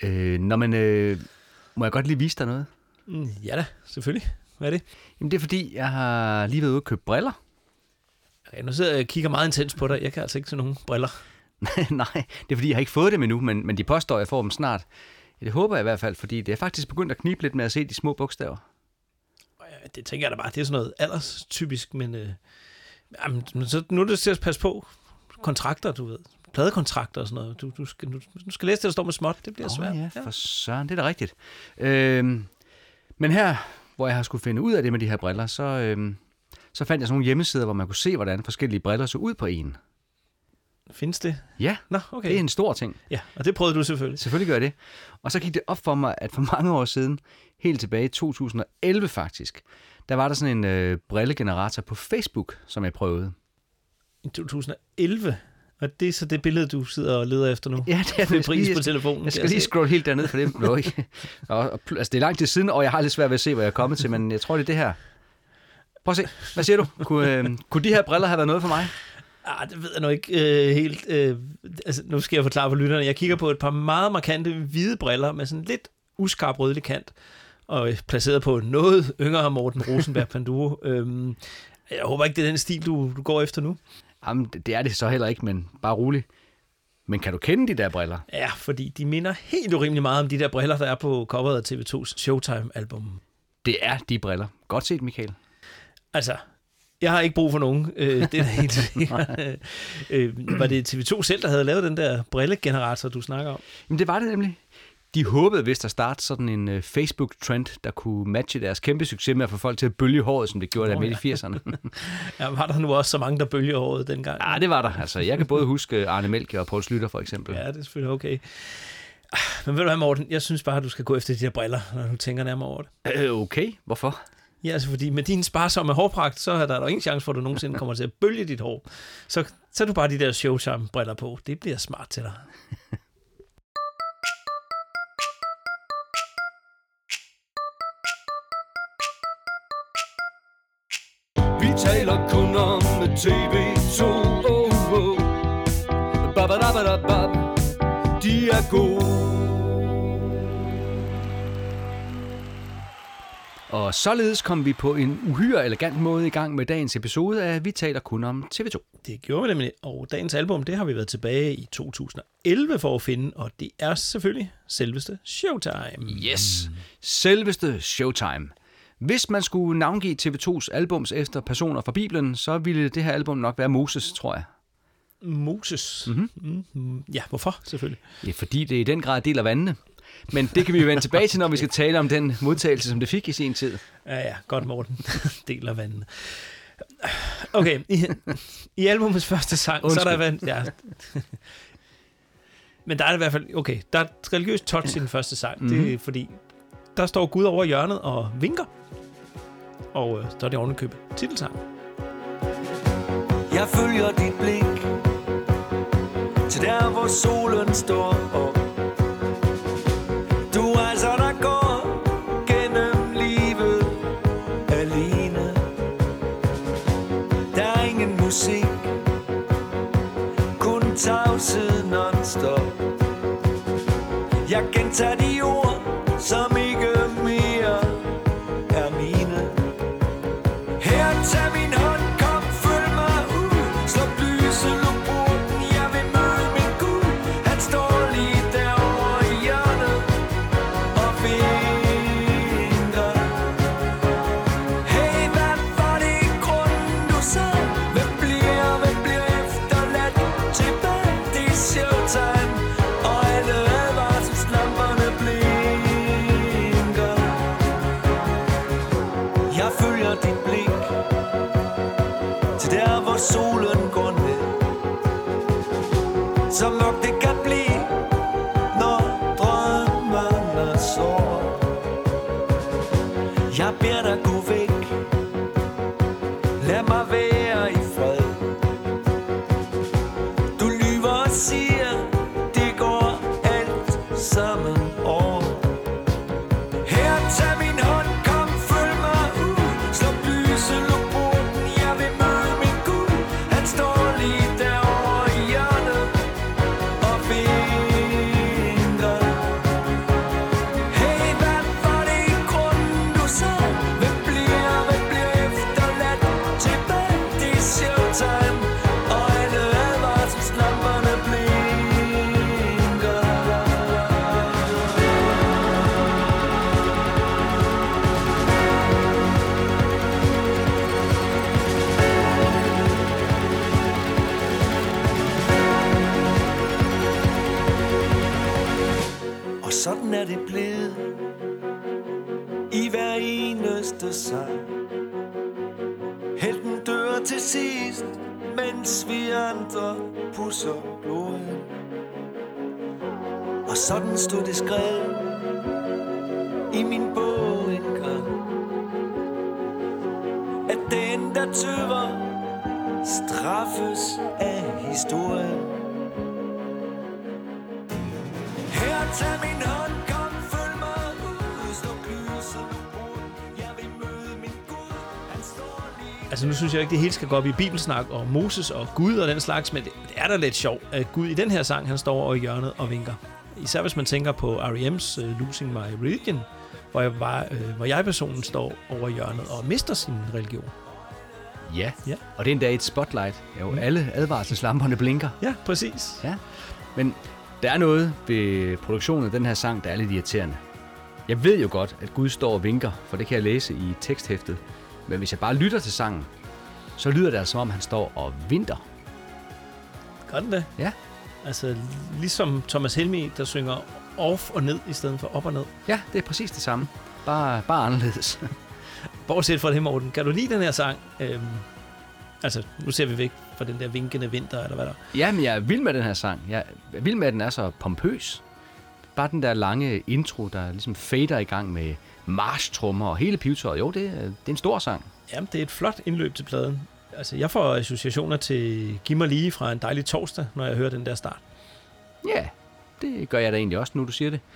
Må jeg godt lige vise dig noget? Ja da, selvfølgelig. Hvad er det? Jamen, det er fordi, jeg har lige været ude og købe briller. Okay, nu sidder jeg og kigger meget intens på dig. Jeg kan altså ikke se nogen briller. Nej, det er fordi, jeg har ikke fået dem endnu, men de påstår, at jeg får dem snart. Ja, det håber jeg i hvert fald, fordi det er faktisk begyndt at knibe lidt med at se de små bogstaver. Det tænker jeg da bare, det er sådan noget alderstypisk, men så nu er det til at passe på. Kontrakter, du ved. Pladekontrakter og sådan noget. Du skal læse det, der står med småt. Det bliver svært. Ja, for søren, det er da rigtigt. Men her, hvor jeg har skulle finde ud af det med de her briller, så fandt jeg sådan nogle hjemmesider, hvor man kunne se, hvordan forskellige briller så ud på en. Findes det? Ja, Nå, okay. Det er en stor ting. Ja, og det prøvede du selvfølgelig. Selvfølgelig gør jeg det. Og så gik det op for mig, at for mange år siden, helt tilbage i 2011 faktisk, der var der sådan en brillegenerator på Facebook, som jeg prøvede. I 2011? Og det er så det billede, du sidder og leder efter nu? Ja, det er det. Pris på telefonen. Jeg skal lige scrolle helt derned for det. Altså, det er lang tid siden, og jeg har lidt svært ved at se, hvor jeg er kommet til, men jeg tror, det er det her. Prøv at se. Hvad siger du? Kunne de her briller have været noget for mig? Det ved jeg nu ikke helt. Altså, nu skal jeg forklare for lytterne. Jeg kigger på et par meget markante hvide briller med sådan lidt uskarp rødlig kant, og placeret på noget yngre Morten Rosenberg Panduro. Jeg håber ikke, det er den stil, du går efter nu. Jamen, det er det så heller ikke, men bare rolig. Men kan du kende de der briller? Ja, fordi de minder helt urimelig meget om de der briller, der er på coveret af TV2's Showtime-album. Det er de briller. Godt set, Michael. Altså, jeg har ikke brug for nogen. Det er helt sikkert. Var det TV2 selv, der havde lavet den der brillegenerator, du snakker om? Jamen, det var det nemlig. De håbede vist at starte sådan en Facebook-trend, der kunne matche deres kæmpe succes med at få folk til at bølge håret, som det gjorde der midt i 80'erne. Ja, var der nu også så mange, der bølger håret dengang? Ja, det var der. Altså, jeg kan både huske Arne Melchior og Poul Schlüter, for eksempel. Ja, det er selvfølgelig okay. Men ved du hvad, Morten? Jeg synes bare, at du skal gå efter de der briller, når du tænker nærmere over det. Okay, hvorfor? Ja, altså fordi med din sparsomme hårpragt, så er der ingen chance for, at du nogensinde kommer til at bølge dit hår. Så du bare de der Showtime-briller på. Det bliver smart til dig. Vi taler kun om TV2. De er gode. Og således kom vi på en uhyre elegant måde i gang med dagens episode af Vi taler kun om TV2. Det gjorde vi nemlig, og dagens album, det har vi været tilbage i 2011 for at finde, og det er selvfølgelig selveste Showtime. Yes, selveste Showtime. Hvis man skulle navngive TV2's albums efter personer fra Bibelen, så ville det her album nok være Moses, tror jeg. Moses? Mm-hmm. Ja, hvorfor selvfølgelig? Ja, fordi det i den grad deler vandene. Men det kan vi jo vende tilbage til, når vi skal tale om den modtagelse, som det fik i sin tid. Ja, godt Morten. Deler vandene. Okay, i albumets første sang, så er der vand. Ja. Men der er det i hvert fald, okay, der er et religiøst touch i den første sang. Mm-hmm. Det er fordi, der står Gud over hjørnet og vinker. Og så er det ovenikøbet titelsang. Jeg følger dit blik til der, hvor solen står op. Du er altså, der går gennem livet alene. Der er ingen musik, kun tavshed non-stop. Jeg gentager de ord, som ikke mere er mine. Her, tag min hånd, kom, følg mig ud. Slå lyset, luk porten, jeg vil møde min Gud. Han står lige derovre i hjørnet og vinker. Hey, hvad var det i grunden, du sagde? Hvem bliver efterladt tilbage? Det er Showtime, og alle advarselslamperne blinker. Jeg følger dit blik til der, hvor solen går ned. Så mørkt det kan blive, når drømmerne sover. Jeg beder dig gå væk, lad mig være i fred. Du lyver og siger, det går alt sammen over. Her, tag min hånd, kom, følg mig ud. Slå lyset, luk porten, jeg vil møde min Gud. Han står lige derovre i hjørnet og vinker. sådan er det blevet i hver eneste sang. Helten dør til sidst, mens vi andre pusser blodet. Og sådan stod det skrevet i min bog engang, at den der tøver straffes af historien. Her, tag min hånd, kom, følg mig ud, sluk lyset på broen. Jeg vil møde min Gud, han står lige... Altså nu synes jeg ikke, det hele skal gå op i bibelsnak og Moses og Gud og den slags, men det er da lidt sjovt, at Gud i den her sang, han står over i hjørnet og vinker. Især hvis man tænker på R.E.M's Losing My Religion, hvor jeg-personen står over i hjørnet og mister sin religion. Ja, og det er endda et spotlight. Jo, alle advarselslamperne blinker. Ja, præcis. Ja, men der er noget ved produktionen af den her sang, der er lidt irriterende. Jeg ved jo godt, at Gud står og vinker, for det kan jeg læse i teksthæftet. Men hvis jeg bare lytter til sangen, så lyder det altså, som om han står og vinter. Gør den det? Ja. Altså ligesom Thomas Helmig, der synger off og ned i stedet for op og ned. Ja, det er præcis det samme. Bare anderledes. Bortset fra det, Morten. Kan du lide den her sang? Altså, nu ser vi væk fra den der vinkende vinter, eller hvad der. Ja, men jeg er vild med den her sang. Jeg er vild med, at den er så pompøs. Bare den der lange intro, der ligesom fader i gang med marchtrummer og hele pivetøjet. Jo, det er en stor sang. Jamen, det er et flot indløb til pladen. Altså, jeg får associationer til Giv mig lige fra en dejlig torsdag, når jeg hører den der start. Ja, det gør jeg da egentlig også, nu du siger det.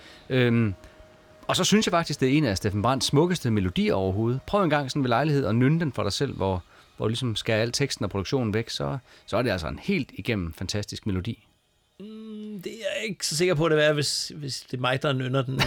Og så synes jeg faktisk, det er en af Steffen Brandts smukkeste melodier overhovedet. Prøv en gang sådan ved lejlighed at nynne den for dig selv, hvor du ligesom skærer al teksten og produktionen væk, så er det altså en helt igennem fantastisk melodi. Det er jeg ikke så sikker på, at det er, hvis det er mig, der nynner den.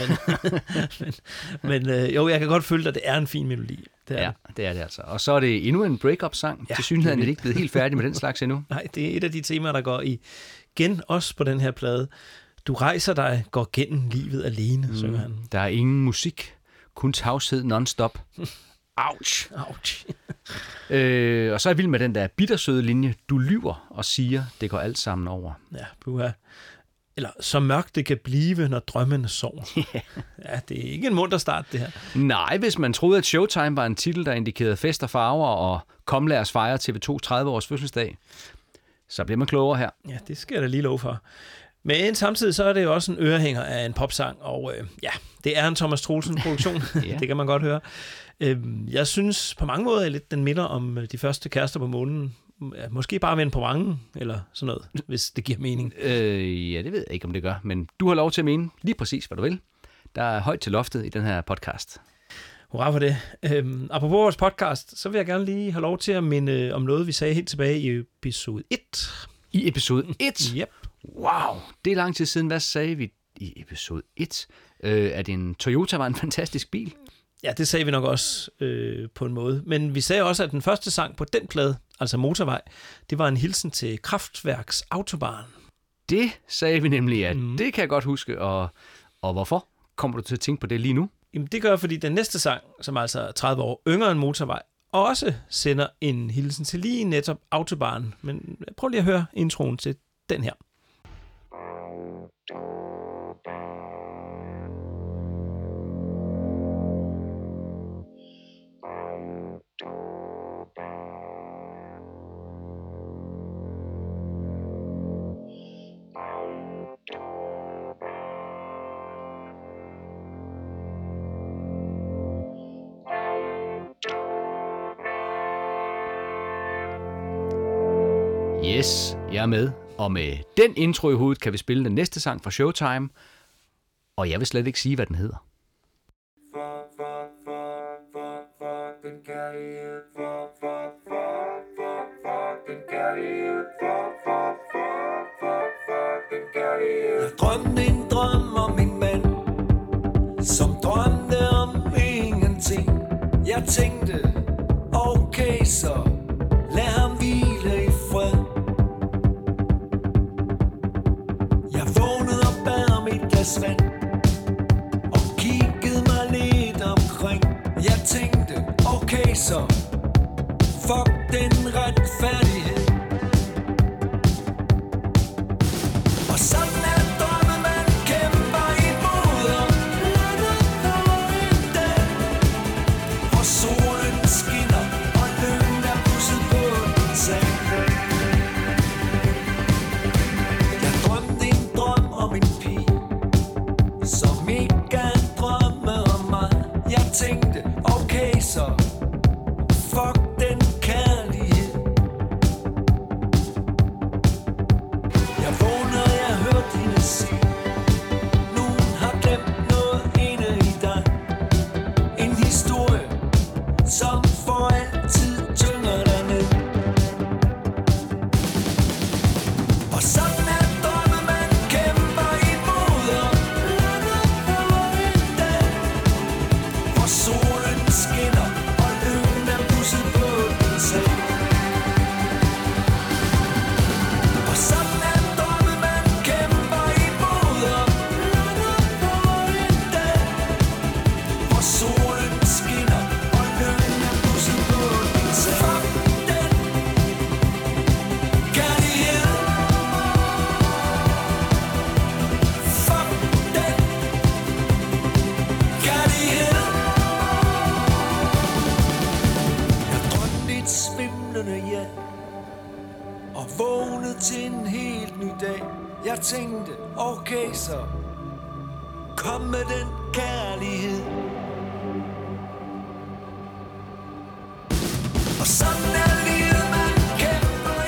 Men jo, jeg kan godt føle, at det er en fin melodi. Det er det altså. Og så er det endnu en break-up-sang. Ja, til synligheden er det ikke blevet helt færdig med den slags endnu. Nej, det er et af de temaer, der går igen også på den her plade. Du rejser dig, går gennem livet alene, synger han. Der er ingen musik, kun tavshed non-stop. Ouch. Og så er jeg vild med den der bittersøde linje. Du lyver og siger, det går alt sammen over. Ja, puha. Eller så mørkt det kan blive, når drømmene sover. Yeah. Ja, det er ikke en munter start, det her. Nej, hvis man troede, at Showtime var en titel, der indikerede fest og farver, og kom lad os fejre TV2's 30-års fødselsdag, så bliver man klogere her. Ja, det skal jeg da lige love for. Men samtidig så er det jo også en ørehænger af en popsang, og det er en Thomas Troelsen-produktion. Ja. Det kan man godt høre. Jeg synes på mange måder, at den minder om de første kærester på månen. Måske bare vende på mange, eller sådan noget, hvis det giver mening. Ja, det ved jeg ikke, om det gør, men du har lov til at mene lige præcis, hvad du vil. Der er højt til loftet i den her podcast. Hurra for det. Apropos vores podcast, så vil jeg gerne lige have lov til at minde om noget, vi sagde helt tilbage i episode 1. I episode 1? Yep. Wow, det er lang tid siden. Hvad sagde vi i episode 1? At en Toyota var en fantastisk bil? Ja, det sagde vi nok også på en måde. Men vi sagde også, at den første sang på den plade, altså Motorvej, det var en hilsen til Kraftwerks Autobahn. Det sagde vi nemlig, at det kan jeg godt huske. Og hvorfor kommer du til at tænke på det lige nu? Jamen, det gør, fordi den næste sang, som altså er 30 år yngre end Motorvej, også sender en hilsen til lige netop Autobahn. Men prøv lige at høre introen til den her. Yes, jeg er med. Og med den intro i hovedet kan vi spille den næste sang fra Showtime. Og jeg vil slet ikke sige, hvad den hedder. Jeg drømte en drøm om en mand, som drømte om ingenting. Jeg tænkte, okay så, lad ham hvile i fred. Jeg vågnede og bad om et glas vand, og kiggede mig lidt omkring. Jeg tænkte, okay så, fuck den retfærdighed. Og sådan er drømme, man kæmper imod mega drømme om mig. Jeg tænkte, okay så, fuck den kærlighed. Jeg vågner, jeg hørte hende sige, nogen har glemt noget inde i dig. En historie, som for altid tynger dig ned. Og sådan er drømme, man kæmper imod. Og lander på en dag, hvor solen skinner, og lykken er pusset på den sag. Og sådan er drømme, man kæmper imod. Og lander på en dag, hvor solen skinner, og lykken er pusset på den sag. Fuck den kærlighed. Fuck den kærlighed. Jeg drømte et svimlende ja, og vågnede til en helt ny dag. Jeg tænkte, okay så, kom med den kærlighed. Og sådan er livet, man kæmper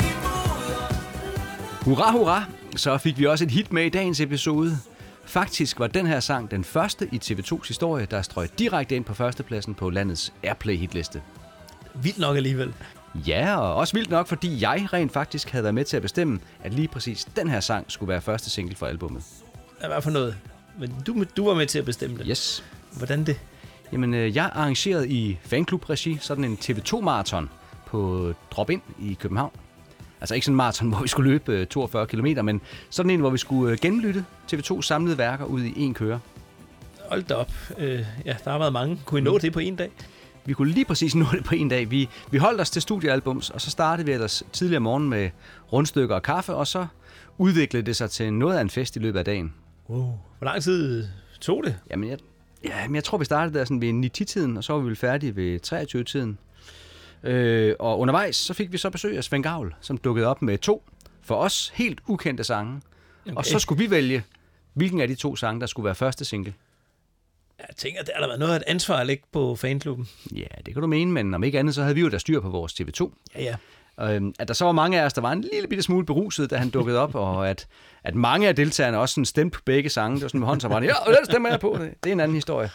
imod. Hurra, hurra! Så fik vi også et hit med i dagens episode. Faktisk var den her sang den første i TV2's historie, der strøg direkte ind på førstepladsen på landets Airplay-hitliste. Vildt nok alligevel. Ja, og også vildt nok, fordi jeg rent faktisk havde været med til at bestemme, at lige præcis den her sang skulle være første single for albummet. Hvad for noget? Men du var med til at bestemme det. Yes. Hvordan det? Jamen, jeg arrangerede i fanklub-regi sådan en TV2-marathon på Drop-In i København. Altså ikke sådan en marathon, hvor vi skulle løbe 42 km, men sådan en, hvor vi skulle gennemlytte TV2 samlede værker ud i en køre. Hold da op. Ja, der har været mange. Kunne I nå det på en dag? Vi kunne lige præcis nå det på en dag. Vi holdt os til studiealbums, og så startede vi ellers tidligere morgen med rundstykker og kaffe, og så udviklede det sig til noget af en fest i løbet af dagen. Wow. Hvor lang tid tog det? Jamen, jeg tror, vi startede der sådan ved 9-10-tiden, og så var vi vel færdige ved 23-tiden. Og undervejs, så fik vi så besøg af Svend Gavl, som dukkede op med 2 for os helt ukendte sange. Okay. Og så skulle vi vælge, hvilken af de 2 sange, der skulle være første single. Jeg tænker, der har været noget af et ansvar at lægge på fanklubben. Ja, det kan du mene, men om ikke andet, så havde vi jo der styr på vores TV2. Ja. At der så var mange af os, der var en lille bitte smule beruset, da han dukkede op, og at mange af deltagerne også sådan stemte på begge sange. Det var sådan med håndsoprænding. Ja, den stemmer jeg på. Det er en anden historie.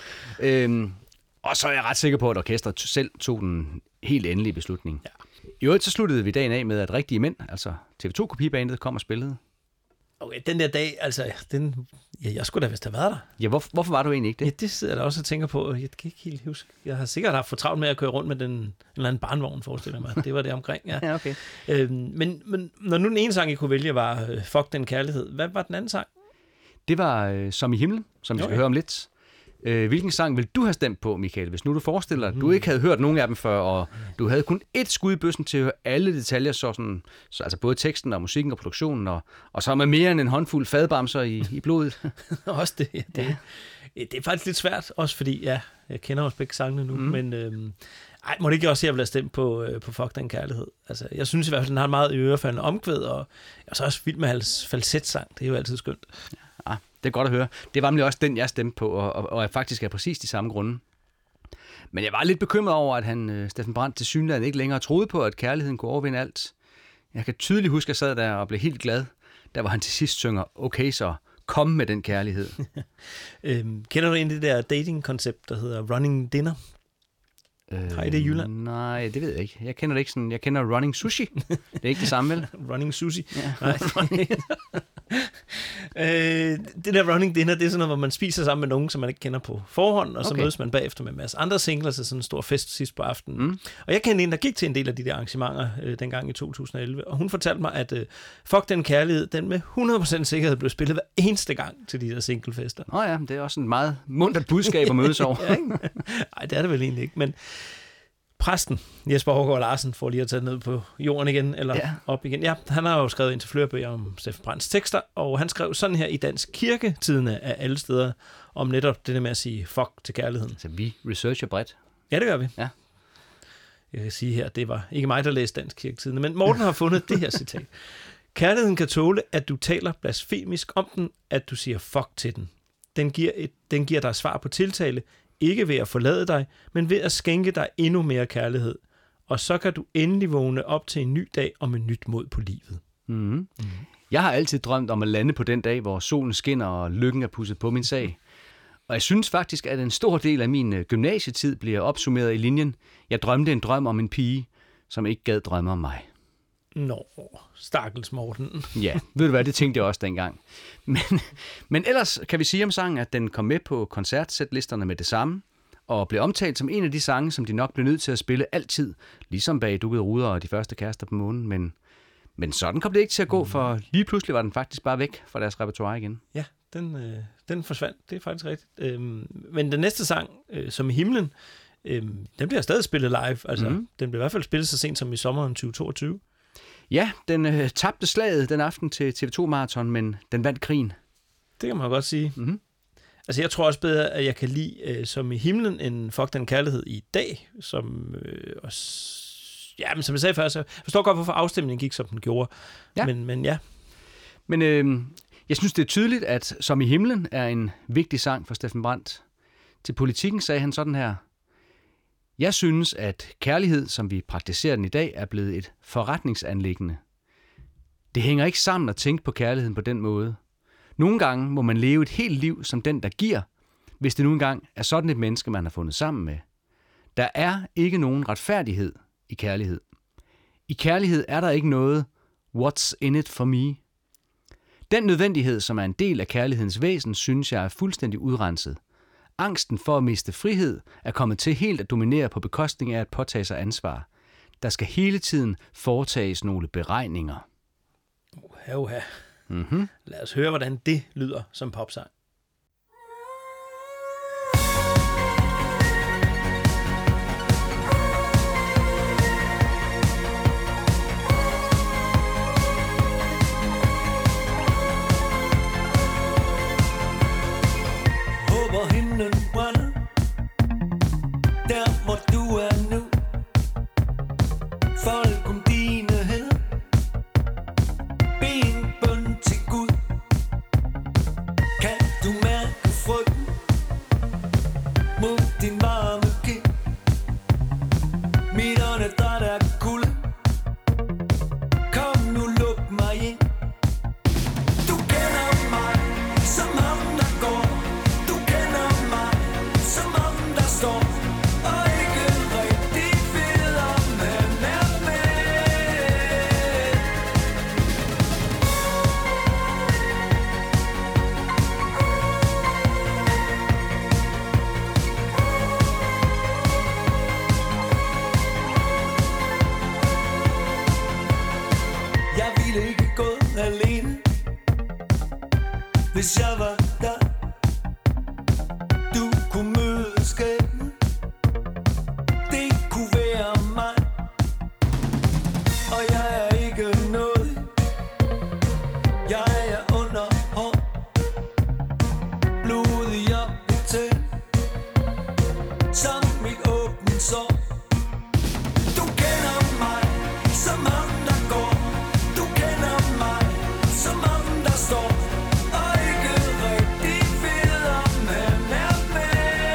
Og så er jeg ret sikker på, at orkestret selv tog den helt endelige beslutning. Ja. I øvrigt så sluttede vi dagen af med, at rigtige mænd, altså TV2-kopibandet, kom og spillede. Okay, den der dag, altså, jeg skulle da vist have været der. Ja, hvorfor var du egentlig ikke det? Ja, det sidder jeg da også og tænker på. Jeg kan ikke helt huske. Jeg har sikkert haft for travlt med at køre rundt med en eller anden barnvogn, forestiller mig. Det var det omkring, ja. Ja, okay. Men når nu den ene sang, I kunne vælge, var Fuck den kærlighed. Hvad var den anden sang? Det var Som i himlen, som vi skal høre om lidt. Hvilken sang vil du have stemt på, Michael, hvis nu du forestiller dig, at du ikke havde hørt nogen af dem før, og du havde kun ét skud i bøssen til at høre alle detaljer, så altså både teksten og musikken og produktionen, og så med mere end en håndfuld fadbamser i blodet. Også det. Det er faktisk lidt svært, også fordi, ja, jeg kender også begge sangene nu, men må det ikke også, at jeg vil have stemt på Fuck den kærlighed? Altså, jeg synes i hvert fald, den har en meget ørefaldende omkvæd, og jeg er så også vild med hans falsetsang. Det er jo altid skønt. Ja, det er godt at høre. Det var nemlig også den, jeg stemte på, og jeg faktisk er præcis de samme grunde. Men jeg var lidt bekymret over, at Steffen Brandt til synligheden ikke længere troede på, at kærligheden kunne overvinde alt. Jeg kan tydeligt huske, at jeg sad der og blev helt glad, der var han til sidst synger, okay så, kom med den kærlighed. Kender du egentlig det der dating-koncept, der hedder Running Dinner? Har I det i Jylland? Nej, det ved jeg ikke. Jeg kender det ikke sådan. Jeg kender Running Sushi. Det er ikke det samme, vel? Running Sushi? Ja. Nej. Det der Running Dinner, det er sådan noget, hvor man spiser sammen med nogen, som man ikke kender på forhånd, og så mødes man bagefter med en masse andre singler til sådan en stor fest sidst på aftenen. Og jeg kendte en, der gik til en del af de der arrangementer dengang i 2011, og hun fortalte mig, at Fuck den kærlighed, den med 100% sikkerhed blev spillet hver eneste gang til de der singlefester. Nå ja, det er også en meget muntert budskab at mødes over. Nej, det er det vel egentlig ikke, men præsten, Jesper Hårgaard Larsen, får lige at tage ned på jorden igen, eller op igen. Ja, han har jo skrevet ind til flere bøger om Steffen Brandts tekster, og han skrev sådan her i Dansk Kirketidende af alle steder, om netop det der med at sige fuck til kærligheden. Så vi researcher bredt. Ja, det gør vi. Ja. Jeg kan sige her, det var ikke mig, der læste Dansk Kirketidende, men Morten har fundet det her citat. Kærligheden kan tåle, at du taler blasfemisk om den, at du siger fuck til den. den giver dig svar på tiltale, ikke ved at forlade dig, men ved at skænke dig endnu mere kærlighed. Og så kan du endelig vågne op til en ny dag og med nyt mod på livet. Mm-hmm. Jeg har altid drømt om at lande på den dag, hvor solen skinner og lykken er pudset på min sag. Og jeg synes faktisk, at en stor del af min gymnasietid bliver opsummeret i linjen: jeg drømte en drøm om en pige, som ikke gad drømme om mig. Nå, stakkels Morten. Ja, ved du hvad, det tænkte jeg også dengang. Men ellers kan vi sige om sangen, at den kom med på koncertsætlisterne med det samme, og blev omtalt som en af de sange, som de nok blev nødt til at spille altid, ligesom Bag dukkede ruder og De første kærester på månen. Men sådan kom det ikke til at gå, for lige pludselig var den faktisk bare væk fra deres repertoire igen. Ja, den forsvandt, det er faktisk rigtigt. Men den næste sang, Som i himlen, den bliver stadig spillet live. Altså, den blev i hvert fald spillet så sent som i sommeren 2022. Ja, den tabte slaget den aften til TV2-marathon, men den vandt krigen. Det kan man godt sige. Mm-hmm. Altså, jeg tror også bedre, at jeg kan lide Som i himlen end Fuck den kærlighed i dag, som men som jeg sagde før, så forstår godt, hvorfor afstemningen gik, som den gjorde. Ja. Men ja. Men jeg synes, det er tydeligt, at Som i himlen er en vigtig sang for Steffen Brandt. Til Politikken sagde han sådan her: jeg synes, at kærlighed, som vi praktiserer den i dag, er blevet et forretningsanliggende. Det hænger ikke sammen at tænke på kærligheden på den måde. Nogle gange må man leve et helt liv som den, der giver, hvis det nu engang er sådan et menneske, man har fundet sammen med. Der er ikke nogen retfærdighed i kærlighed. I kærlighed er der ikke noget what's in it for me. Den nødvendighed, som er en del af kærlighedens væsen, synes jeg er fuldstændig udrenset. Angsten for at miste frihed er kommet til helt at dominere på bekostning af at påtage sig ansvar. Der skal hele tiden foretages nogle beregninger. Uha. Mm-hmm. Lad os høre, hvordan det lyder som popsang. Håber himlen brænder, der hvor du er nu. Folk om dine hænder, ben bøn til Gud. Kan du mærke frygten mod din varme kind? Mit åndedræt er kulde. Kom nu, luk mig ind. Du kender mig som ham der går. Du kender mig som ham der står. Og ikke rigtig ved om han er med. Jeg ville ikke gå alene, hvis jeg var der. Du kunne møde skæbnen, det kunne være mig. Og jeg er ikke noget, jeg er under hånd. Blodig op i tæt, som mit åbent sår. Du kender mig som ham der går. Du kender mig som ham der står. Og ikke rigtig ved om han er med.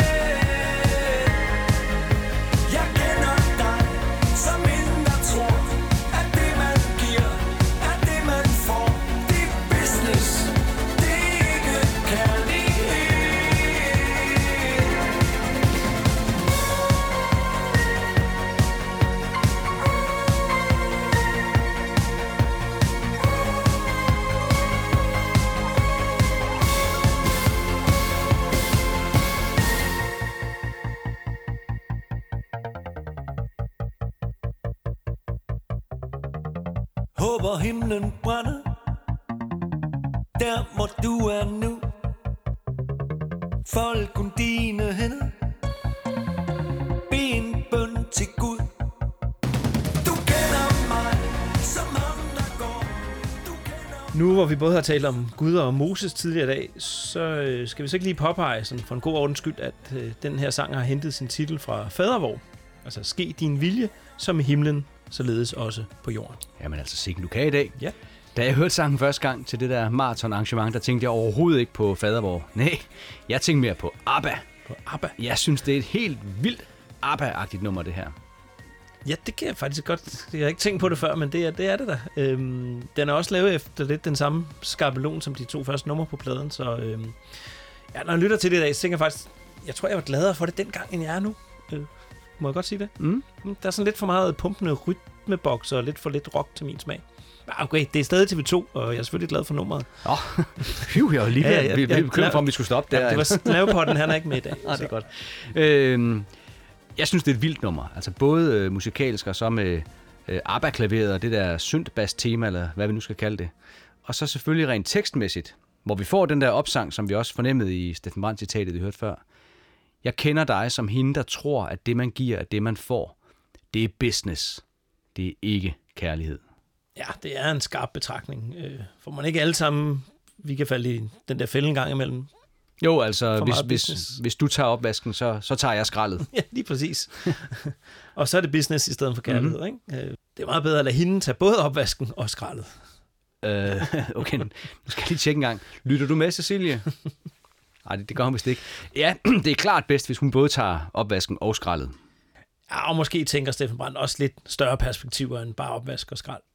Jeg kender dig som en der tror, at det man giver er det man får. Det er business, det er ikke kærlighed. Håber himlen brænder, der hvor du er nu. Folk om dine hænder, ben bøn til Gud. Du kender mig som ham der går. Du kender. Nu hvor vi både har talt om Gud og Moses tidligere i dag, så skal vi så ikke lige påpege sådan for en god ordens skyld, at den her sang har hentet sin titel fra Fadervor. Altså, ske din vilje, som i himlen, således også på jorden. Jamen altså, sikken du kan i dag. Ja. Da jeg hørte sangen første gang til det der maraton-arrangement, der tænkte jeg overhovedet ikke på Fadervor. Nej, jeg tænkte mere på ABBA. På ABBA? Jeg synes, det er et helt vildt ABBA-agtigt nummer, det her. Ja, det kan jeg faktisk godt. Jeg har ikke tænkt på det før, men det er det da. Den er også lavet efter lidt den samme skabelon som de 2 første numre på pladen, så når jeg lytter til det i dag, så tænker jeg faktisk, jeg tror, jeg var gladere for det dengang, end jeg er nu. Må jeg godt sige det? Der er sådan lidt for meget pumpende rytmeboks og lidt for lidt rock til min smag. Okay, det er stadig TV2, og jeg er selvfølgelig glad for nummeret. Jeg var lige vi bekymret for, om vi skulle stoppe der. Ja, det var Snavepotten, han er ikke med i dag. Det er godt. Jeg synes, det er et vildt nummer. Altså både musikalsk og så med ABBA-klaveret og det der synt-bass-tema, eller hvad vi nu skal kalde det. Og så selvfølgelig rent tekstmæssigt, hvor vi får den der opsang, som vi også fornemmede i Steffen Brandt-citatet, vi hørte før. Jeg kender dig som hende, der tror, at det man giver, at det man får, det er business. Det er ikke kærlighed. Ja, det er en skarp betragtning. For man ikke alle sammen, vi kan falde i den der fælde en gang imellem. Jo, altså hvis du tager opvasken, så tager jeg skraldet. Ja, lige præcis. Og så er det business i stedet for kærlighed. Ikke? Det er meget bedre at lade hende tage både opvasken og skraldet. Okay, nu skal jeg lige tjekke en gang. Lytter du med, Cecilie? Nej, det gør hun vist ikke. Ja, det er klart bedst, hvis hun både tager opvasken og skraldet. Ja, og måske tænker Steffen Brandt også lidt større perspektiver end bare opvask og skrald.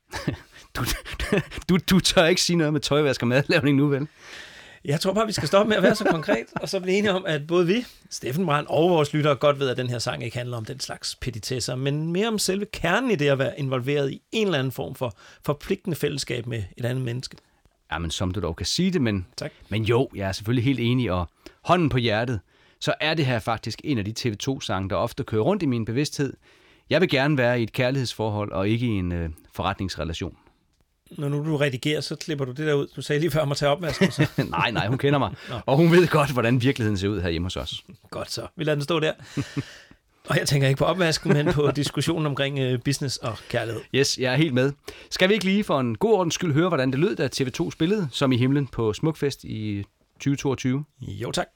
Du tør ikke sige noget med tøjvask og madlavning nu, vel? Jeg tror bare, vi skal stoppe med at være så konkret, og så blive enige om, at både vi, Steffen Brandt og vores lyttere godt ved, at den her sang ikke handler om den slags petitesser, men mere om selve kernen i det at være involveret i en eller anden form for forpligtende fællesskab med et andet menneske. Jamen, som du dog kan sige det, men jo, jeg er selvfølgelig helt enig, og hånden på hjertet, så er det her faktisk en af de TV2-sange, der ofte kører rundt i min bevidsthed. Jeg vil gerne være i et kærlighedsforhold, og ikke i en forretningsrelation. Når nu du redigerer, så klipper du det der ud. Du sagde lige før om at tage opvasken. Så. nej, hun kender mig. Og hun ved godt, hvordan virkeligheden ser ud her hjemme hos os. Godt så. Vi lader den stå der. Og jeg tænker ikke på opvasken, men på diskussionen omkring business og kærlighed. Yes, jeg er helt med. Skal vi ikke lige for en god ordens skyld høre, hvordan det lød, da TV2 spillede Som i himlen på Smukfest i 2022? Jo, tak.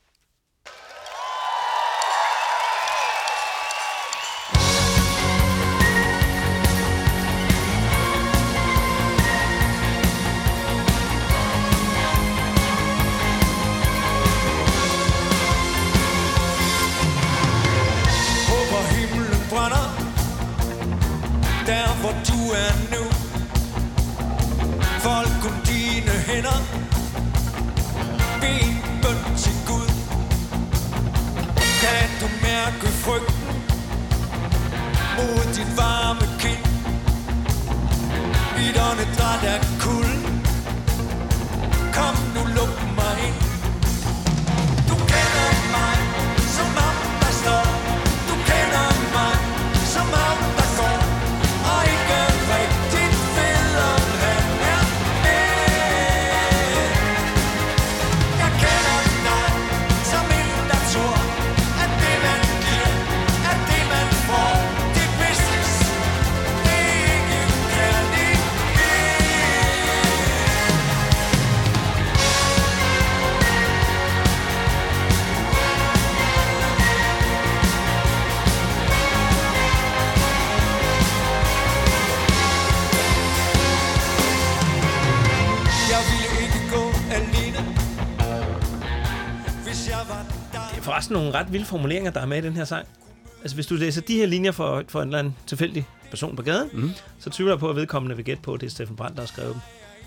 Nogle ret vilde formuleringer, der er med i den her sang. Altså, hvis du læser de her linjer for en eller anden tilfældig person på gaden, så tvivler jeg på, at vedkommende vil gætte på, at det er Steffen Brandt, der har skrevet dem.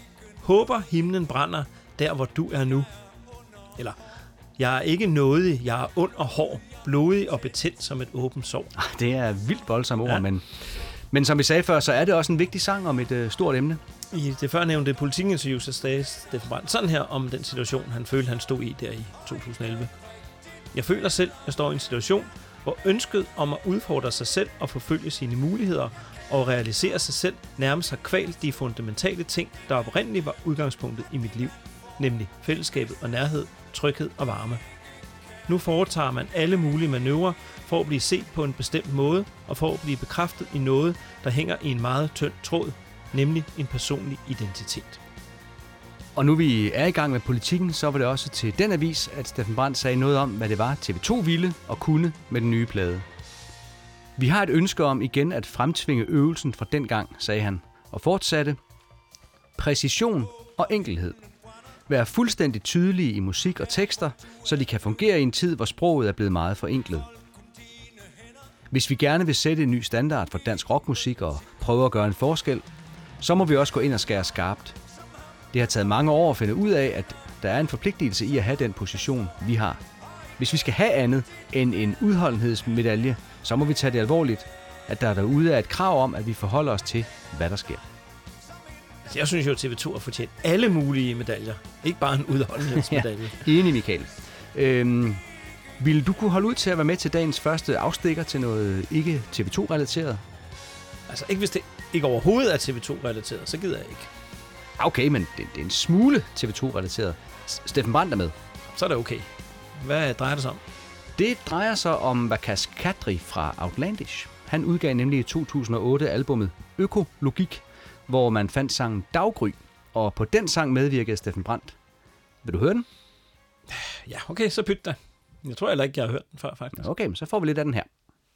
Håber himlen brænder, der hvor du er nu. Eller, jeg er ikke nådig, jeg er ond og hård, blodig og betændt som et åbent sår. Det er vildt voldsomme ord, men som vi sagde før, så er det også en vigtig sang om et stort emne. I det førnævnte politikinterview, så sagde Steffen Brandt sådan her om den situation, han følte, han stod i der i 2011. Jeg føler selv, at jeg står i en situation, hvor ønsket om at udfordre sig selv og forfølge sine muligheder og realisere sig selv nærmest har kvalt de fundamentale ting, der oprindeligt var udgangspunktet i mit liv, nemlig fællesskabet og nærhed, tryghed og varme. Nu foretager man alle mulige manøvrer for at blive set på en bestemt måde og for at blive bekræftet i noget, der hænger i en meget tynd tråd, nemlig en personlig identitet. Og nu vi er i gang med politikken, så var det også til den avis, at Steffen Brandt sagde noget om, hvad det var TV2 ville og kunne med den nye plade. Vi har et ønske om igen at fremtvinge øvelsen fra dengang, sagde han, og fortsatte. præcision og enkelhed. Vær fuldstændig tydelige i musik og tekster, så de kan fungere i en tid, hvor sproget er blevet meget forenklet. Hvis vi gerne vil sætte en ny standard for dansk rockmusik og prøve at gøre en forskel, så må vi også gå ind og skære skarpt. Det har taget mange år at finde ud af, at der er en forpligtelse i at have den position, vi har. Hvis vi skal have andet end en udholdenhedsmedalje, så må vi tage det alvorligt, at der derude er et krav om, at vi forholder os til, hvad der sker. Altså, jeg synes jo, at TV2 har fortjent alle mulige medaljer. Ikke bare en udholdenhedsmedalje. Ja, enig, Michael. Ville du kunne holde ud til at være med til dagens første afstikker til noget ikke TV2-relateret? Altså ikke hvis det ikke overhovedet er TV2-relateret, så gider jeg ikke. Okay, men det er en smule TV2-relateret. Steffen Brandt er med. Så er det okay. Hvad drejer det sig om? Det drejer sig om Waqas Qadri fra Outlandish. Han udgav nemlig i 2008 albummet Økologik, hvor man fandt sangen Daggry, og på den sang medvirkede Steffen Brandt. Vil du høre den? Ja, okay, så pyt da. Jeg tror heller ikke, jeg har hørt den før, faktisk. Okay, så får vi lidt af den her.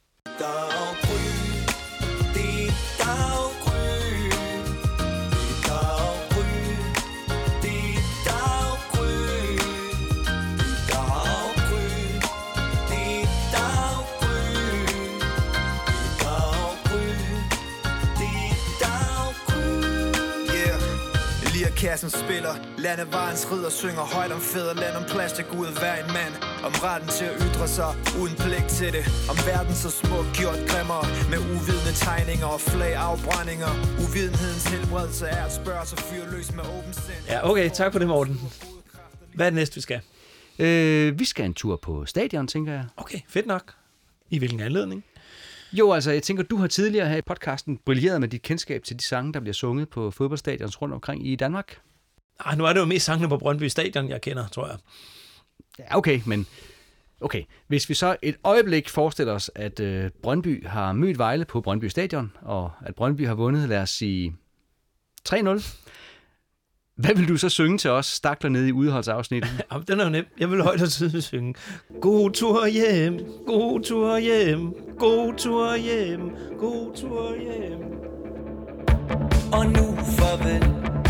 Kassen spiller, landevejens ridder synger højt om fædreland, om plads til Gud hver en mand, om retten til at ytre sig uden pligt til det, om verden så smuk gjort grimmere med uvidende tegninger og flagafbrændinger. Uvidenhedens helbredelse er at spørge sig fyrløs med åben sind. Ja, okay, tak for det, Morten. Hvad er det næste, vi skal? Vi skal en tur på stadion, tænker jeg. Okay, fedt nok. I hvilken anledning? Jo, altså, jeg tænker, du har tidligere her i podcasten brilleret med dit kendskab til de sange, der bliver sunget på fodboldstadions rundt omkring i Danmark. Nu er det jo mest sangene på Brøndby Stadion, jeg kender, tror jeg. Ja, okay, men okay. Hvis vi så et øjeblik forestiller os, at Brøndby har mødt Vejle på Brøndby Stadion, og at Brøndby har vundet, lad os sige, 3-0. Hvad vil du så synge til os, stakler nede i udholdsafsnittet? Jamen, den er jo nem. Jeg vil højt og tydeligt synge. God tur hjem, god tur hjem, god tur hjem, god tur hjem. Og nu farvel.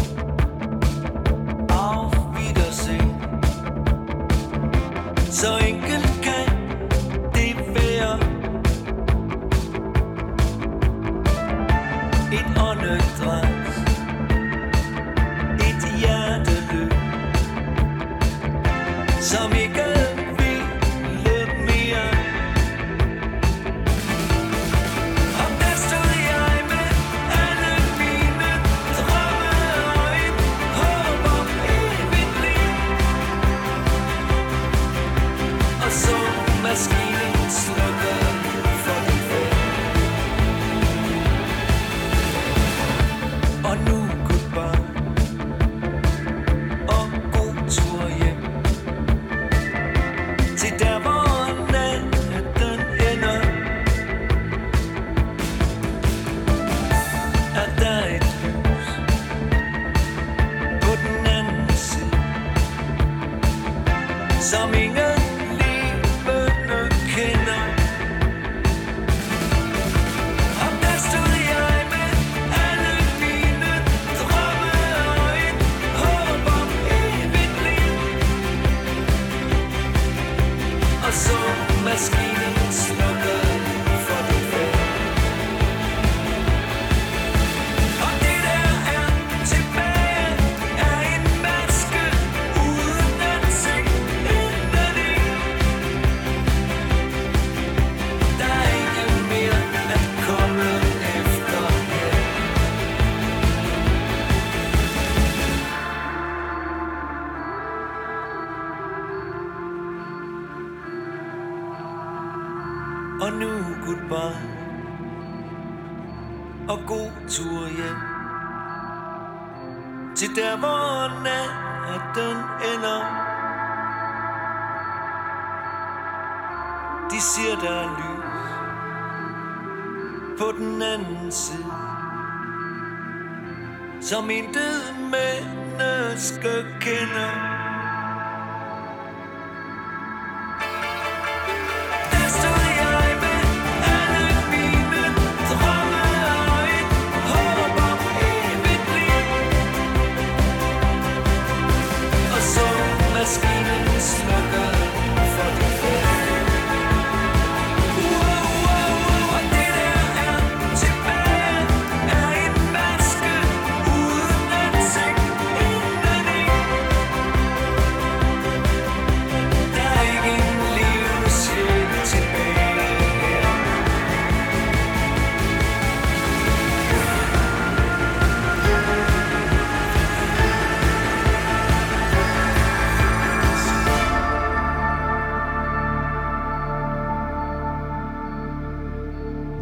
Auf Wiedersehen. Så enkelt kan det være. Et åndedræt. Som ikke ville mere. Og der stod jeg med alle mine drømme og et håb om evigt liv. Og så maskinen slukkede for den færd. Og nu goodbye. Og god tur hjem. Til der hvor natten ender, er der et lys på den anden side, som ingen levende kender. Og der stod jeg med alle mine drømme og et håb om evigt liv. Og så maskinen slukkede for den færd. Og det der er tilbage er en maske uden ansigt indeni. Der er ikke mere at komme efter her. Og nu goodbye. Og god tur hjem. Til der hvor natten ender. De siger der er lys på den anden side, som intet menneske kender.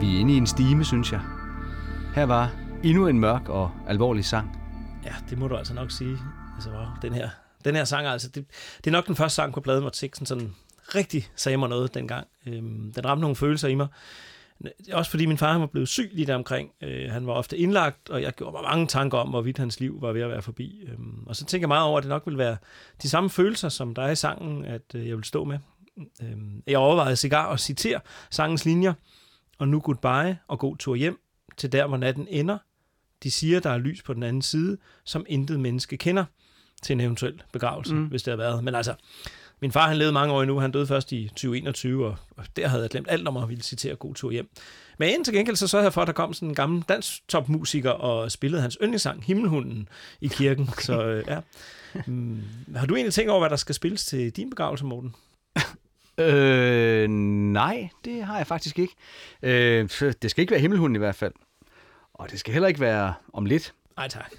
Vi er inde i en stime, synes jeg. Her var endnu en mørk og alvorlig sang. Ja, det må du altså nok sige. Altså, wow, den her sang, altså, det er nok den første sang på pladen, hvor teksten sådan rigtig sagde mig noget dengang. Den ramte nogle følelser i mig. Også fordi min far han var blevet syg lige der omkring. Han var ofte indlagt, og jeg gjorde mig mange tanker om, hvorvidt hans liv var ved at være forbi. Og så tænker jeg meget over, at det nok ville være de samme følelser, som der er i sangen, at jeg vil stå med. Jeg overvejede cigar og citere sangens linjer. Og nu goodbye og god tur hjem til der, hvor natten ender. De siger, der er lys på den anden side, som intet menneske kender til en eventuel begravelse, hvis det har været. Men altså, min far han levede mange år endnu. Han døde først i 2021, og der havde jeg glemt alt om at ville citere god tur hjem. Men til gengæld så sørgede jeg for, at der kom sådan en gammel dansk topmusiker og spillede hans yndlingssang, Himmelhunden, i kirken. Okay. Så ja. Har du egentlig tænkt over, hvad der skal spilles til din begravelse, Morten? Nej, det har jeg faktisk ikke. Det skal ikke være Himmelhunden i hvert fald. Og det skal heller ikke være om lidt. Nej, tak.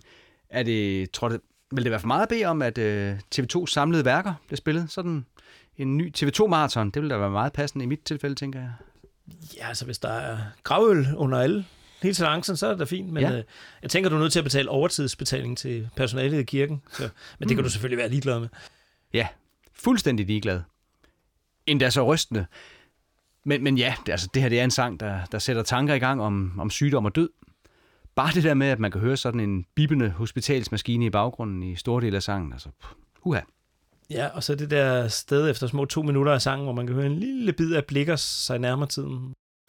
Vil det være for meget at bede om, at TV2's samlede værker bliver spillet? Sådan en ny TV2-marathon, det vil da være meget passende i mit tilfælde, tænker jeg. Ja, altså hvis der er gravøl under hele seancen, så er det da fint. Men ja. Jeg tænker, du er nødt til at betale overtidsbetaling til personalet i kirken. Men det kan du selvfølgelig være ligeglad med. Ja, fuldstændig ligeglad. Endda så rystende. Men ja, det her det er en sang, der sætter tanker i gang om sygdom og død. Bare det der med, at man kan høre sådan en bippende hospitalsmaskine i baggrunden i store dele af sangen. Altså, huha. Ja, og så det der sted efter små 2 minutter af sangen, hvor man kan høre en lille bid af blikker sig nærmere tiden.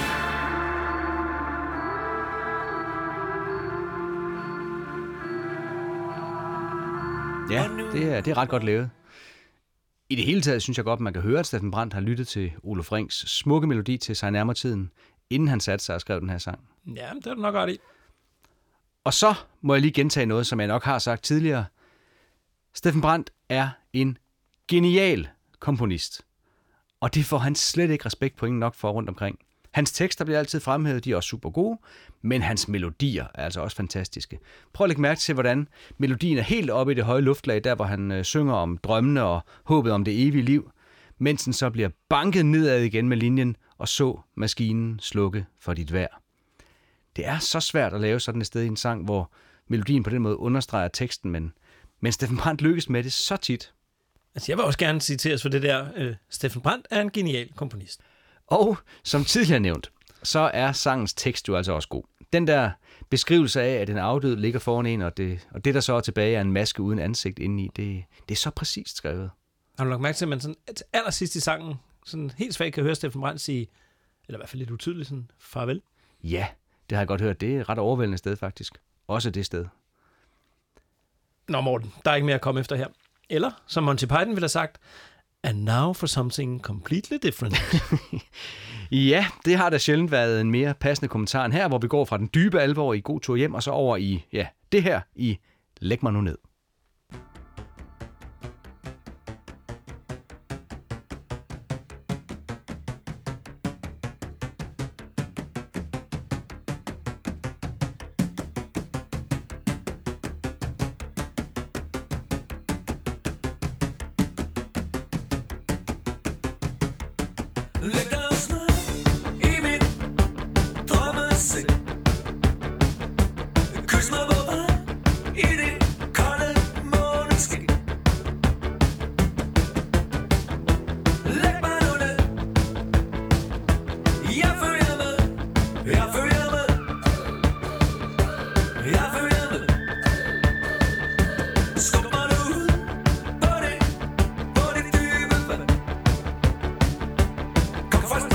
Ja, det er ret godt lavet. I det hele taget synes jeg godt, man kan høre, at Steffen Brandt har lyttet til Oluf Rinks smukke melodi til sig nærmere tiden, inden han satte sig og skrev den her sang. Ja, det er du nok ret i. Og så må jeg lige gentage noget, som jeg nok har sagt tidligere. Steffen Brandt er en genial komponist. Og det får han slet ikke respektpoint nok for rundt omkring. Hans tekster bliver altid fremhævet, de er også super gode, men hans melodier er altså også fantastiske. Prøv at lægge mærke til, hvordan melodien er helt oppe i det høje luftlag, der hvor han synger om drømmene og håbet om det evige liv, mens den så bliver banket nedad igen med linjen og så maskinen slukke for dit vejr. Det er så svært at lave sådan et sted i en sang, hvor melodien på den måde understreger teksten, men Steffen Brandt lykkes med det så tit. Altså, jeg vil også gerne citeres for det der, Steffen Brandt er en genial komponist. Og som tidligere nævnt, så er sangens tekst jo altså også god. Den der beskrivelse af, at en afdød ligger foran en, og det der så er tilbage er en maske uden ansigt indeni, det er så præcist skrevet. Har du lagt mærke til, at man sådan allersidst i sangen sådan helt svagt kan høre Steffen Brandt sige, eller i hvert fald lidt utydeligt, sådan, farvel? Ja, det har jeg godt hørt. Det er et ret overvældende sted faktisk. Også det sted. Nå Morten, der er ikke mere at komme efter her. Eller, som Monty Python ville have sagt, and now for something completely different. Ja, det har da sjældent været en mere passende kommentar end her, hvor vi går fra den dybe alvor i God tur hjem, og så over i, ja, det her i Læg mig nu ned. Kom fra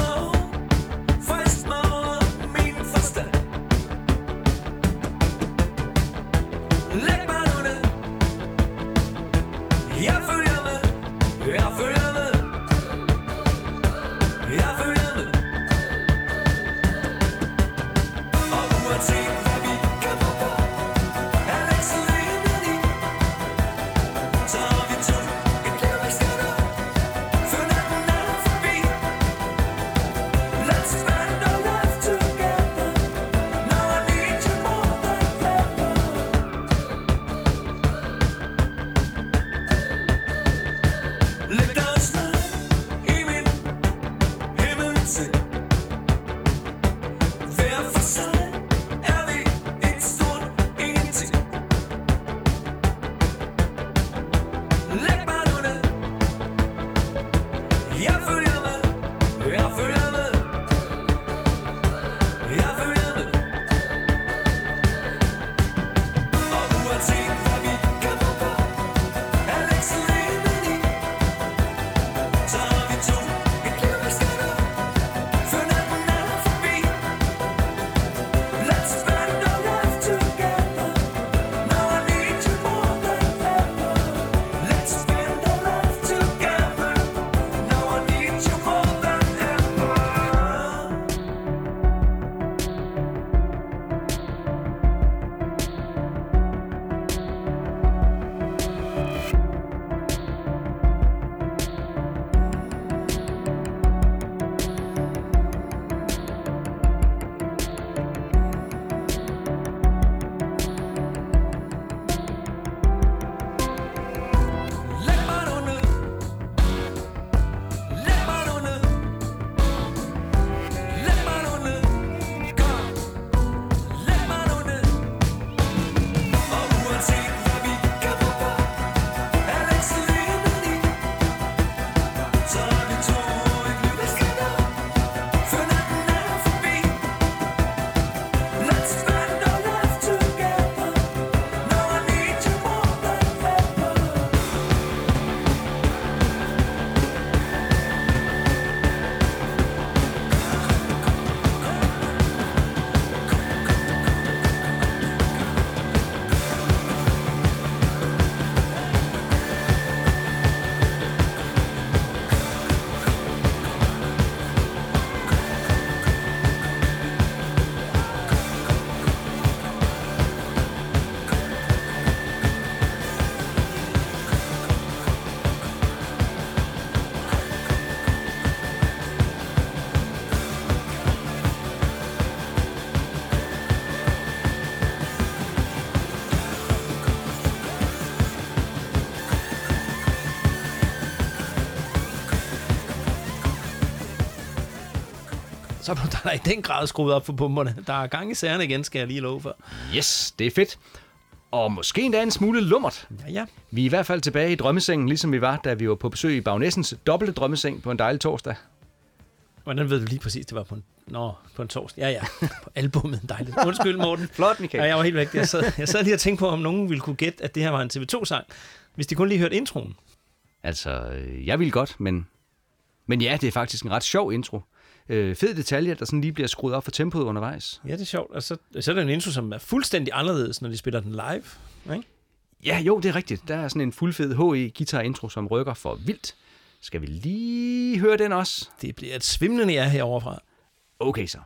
Så blev der i den grad skruet op for pumperne. Der er gang i sagerne igen, skal jeg lige love for. Yes, det er fedt. Og måske endda en smule lummert. Ja. Vi er i hvert fald tilbage i drømmesengen, ligesom vi var, da vi var på besøg i Bagnæssens dobbelte drømmeseng på en dejlig torsdag. Hvordan ved du lige præcis, det var på en torsdag? Ja. På albumet. Dejligt. Undskyld, Morten. Flot, Michael. Ja, jeg var helt væk. Jeg sad lige og tænkte på, om nogen ville kunne gætte, at det her var en TV2-sang, hvis de kun lige hørte introen. Altså, jeg vil godt, men ja, det er faktisk en ret sjov intro. Fed detalje, der sådan lige bliver skruet op for tempoet undervejs. Ja, det er sjovt. Og så er det en intro, som er fuldstændig anderledes, når de spiller den live. Ikke? Ja, jo, det er rigtigt. Der er sådan en fuldfed HE-guitar-intro, som rykker for vildt. Skal vi lige høre den også? Det bliver et svimlende ja heroverfra. Okay, så.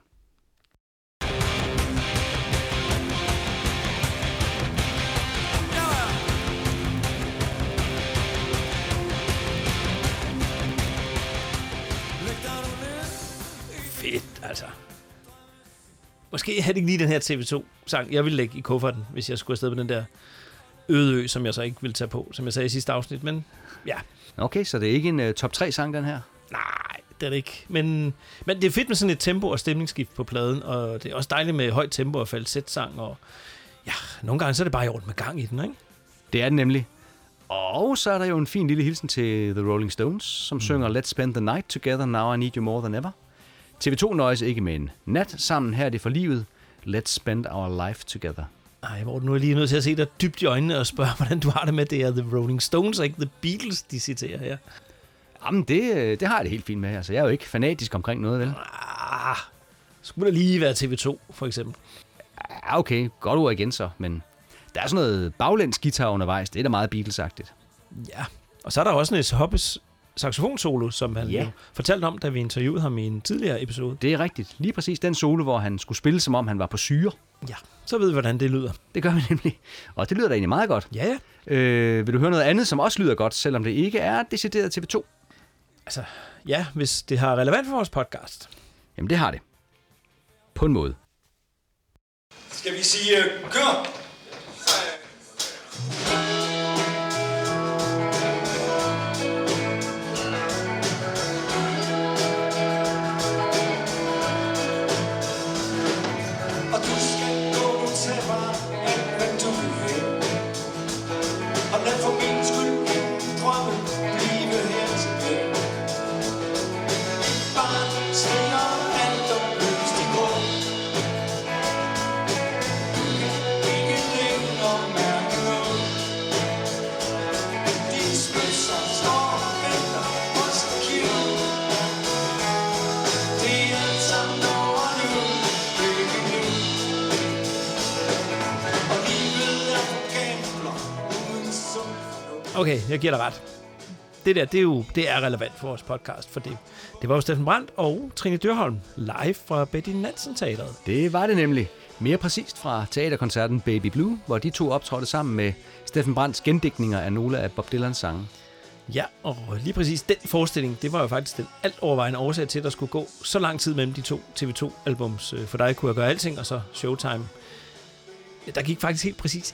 Fedt, altså. Måske havde det ikke lige den her TV2-sang, jeg ville lægge i kufferten, hvis jeg skulle afsted på den der øde ø, som jeg så ikke ville tage på, som jeg sagde i sidste afsnit, men ja. Okay, så det er ikke en top 3-sang, den her? Nej, det er det ikke. Men det er fedt med sådan et tempo og stemningsskift på pladen, og det er også dejligt med højt tempo og falsetsang, og ja, nogle gange så er det bare i orden med gang i den, ikke? Det er den nemlig. Og så er der jo en fin lille hilsen til The Rolling Stones, som synger Let's Spend the Night Together, Now I Need You More Than Ever. TV2 nøjes ikke med en nat sammen, her er det for livet. Let's spend our life together. Ej, hvor nu er lige nødt til at se dig dybt i øjnene og spørge, hvordan du har det med, det er The Rolling Stones og ikke The Beatles, de citerer her. Jamen, det har jeg det helt fint med. Altså, jeg er jo ikke fanatisk omkring noget, vel? Skulle der lige være TV2, for eksempel? Ja, okay. Godt ord igen så, men der er sådan noget baglæns guitar undervejs. Det er da meget Beatles-agtigt. Ja, og så er der også en Hoppes saxofonsolo, som han jo fortalte om, da vi interviewede ham i en tidligere episode. Det er rigtigt. Lige præcis den solo, hvor han skulle spille, som om han var på syre. Ja, så ved vi, hvordan det lyder. Det gør vi nemlig. Og det lyder da egentlig meget godt. Ja. Vil du høre noget andet, som også lyder godt, selvom det ikke er decideret TV2? Altså, ja, hvis det har relevant for vores podcast. Jamen, det har det. På en måde. Skal vi sige, kør! Okay, jeg giver dig ret. Det der, det er relevant for vores podcast, for det var jo Steffen Brandt og Trine Dyrholm live fra Betty Nansen Teatret. Det var det nemlig. Mere præcist fra teaterkoncerten Baby Blue, hvor de to optrådte sammen med Steffen Brandts gendigtninger af nogle af Bob Dylans sange. Ja, og lige præcis den forestilling, det var jo faktisk den alt overvejende årsag til, at der skulle gå så lang tid mellem de to TV2-albums. For dig kunne jeg gøre alting, og så Showtime. Der gik faktisk helt præcis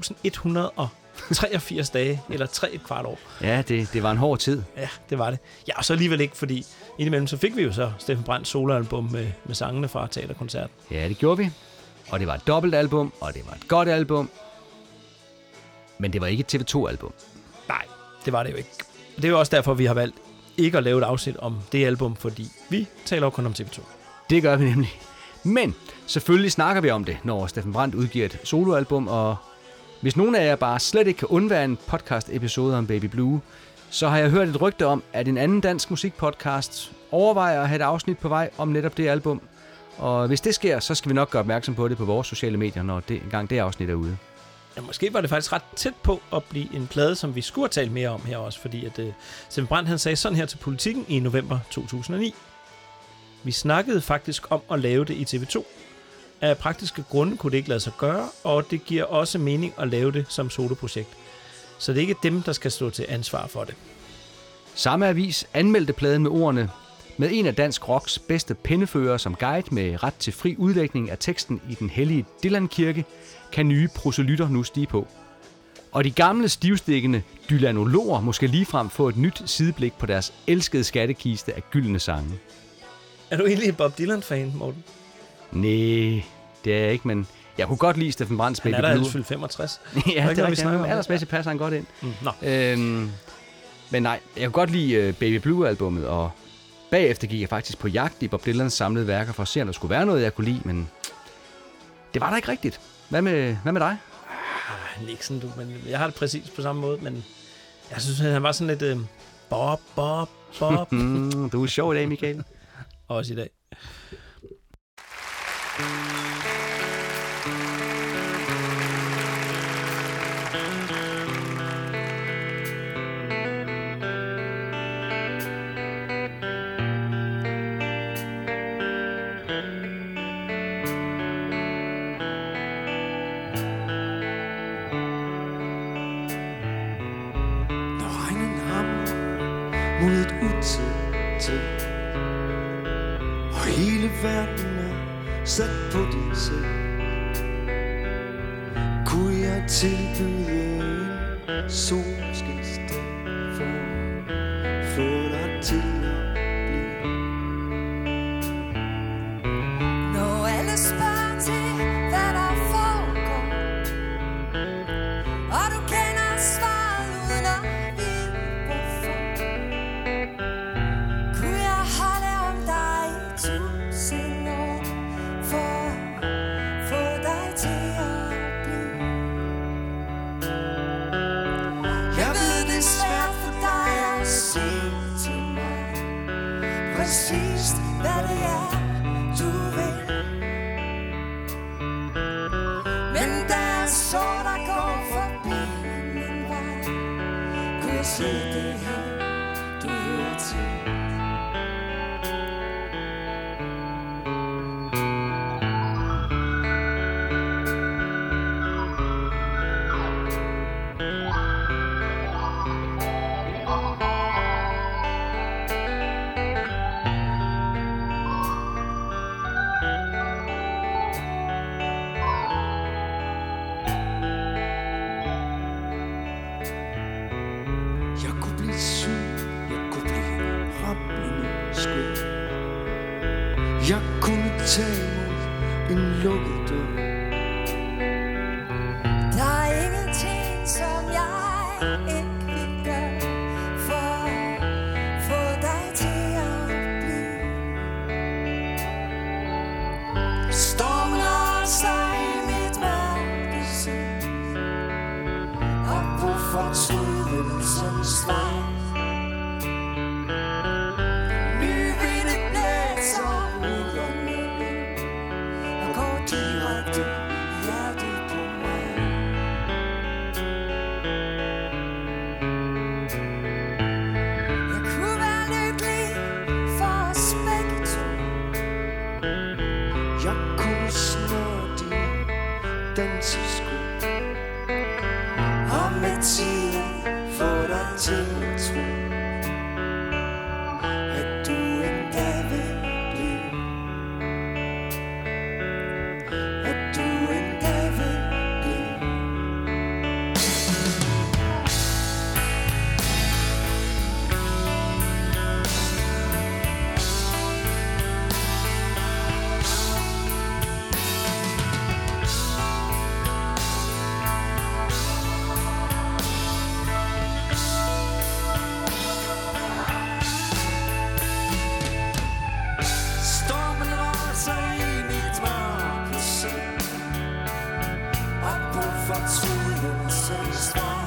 1183 dage, eller 3,25 år. Ja, det var en hård tid. Ja, det var det. Ja, og så alligevel ikke, fordi indimellem så fik vi jo så Steffen Brandts soloalbum med sangene fra teaterkoncerten. Ja, det gjorde vi. Og det var et dobbeltalbum, og det var et godt album. Men det var ikke et TV2-album. Nej, det var det jo ikke. Det er jo også derfor, vi har valgt ikke at lave et afsnit om det album, fordi vi taler jo kun om TV2. Det gør vi nemlig. Men selvfølgelig snakker vi om det, når Steffen Brandt udgiver et soloalbum, og hvis nogen af jer bare slet ikke kan undvære en podcast-episode om Baby Blue, så har jeg hørt et rygte om, at en anden dansk musikpodcast overvejer at have et afsnit på vej om netop det album. Og hvis det sker, så skal vi nok gøre opmærksom på det på vores sociale medier, når det afsnit er ude. Ja, måske var det faktisk ret tæt på at blive en plade, som vi skulle have talt mere om her også, fordi at Steffen Brandt han sagde sådan her til Politikken i november 2009. Vi snakkede faktisk om at lave det i TV2. Af praktiske grunde kunne det ikke lade sig gøre, og det giver også mening at lave det som soloprojekt. Så det er ikke dem, der skal stå til ansvar for det. Samme avis anmeldte pladen med ordene: med en af dansk rocks bedste pennefører som guide med ret til fri udlægning af teksten i den hellige Dylan-kirke, kan nye proselytter nu stige på. Og de gamle stivstikkende dylanologer måske ligefrem få et nyt sideblik på deres elskede skattekiste af gyldne sange. Er du egentlig en Bob Dylan-fan, Morten? Nej, det er jeg ikke, men jeg kunne godt lide Steffen Brandts Baby Han er Blue. der fyldt 65. Ja, det er vi rigtigt. snakker om. Aldersmæssigt passer han godt ind. Nå. Men nej, jeg kunne godt lide Baby Blue-albummet, og bagefter gik jeg faktisk på jagt i Bob Dylans samlede værker for at se, om der skulle være noget, jeg kunne lide, men det var da ikke rigtigt. Hvad med dig? Nixon, du, men jeg har det præcis på samme måde, men jeg synes, han var sådan lidt Bob. Du er sjov i dag, Michael. Også i dag. mod et utid, og hele verden er sat på dit selv. Kunne jeg tilbyde en solskinsdag for at få dig til at blive? Når alle spørger til, hvad der foregår, og du kender svaret uden at vide hvorfor, kunne jeg holde om dig i 1000 år for at få dig til at blive. Jeg ved det er svært for dig at sige til mig præcist hvad det er du vil, men der er så der går forbi min vej, kunne jeg se det her du hører til. Jeg kunne blive syg, jeg kunne blive rablende skød. Jeg kunne tage imod en lukket dør. Der er ingenting som jeg ikke vil gøre for at få dig til at blive. Stormen raser i mit mørke sind, og på fortrydelsens vej. Ny vinde blæser ud og ned og går direkte i hjertet på mig. Jeg kunne være lykkelig for os begge to, Jeg kunne snøre dine dansesko og med tiden få dig til at tro, at du en dag vil blive. At du en dag vil blive. Stormen raser i mit mørke sind, Og på fortrydelsens vej.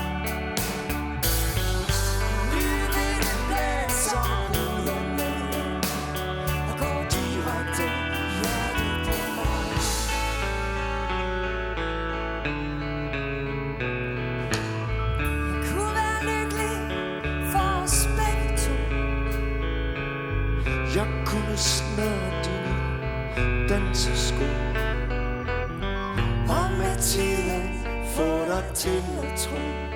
Ny vinde blæser ud og ned og går direkte i hjertet på mig. Jeg kunne være lykkelig for os begge to, jeg kunne snøre dine dansesko og med tiden få dig til at tro,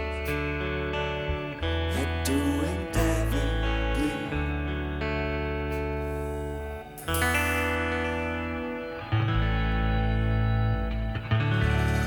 at du en dag vil blive.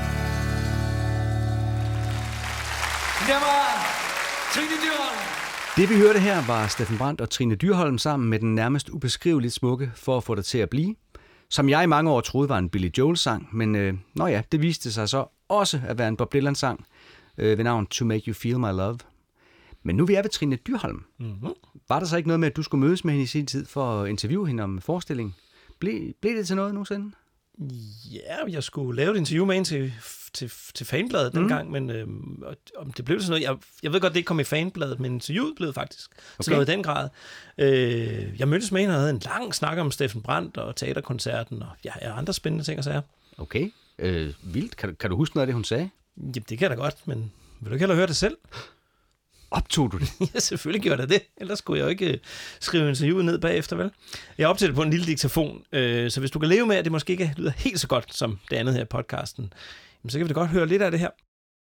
Det var Trine Dyrholm. Det vi hørte her var Steffen Brandt og Trine Dyrholm sammen med den nærmest ubeskriveligt smukke For at få dig til at blive, som jeg i mange år troede var en Billy Joel-sang, men det viste sig så også at være en Bob Dylan-sang ved navn To Make You Feel My Love. Men nu vi er ved Trine Dyrholm. Mm-hmm. Var der så ikke noget med, at du skulle mødes med hende i sin tid for at interviewe hende om forestillingen? Blev det til noget nogensinde? Ja, jeg skulle lave et interview med hende til Fanbladet dengang, men om det blev sådan noget, jeg ved godt, det ikke kom i Fanbladet, men interviewet blev faktisk til noget i den grad. Jeg mødtes med hende og havde en lang snak om Steffen Brandt og teaterkoncerten, og andre spændende ting at sige. Okay, vildt. Kan du huske noget af det, hun sagde? Jamen, det kan jeg da godt, men vil du ikke hellere høre det selv? Optog du det? Ja, selvfølgelig gjorde jeg det. Ellers skulle jeg jo ikke skrive interviewet ned bagefter, vel? Jeg optager det på en lille diktafon, så hvis du kan leve med, at det måske ikke lyder helt så godt som det andet her i podcasten, så kan vi da godt høre lidt af det her.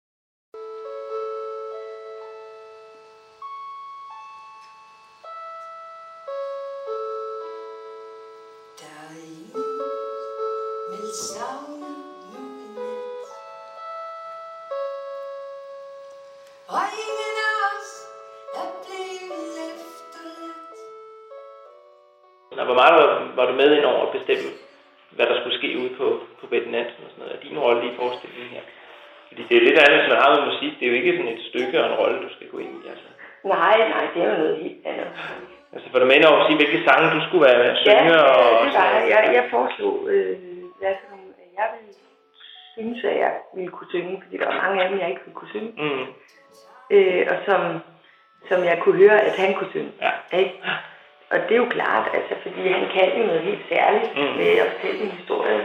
Hvor meget var du med ind over at bestemme, hvad der skulle ske ude på Bette Nansen og sådan noget? Er din rolle i forestillingen her? Fordi det er lidt andet, som man har med musik. Det er jo ikke sådan et stykke og en rolle, du skal gå ind i. Altså. Nej, det er jo noget helt andet. Altså for du med ind over at sige, hvilke sange du skulle være med at synge? Ja, og det var jeg. Jeg foreslog, jeg ville synes, at jeg ville kunne synge, fordi der var mange af dem, jeg ikke ville kunne synge. Mm. Og som jeg kunne høre, at han kunne synge. Ja. Ikke? Og det er jo klart, altså, fordi han kan jo noget helt særligt med at fortælle en historie,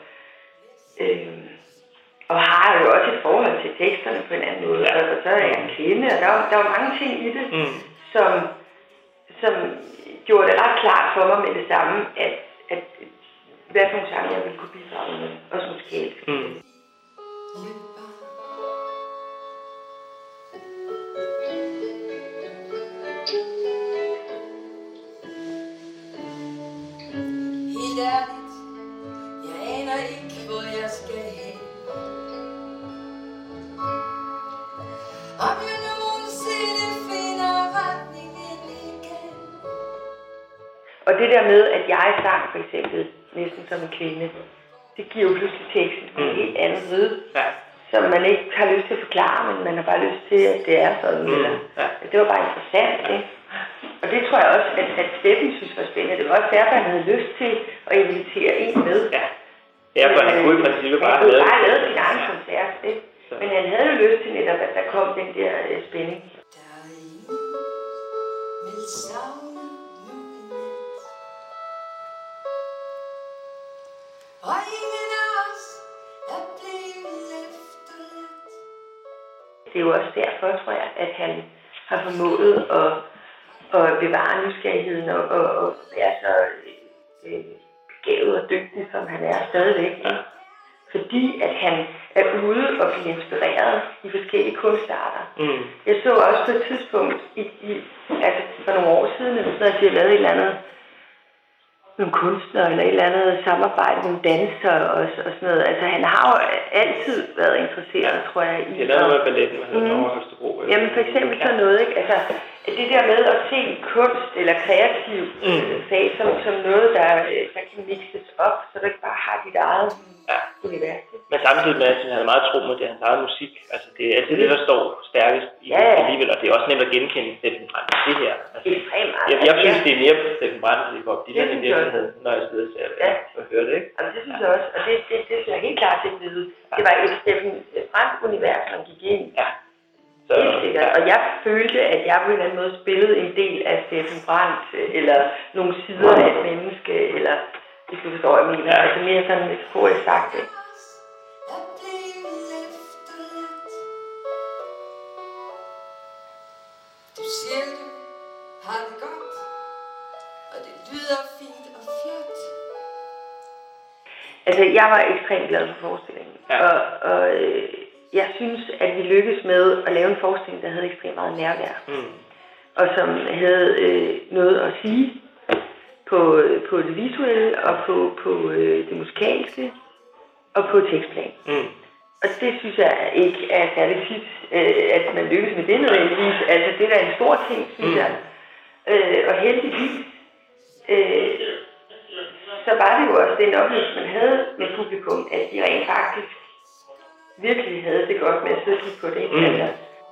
og har jo også et forhold til teksterne på en anden måde, og så er jeg en kvinde, og der var mange ting i det, som gjorde det ret klart for mig med det samme, at hvad for nogle sange jeg ville kunne bidrage med, også musikalsk. Jeg aner ikke, hvor jeg skal hen. Om jeg nogensinde finder retningen igen. Og det der med, at jeg sang for eksempel næsten som en kvinde, det giver jo pludselig teksten på en helt anden lyd, som man ikke har lyst til at forklare, men man har bare lyst til, at det er sådan. Eller, det var bare interessant, ikke? Og det tror jeg også, at Steffen synes var spændende. Det var også derfor, han havde lyst til at invitere en med. Ja, for han kunne i princippet bare lave sin egen koncert, ikke? Men han havde jo lyst til netop, at der kom den der spænding. Og ingen af os er blevet efterladt. Det er jo også derfor, tror jeg, at han har formået at bevare nysgerrigheden og være så begavet og dygtig, som han er stadigvæk. Ja. Fordi at han er ude og blive inspireret i forskellige kunstarter. Jeg så også på et tidspunkt, altså for nogle år siden, at de har lavet et eller andet, nogle kunstnere eller et eller andet samarbejde med nogle dansere og sådan noget. Altså han har jo altid været interesseret, tror jeg. Det er noget med balletten, man hedder over Holstebro. Jamen for eksempel sådan noget, ikke? Altså det der med at se kunst eller kreativ fag som noget, der kan mixes op, så du ikke bare har dit eget univers. Men samtidig med, at han havde meget tro med det, hans eget musik. Altså det er altid det, der står stærkest i det alligevel, og det er også nemt at genkende Steffen Brandt i det her. Altså, jeg synes, det er mere Steffen Brandt i Bob Dylan i virkeligheden, når jeg sidder og hører det, ikke? Altså det synes jeg også, og det synes jeg helt klart, det var et Steffen Brandt-univers, som gik ind. Ja. Så, og jeg følte, at jeg på en eller anden måde spillede en del af Steffen Brandt, eller nogle sider af et menneske, eller hvis du forstår, jeg mener. Altså mere sådan metaforisk sagt, ikke? Du siger, du har det godt, og det lyder fint og flot. Altså, jeg var ekstremt glad for forestillingen, og jeg synes, at vi lykkedes med at lave en forestilling, der havde ekstremt meget nærvær, og som havde noget at sige på det visuelle, og på det musikalske, og på tekstplan. Og det synes jeg ikke er særlig tit, at man lykkes med det nødvendigvis. Altså, det er da en stor ting, synes jeg. Og heldigvis, så var det jo også den oplevelse, man havde med publikum, at de rent faktisk virkelig havde det godt med at sætte på det. Altså.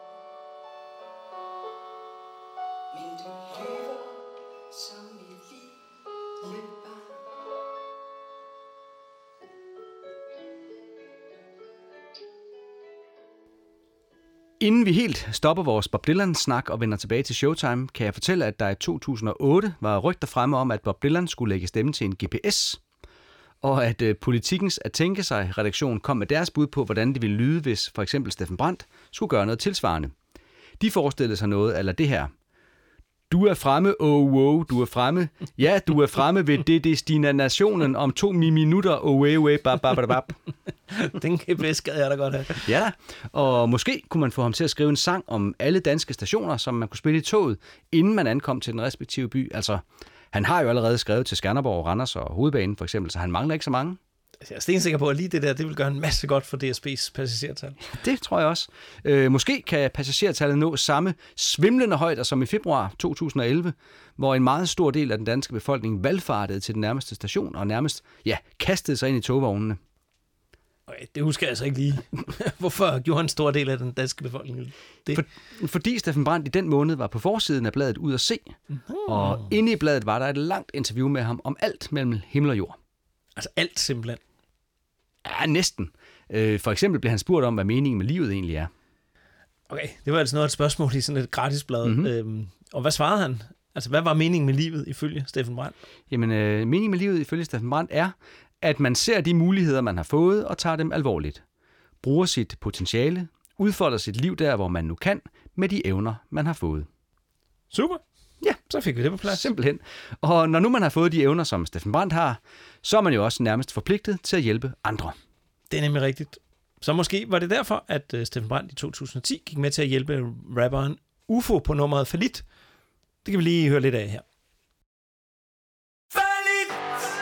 Inden vi helt stopper vores Bob Dylan-snak og vender tilbage til Showtime, kan jeg fortælle, at der i 2008 var rygter fremme om, at Bob Dylan skulle lægge stemme til en GPS, og at Politikens At Tænke Sig-redaktion kom med deres bud på, hvordan det ville lyde, hvis for eksempel Steffen Brandt skulle gøre noget tilsvarende. De forestillede sig noget eller det her. Du er fremme, oh wow, du er fremme. Ja, du er fremme ved det destinationen om 2 minutter, oh way, bab. Den GPS gad jeg da godt have. Ja, og måske kunne man få ham til at skrive en sang om alle danske stationer, som man kunne spille i toget, inden man ankom til den respektive by. Altså, han har jo allerede skrevet til Skanderborg, Randers og Hovedbanen for eksempel, så han mangler ikke så mange. Jeg er stensikker på, at lige det der, det vil gøre en masse godt for DSB's passagertal. Det tror jeg også. Måske kan passagertallet nå samme svimlende højder som i februar 2011, hvor en meget stor del af den danske befolkning valgfartede til den nærmeste station og nærmest kastede sig ind i togvognene. Okay, det husker jeg altså ikke lige. Hvorfor gjorde en stor del af den danske befolkning det? Fordi Steffen Brandt i den måned var på forsiden af bladet Ud at Se, og inde i bladet var der et langt interview med ham om alt mellem himmel og jord. Altså alt simpelthen? Ja, næsten. For eksempel blev han spurgt om, hvad meningen med livet egentlig er. Okay, det var altså noget af et spørgsmål i sådan et gratisblad. Mm-hmm. Og hvad svarede han? Altså, hvad var meningen med livet ifølge Steffen Brandt? Jamen, meningen med livet ifølge Steffen Brandt er, at man ser de muligheder, man har fået, og tager dem alvorligt. Bruger sit potentiale, udfolder sit liv der, hvor man nu kan, med de evner, man har fået. Super. Ja, så fik vi det på plads. Simpelthen. Og når nu man har fået de evner, som Steffen Brandt har, så er man jo også nærmest forpligtet til at hjælpe andre. Det er nemlig rigtigt. Så måske var det derfor, at Steffen Brandt i 2010 gik med til at hjælpe rapperen UFO på nummeret Fallit. Det kan vi lige høre lidt af her. Fallit!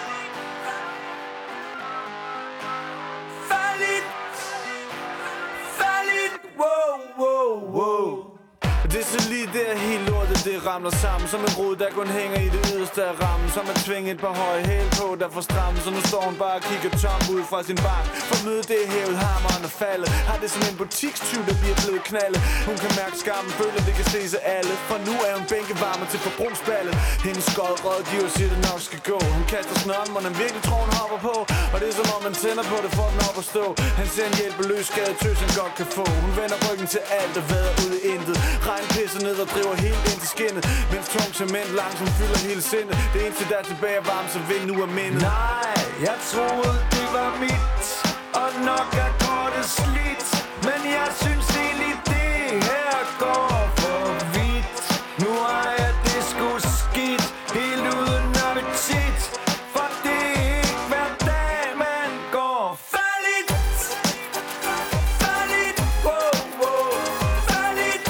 Fallit! Fallit! Wow, wow, wow. Det er så lige der helt lortet, det ramler sammen. Som en rod, der kun hænger i det yderste af rammen. Som at tvinge et par høje hæl på, der får strammen. Så nu står hun bare og kigger tom ud fra sin bank. For at møde det hævet, hammeren er faldet. Har det som en butikstyv, der bliver blevet knaldet. Hun kan mærke skammen, føler det kan se sig alle. For nu er hun bænkevarmer til forbrugsballet. Hendes skød rådgiver siger, det nok skal gå. Hun kaster snøren, hvor den virkelig tror, hun hopper på. Og det er som om man tænder på det, for den op at stå. Han ser en hjælpeløs skadetøs, han godt kan få. Hun vender ryggen til alt og vader ud i intet. Pisser ned og driver helt ind til skinnet. Mens tung cement langsomt fylder hele sindet. Det eneste der er tilbage varmt, så vind nu er mindet. Nej, jeg troede det var mit, og nok er kortet slidt. Men jeg synes egentlig det her går for vidt. Nu har jeg det sgu skidt, helt uden appetit. For det er ikke hver dag man går fallit. Fallit, wow, wow. Fallit.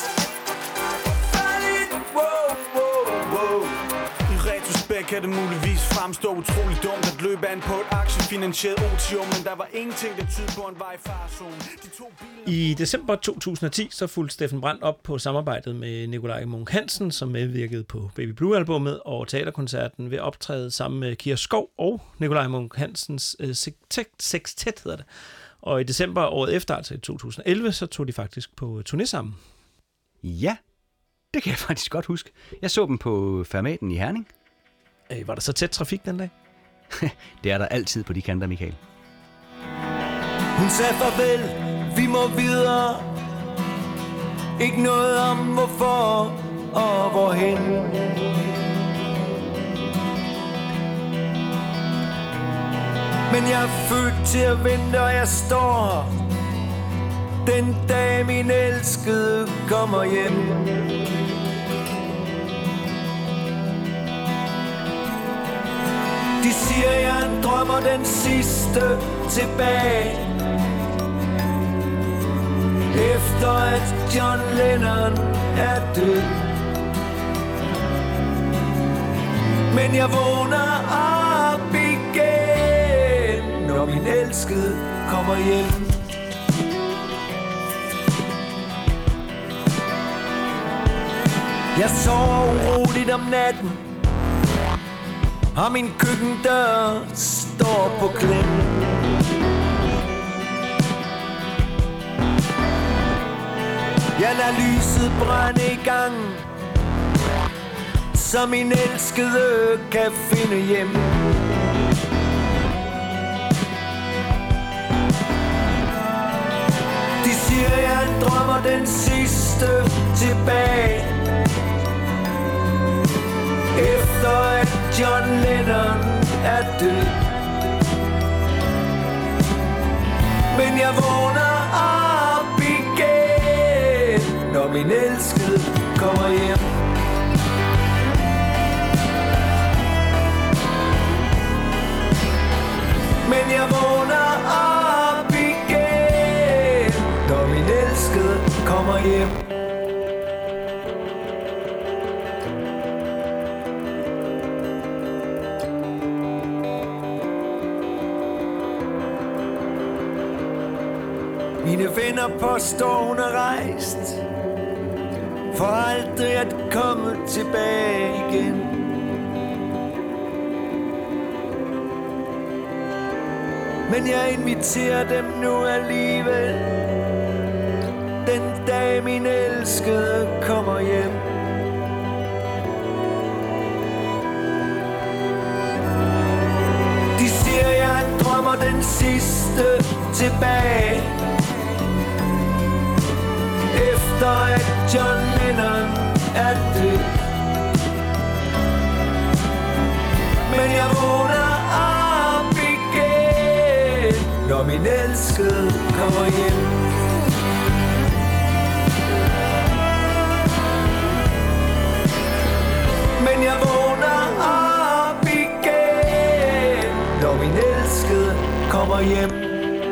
I retrospekt kan det muligvis fremstå utrolig dumt at løbe an på et aktiefinansieret otium, men der var ingenting, der tydede på en vej i farzone. I december 2010 så fulgte Steffen Brandt op på samarbejdet med Nikolaj Munch-Hansen, som medvirkede på Baby Blue-albummet og teaterkoncerten ved optræde sammen med Kira Skov og Nikolaj Munch-Hansens Sextet hedder det. Og i december året efter, altså i 2011, så tog de faktisk på turné sammen. Ja, det kan jeg faktisk godt huske. Jeg så dem på Fermaten i Herning. Var der så tæt trafik den dag? Det er der altid på de kanter, Michael. Hun sagde farvel, vi må videre. Ikke noget om hvorfor og hvorhen. Men jeg er født til at vente, og jeg står her den dag min elskede kommer hjem. De siger, jeg drømmer den sidste tilbage. Efter at John Lennon er død. Men jeg vågner op igen, når min elskede kommer hjem. Jeg sover uroligt om natten, og min køkkendør står på klem. Jeg lader lyset brænde i gang, så min elskede kan finde hjem. De siger, jeg drømmer den sidste tilbage, efter at John Lennon er død. Men jeg vågner op igen, når min elskede kommer hjem. Men jeg vågner op igen, når min elskede kommer hjem. Mine venner påstår, hun er rejst, for aldrig at komme tilbage igen. Men jeg inviterer dem nu alligevel, den dag min elskede kommer hjem. De siger, jeg drømmer den sidste tilbage, efter at John Lennon er død. Men jeg vågner op igen, når min elskede kommer hjem. Men jeg vågner op igen, når min elskede kommer hjem.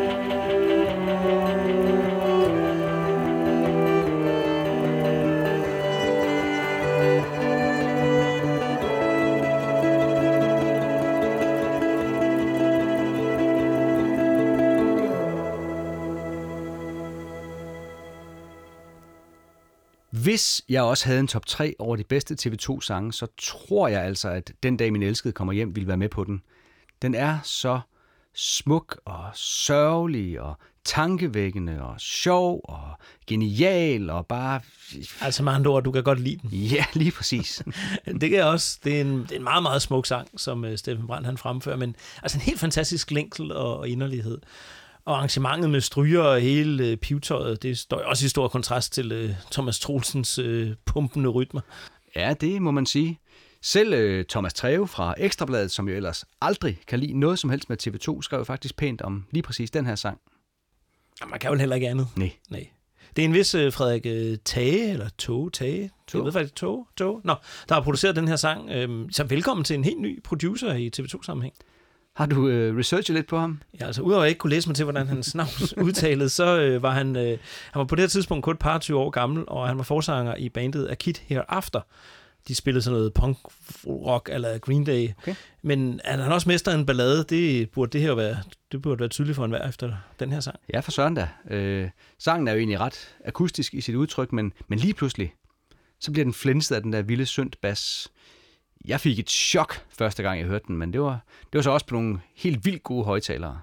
Hvis jeg også havde en top 3 over de bedste TV2-sange, så tror jeg altså, at Den dag min elskede kommer hjem ville være med på den. Den er så smuk og sørgelig og tankevækkende og sjov og genial og bare... Altså med andre ord, du kan godt lide den. Ja, lige præcis. Det kan jeg også. Det er en meget, meget smuk sang, som Steffen Brandt han fremfører, men altså en helt fantastisk længsel og inderlighed. Og arrangementet med stryger og hele pivtøjet, det står også i stor kontrast til Thomas Troelsens pumpende rytmer. Ja, det må man sige. Selv Thomas Treve fra Ekstrabladet, som jo ellers aldrig kan lide noget som helst med TV2, skrev faktisk pænt om lige præcis den her sang. Og man kan jo heller ikke andet. Nej. Det er en vis Frederik Tage, eller Tage. Jeg ved faktisk, Tage. Nå, der har produceret den her sang. Så velkommen til en helt ny producer i TV2-sammenhæng. Har du researchet lidt på ham? Ja, altså udover at jeg ikke kunne læse mig til, hvordan hans navn udtalede, så var han var på det her tidspunkt kun et par 20 år gammel, og han var forsanger i bandet A Kid Hereafter. De spillede sådan noget punk-rock eller Green Day. Okay. Men han er også mester af en ballade. Det burde være tydeligt for enhver efter den her sang. Ja, for søren da. Sangen er jo egentlig ret akustisk i sit udtryk, men lige pludselig, så bliver den flænset af den der vilde synt-bas. Jeg fik et chok første gang, jeg hørte den, men det var så også på nogle helt vildt gode højtalere.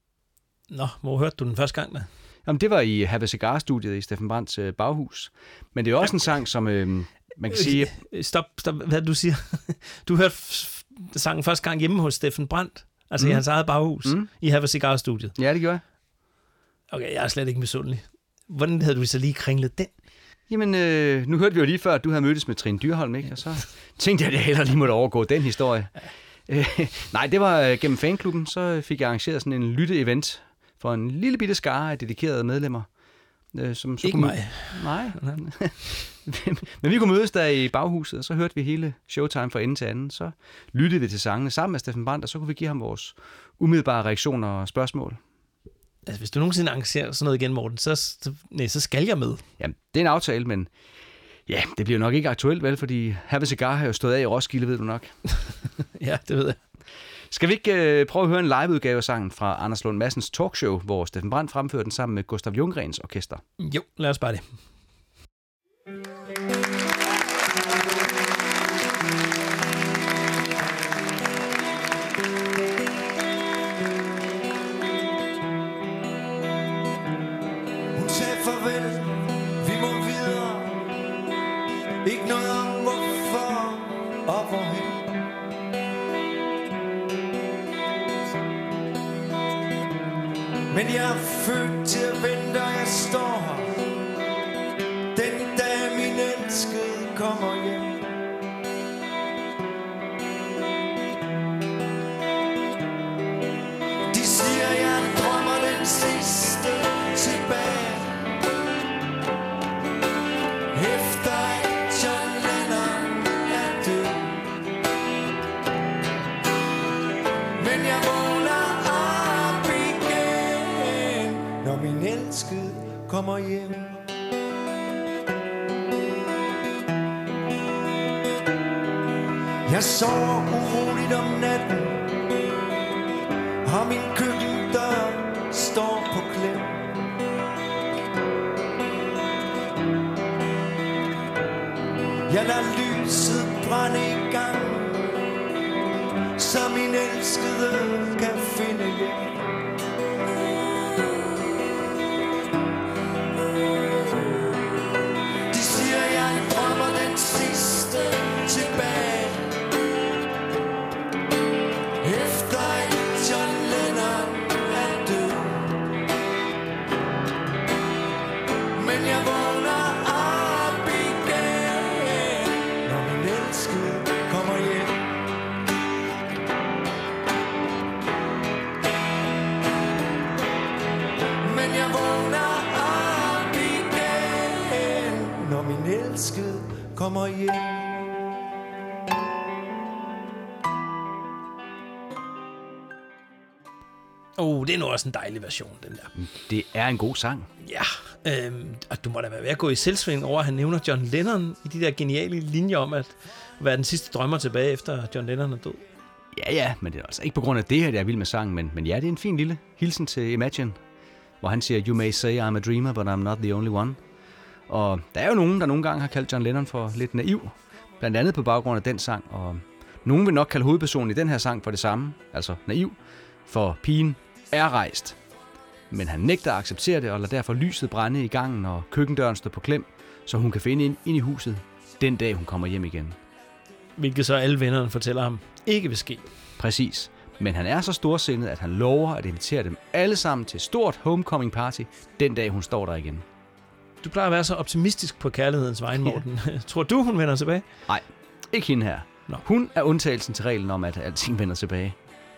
Nå, hvor hørte du den første gang med? Jamen, det var i Have a Cigar-studiet i Steffen Brandts baghus. Men det er også en sang, som man kan sige... Stop, hvad du siger. Du hørte sangen første gang hjemme hos Steffen Brandt, altså i hans eget baghus, i Have a Cigar-studiet. Ja, det gjorde jeg. Okay, jeg er slet ikke misundelig. Hvordan havde du så lige kringlet den? Jamen, nu hørte vi jo lige før, at du havde mødtes med Trine Dyrholm, ikke? Og så tænkte jeg, at jeg heller lige måtte overgå den historie. Nej, det var gennem fanklubben, så fik jeg arrangeret sådan en lytte-event for en lille bitte skare af dedikerede medlemmer. Som så ikke mig. Nej. Men vi kunne mødes der i baghuset, og så hørte vi hele Showtime fra ende til anden. Så lyttede vi til sangene sammen med Steffen Brandt, og så kunne vi give ham vores umiddelbare reaktioner og spørgsmål. Altså, hvis du nogensinde arrangerer sådan noget igen, Morten, så skal jeg med. Jamen, det er en aftale, men ja, det bliver nok ikke aktuelt, vel? Fordi Have a Cigar har jo stået af i Roskilde, ved du nok. Ja, det ved jeg. Skal vi ikke prøve at høre en liveudgave af sangen fra Anders Lund Madsens talkshow, hvor Steffen Brandt fremfører den sammen med Gustav Ljunggrens orkester? Jo, lad os bare det. Men jeg er født til at vente, og jeg står her den dag min elskede kommer hjem. De siger, jeg drømmer den sidste tilbage, efter at John Lennon er død. Men jeg vågner op igen, når min elskede kommer hjem. Jeg sover uroligt om natten, og min køkkendør står på klem. Jeg lader lyset brænde i gang, så min elskede kan finde hjem. De siger, jeg drømmer den sidste tilbage, efter at John Lennon er død. Men jeg vågner op igen, når min elskede kommer hjem. Men jeg vågner op igen, når min elskede kommer hjem. Det er nu også en dejlig version, den der. Det er en god sang. Ja, og du må da være ved at gå i selvsving over, at han nævner John Lennon i de der geniale linjer om at være den sidste drømmer tilbage, efter John Lennon er død. Ja, men det er altså ikke på grund af det her, jeg er vild med sangen, men ja, det er en fin lille hilsen til Imagine, hvor han siger, "You may say I'm a dreamer, but I'm not the only one." Og der er jo nogen, der nogle gange har kaldt John Lennon for lidt naiv, blandt andet på baggrund af den sang, og nogen vil nok kalde hovedpersonen i den her sang for det samme, altså naiv, for pigen er rejst. Men han nægter at acceptere det og lader derfor lyset brænde i gangen og køkkendøren stå på klem, så hun kan finde ind i huset den dag, hun kommer hjem igen. Hvilket så alle vennerne fortæller ham ikke vil ske. Præcis. Men han er så storsindet, at han lover at invitere dem alle sammen til et stort homecoming party den dag, hun står der igen. Du plejer at være så optimistisk på kærlighedens vegne, Morten. Tror du, hun vender tilbage? Nej, ikke hende her. Nå. Hun er undtagelsen til reglen om, at alting vender tilbage.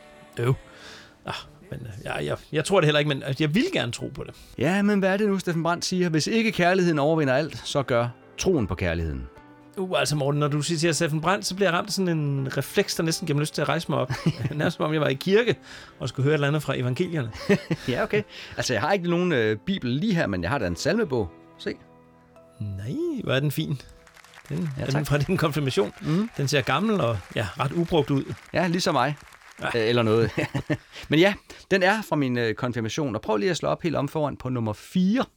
Men jeg tror det heller ikke, men jeg vil gerne tro på det. Ja, men hvad er det nu, Steffen Brandt siger? Hvis ikke kærligheden overvinder alt, så gør troen på kærligheden. Altså Morten, når du siger Steffen Brandt, så bliver jeg ramt af sådan en refleks, der næsten giver mig lyst til at rejse mig op. Nærmest som om jeg var i kirke og skulle høre et eller andet fra evangelierne. Ja, okay. Altså, jeg har ikke nogen bibel lige her, men jeg har da en salmebog. Se. Nej, hvor er den fin. Den Ja, er den fra din konfirmation. Den ser gammel og ret ubrugt ud. Ja, ligesom mig. Eller noget. Men ja, den er fra min konfirmation. Og prøv lige at slå op helt om foran på nummer 4.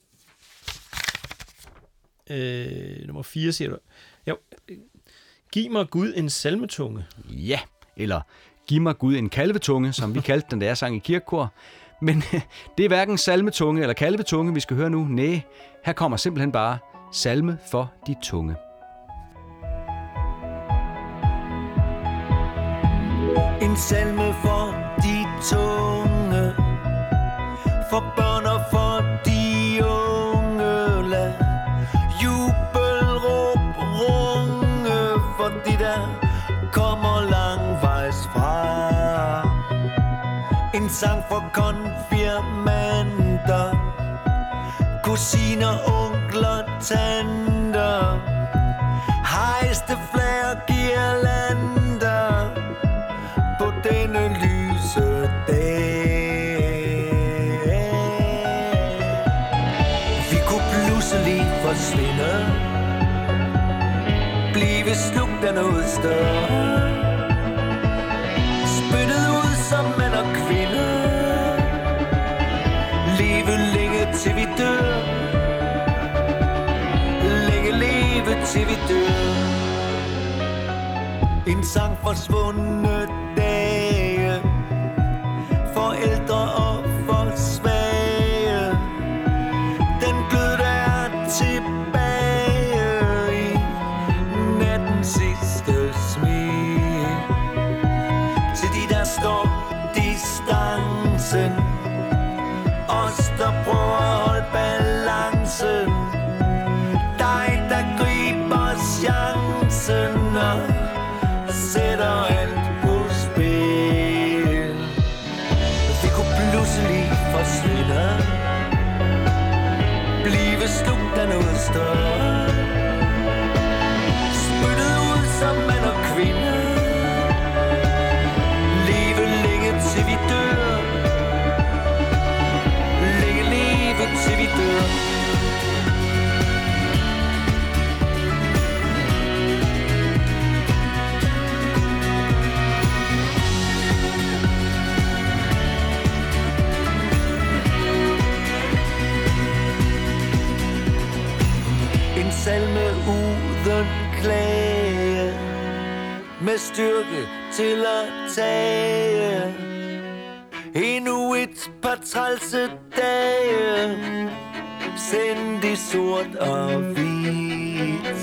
Nummer 4, siger du. Jo. Giv mig Gud en salmetunge. Ja, eller giv mig Gud en kalvetunge, som vi kaldte den, da jeg sang i kirkekor. Men det er hverken salmetunge eller kalvetunge, vi skal høre nu. Næh, her kommer simpelthen bare salme for de tunge. En salme for de tunge, for børn og for de unge. Lad jubelråb runge for de der kommer langvejs fra. En sang for konfirmander, kusiner, onkler, tanter, hejste flag og girlander på denne lyse dag. Vi kunne pludselig forsvinde, blive slugt af noget større, spyttet ud som mand og kvinde, leve længe til vi dør, længe leve til vi dør. En sang for svundne dage, for ældre og for svage. Den glød der er tilbage i nattens sidste smil. Til de der står distancen styrke til at tage endnu et par trælse dage. Send det sort og hvidt.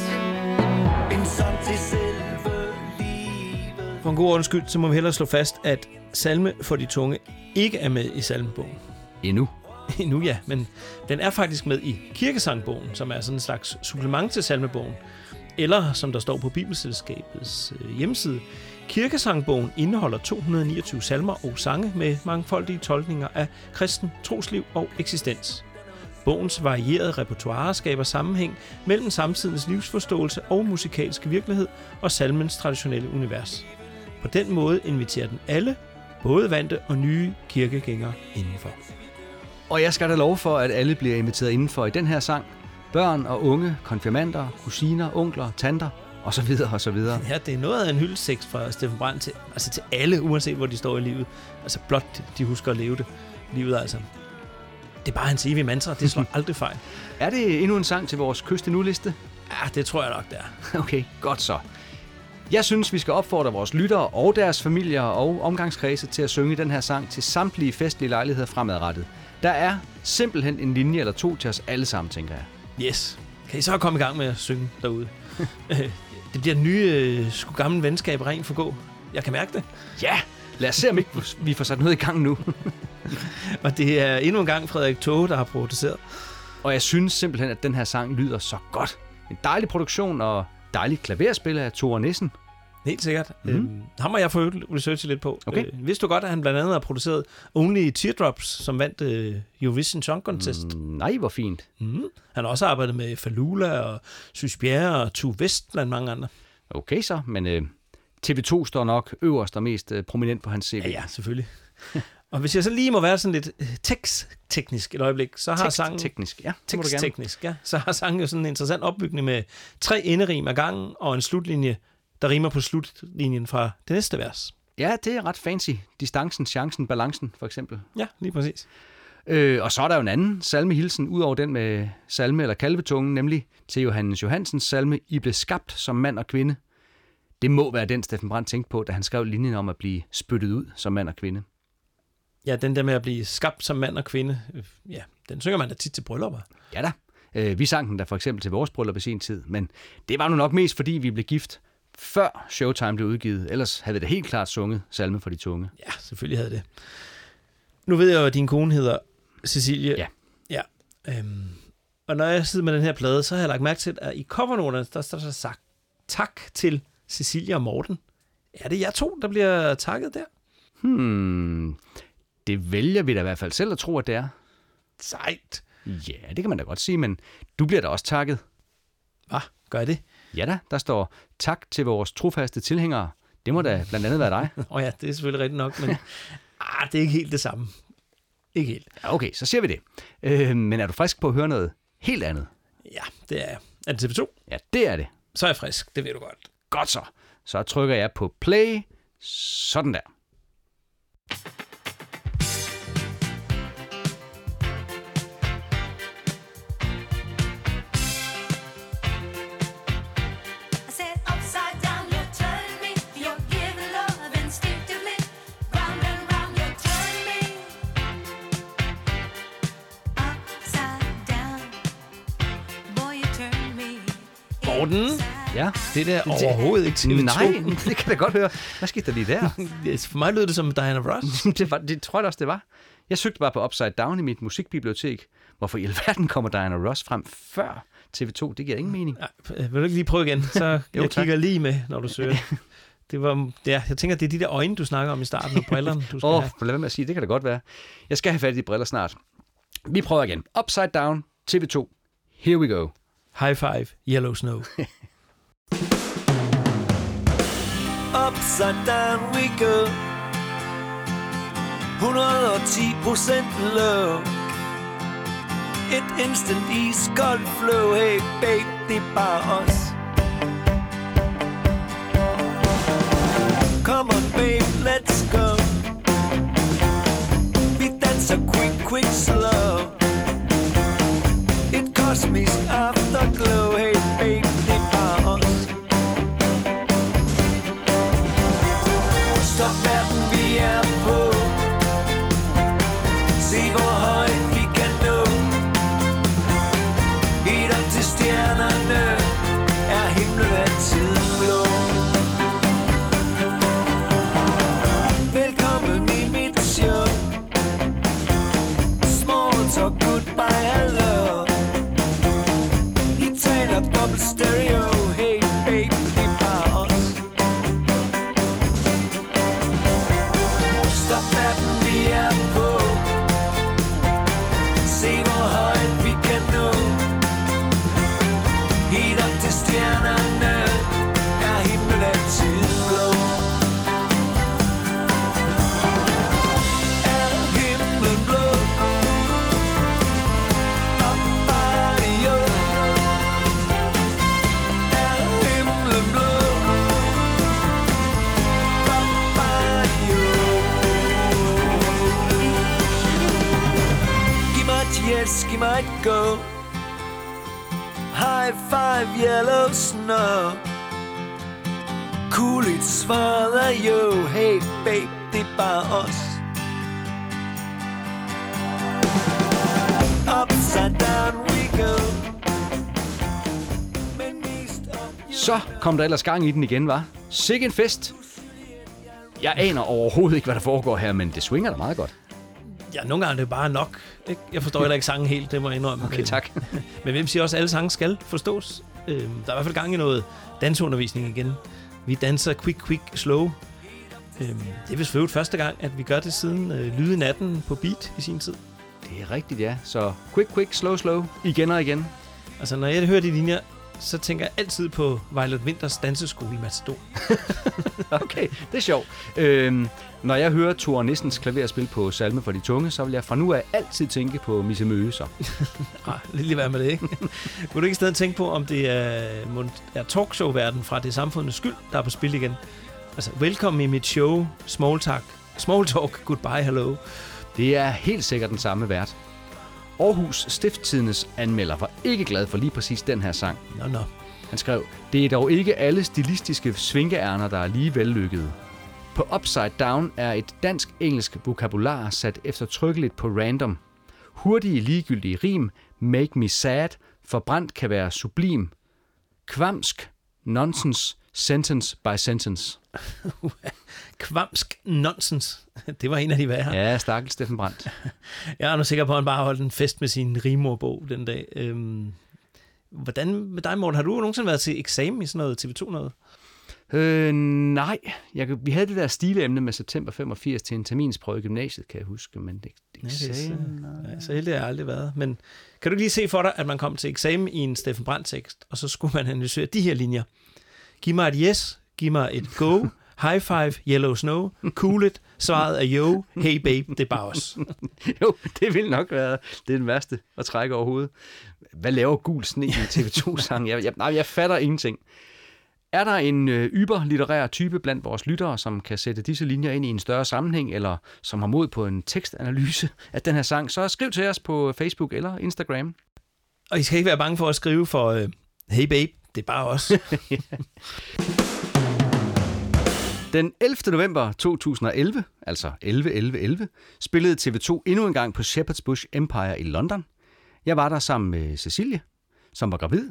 En sang til selve livet. For en god ordens skyld, så må vi hellere slå fast, at Salme for de tunge ikke er med i salmebogen. Endnu. Endnu ja, men den er faktisk med i kirkesangbogen, som er sådan en slags supplement til salmebogen. Eller, som der står på Bibelselskabets hjemmeside, kirkesangbogen indeholder 229 salmer og sange med mangfoldige tolkninger af kristen trosliv og eksistens. Bogens varierede repertoire skaber sammenhæng mellem samtidens livsforståelse og musikalske virkelighed og salmens traditionelle univers. På den måde inviterer den alle, både vante og nye kirkegængere indenfor. Og jeg skal da love for, at alle bliver inviteret indenfor i den her sang. Børn og unge, konfirmander, kusiner, onkler, tanter osv. osv. Ja, det er noget af en hyldestekst fra Steffen Brandt til alle, uanset hvor de står i livet. Altså blot de husker at leve det. Livet altså. Det er bare hans evige mantra, det slår aldrig fejl. Er det endnu en sang til vores Kyst nu-liste? Ja, det tror jeg nok, det er. Okay, godt så. Jeg synes, vi skal opfordre vores lyttere og deres familier og omgangskredse til at synge den her sang til samtlige festlige lejligheder fremadrettet. Der er simpelthen en linje eller to til os alle sammen, tænker jeg. Yes. Kan I så komme i gang med at synge derude? Det bliver nye, sgu gamle venskab rent forgå. Jeg kan mærke det. Ja, lad os se, om ikke vi får sat noget i gang nu. Og det er endnu en gang Frederik Tåge, der har produceret. Og jeg synes simpelthen, at den her sang lyder så godt. En dejlig produktion og dejligt klaverspil af Tore Nissen. Helt sikkert. Ham har jeg fået researchet lidt på. Okay. Vidste du godt, at han blandt andet har produceret Only Teardrops, som vandt Eurovision Song Contest? Nej, hvor fint. Han har også arbejdet med Falula og Sys Bjerre og Tue Vest, blandt mange andre. Okay så, men TV2 står nok øverst og mest prominent på hans CV. Ja, selvfølgelig. Og hvis jeg så lige må være sådan lidt tekstteknisk et øjeblik, så har sangen... Teknisk, ja. Tekstteknisk, ja. Så har sangen jo sådan en interessant opbygning med 3 enderim ad gangen og en slutlinje, der rimer på slutlinjen fra det næste vers. Ja, det er ret fancy. Distancen, chancen, balancen, for eksempel. Ja, lige præcis. Og så er der jo en anden salmehilsen, ud over den med salme eller kalvetungen, nemlig til Johannes Johansens salme, I blev skabt som mand og kvinde. Det må være den, Steffen Brandt tænkte på, da han skrev linjen om at blive spyttet ud som mand og kvinde. Ja, den der med at blive skabt som mand og kvinde, ja, den synger man da tit til bryllupper. Ja da. Vi sang den da for eksempel til vores bryllup i sin tid, men det var nu nok mest, fordi vi blev gift før Showtime blev udgivet. Ellers havde vi da helt klart sunget Salme for de tunge. Ja, selvfølgelig havde det. Nu ved jeg jo, at din kone hedder Cecilie. Ja. Og når jeg sidder med den her plade, så har jeg lagt mærke til, at i covernoterne, der står der sagt tak til Cecilie og Morten. Er det jer to, der bliver takket der? Det vælger vi da i hvert fald selv at tro, at det er. Sejt. Ja, det kan man da godt sige, men du bliver da også takket. Hvad? Gør jeg det? Ja da, der står tak til vores trofaste tilhængere. Det må da blandt andet være dig. Ja, det er selvfølgelig rigtigt nok, men det er ikke helt det samme. Ikke helt. Ja, okay, så siger vi det. Men er du frisk på at høre noget helt andet? Ja, det er jeg. Er det TV2? Ja, det er det. Så er jeg frisk, det ved du godt. Godt så. Så trykker jeg på play. Sådan der. Morten? Ja. Det der overhovedet ikke TV2. Nej, det kan jeg godt høre. Hvad skete der lige der? For mig lød det som Diana Ross. det tror jeg også, det var. Jeg søgte bare på Upside Down i mit musikbibliotek. Hvorfor i alverden kommer Diana Ross frem før TV2? Det giver ingen mening. Ja, vil du ikke lige prøve igen? Så jeg kigger lige med, når du søger. Det var, ja, jeg tænker, det er de der øjne, du snakker om i starten, og brillerne, du skal have. Lad være med at sige, det kan det godt være. Jeg skal have fat i de briller snart. Vi prøver igen. Upside Down, TV2. Here we go. High five, Yellow Snow. Upside down we go. 110% low. Et instant iskoldt flow. Hey babe, det er bare os. Come on babe, let's go. Vi danser quick, slow. Et kosmisk afterglow. Hey babe, det er bare os. giv mig et go. High five, yellow snow. Cool it, svaret er jo. Hey babe, det er bare os. Upside down we go. Så kom der ellers gang i den igen, var. Sikke en fest. Jeg aner overhovedet ikke, hvad der foregår her, men det swinger da meget godt. Ja, nogle gange er det bare nok. Ikke? Jeg forstår heller ikke sangen helt, det må jeg indrømme. Okay, tak. Men hvem siger også, at alle sange skal forstås? Der er i hvert fald gang i noget danseundervisning igen. Vi danser quick, slow. Det er vist for første gang, at vi gør det siden Lyde i natten på Beat i sin tid. Det er rigtigt, ja. Så quick, slow, igen og igen. Altså, når jeg hører de linjer, så tænker jeg altid på Violet Winters danseskole i Matador. Okay, det er sjovt. Når jeg hører Thor Nissens klaverspil på Salme for de Tunge, så vil jeg fra nu af altid tænke på Misse Møge, så. Lige være med det, ikke? Kunne du ikke i stedet tænke på, om det er talkshow-verden fra Det Samfundets Skyld, der er på spil igen? Altså, velkommen i mit show, Small Talk, Goodbye, Hello. Det er helt sikkert den samme vært. Aarhus Stiftstidendes anmelder var ikke glad for lige præcis den her sang. Nå. Han skrev, det er dog ikke alle stilistiske svinkeærner, der er lige vellykkede. På Upside Down er et dansk-engelsk vokabular sat eftertrykkeligt på random. Hurtige, ligegyldige rim, make me sad, forbrændt kan være sublim. Kvamsk, nonsense, sentence by sentence. Kvamsk nonsens. Det var en af de værre. Ja, stakkels Steffen Brandt. Jeg er nu sikker på, at han bare holdt en fest med sin rimordbog den dag. Hvordan med dig, Morten? Har du nogensinde været til eksamen i sådan noget TV2 noget? Nej. Vi havde det der stileemne med september 85 til en terminsprøve i gymnasiet, kan jeg huske. Men eksamen... Nej, så heldig har jeg aldrig været. Men kan du ikke lige se for dig, at man kom til eksamen i en Steffen Brandt-tekst, og så skulle man analysere de her linjer. Giv mig et yes, giv mig et go, high five, yellow snow, cool it, svaret er yo, hey babe, det er bare os. Jo, det vil nok være det er den værste at trække overhovedet. Hvad laver gul sne i TV2-sang? Jeg fatter ingenting. Er der en yberlitterær type blandt vores lyttere, som kan sætte disse linjer ind i en større sammenhæng, eller som har mod på en tekstanalyse af den her sang, så skriv til os på Facebook eller Instagram. Og I skal ikke være bange for at skrive for hey babe, det er bare os. Den 11. november 2011, altså 11, spillede TV2 endnu en gang på Shepherd's Bush Empire i London. Jeg var der sammen med Cecilie, som var gravid.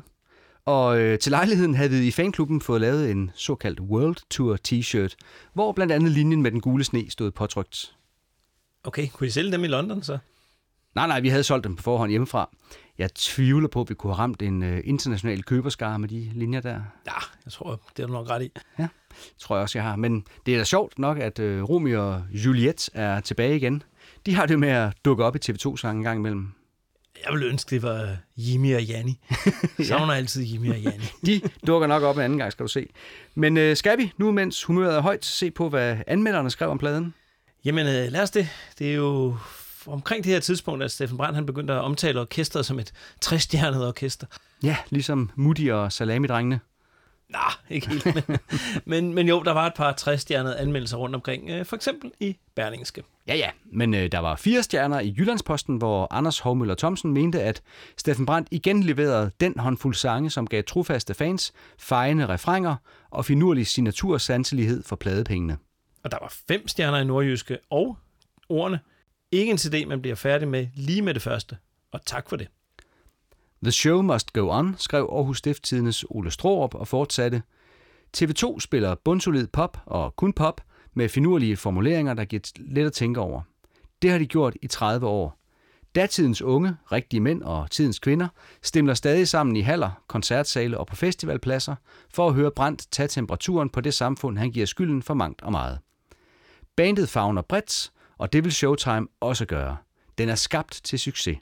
Og til lejligheden havde vi i fanklubben fået lavet en såkaldt World Tour t-shirt, hvor blandt andet linjen med den gule sne stod påtrykt. Okay, kunne I sælge dem i London så? Nej, vi havde solgt dem på forhånd hjemmefra. Jeg tvivler på, at vi kunne have ramt en international køberskare med de linjer der. Ja, jeg tror, det er du nok ret i. Ja, tror jeg også, jeg har. Men det er da sjovt nok, at Romeo og Juliet er tilbage igen. De har det med at dukke op i TV2-sangen en gang imellem. Jeg ville ønske, det var Jimmy og Janni. Savner altid Jimmy og Janni. De dukker nok op en anden gang, skal du se. Men skal vi nu, mens humøret er højt, se på, hvad anmelderne skrev om pladen? Jamen, lad os det. Det er jo omkring det her tidspunkt, at Steffen Brandt han begyndte at omtale orkestret som et 60-stjernet orkester. Ja, ligesom Moody og Salami-drengene. Nej, ikke helt. Men jo, der var et par 60-stjernede anmeldelser rundt omkring. For eksempel i Berlingske. Ja, men der var 4 stjerner i Jyllandsposten, hvor Anders Hovmøller Thomsen mente, at Steffen Brandt igen leverede den håndfuld sange, som gav trofaste fans, fejende refrænger og finurlig signatursanselighed for pladepengene. Og der var 5 stjerner i Nordjyske, og ordene: ikke en CD, man bliver færdig med lige med det første. Og tak for det. The show must go on, skrev Aarhus Stiftstidendes Ole Straarup og fortsatte. TV2 spiller bundsolid pop og kun pop med finurlige formuleringer, der giver let at tænke over. Det har de gjort i 30 år. Datidens unge, rigtige mænd og tidens kvinder stimler stadig sammen i haller, koncertsale og på festivalpladser for at høre Brandt tage temperaturen på det samfund, han giver skylden for mangt og meget. Bandet favner bredt, og det vil Showtime også gøre. Den er skabt til succes.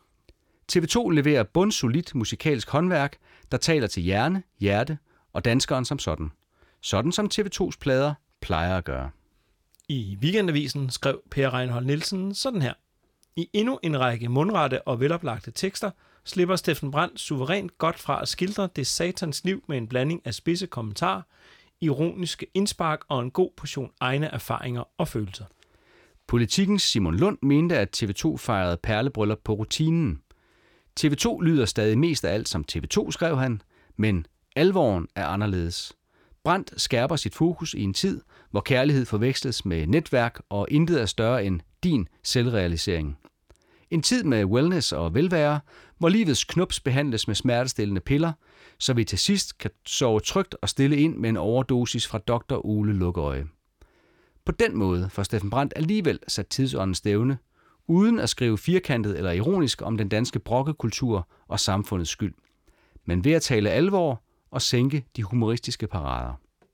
TV2 leverer bundsolidt musikalsk håndværk, der taler til hjerne, hjerte og danskeren som sådan. Sådan som TV2's plader plejer at gøre. I Weekendavisen skrev Per Reinhold Nielsen sådan her: i endnu en række mundrette og veloplagte tekster slipper Steffen Brandt suverænt godt fra at skildre det satans liv med en blanding af spidse kommentarer, ironiske indspark og en god portion egne erfaringer og følelser. Politikens Simon Lund mente, at TV2 fejrede perlebryllup på rutinen. TV2 lyder stadig mest af alt som TV2, skrev han, men alvoren er anderledes. Brandt skærper sit fokus i en tid, hvor kærlighed forveksles med netværk, og intet er større end din selvrealisering. En tid med wellness og velvære, hvor livets knups behandles med smertestillende piller, så vi til sidst kan sove trygt og stille ind med en overdosis fra Dr. Ole Lukøje. På den måde får Steffen Brandt alligevel sat tidsånden stævne, uden at skrive firkantet eller ironisk om den danske brokkekultur og samfundets skyld, men ved at tale alvor og sænke de humoristiske parader.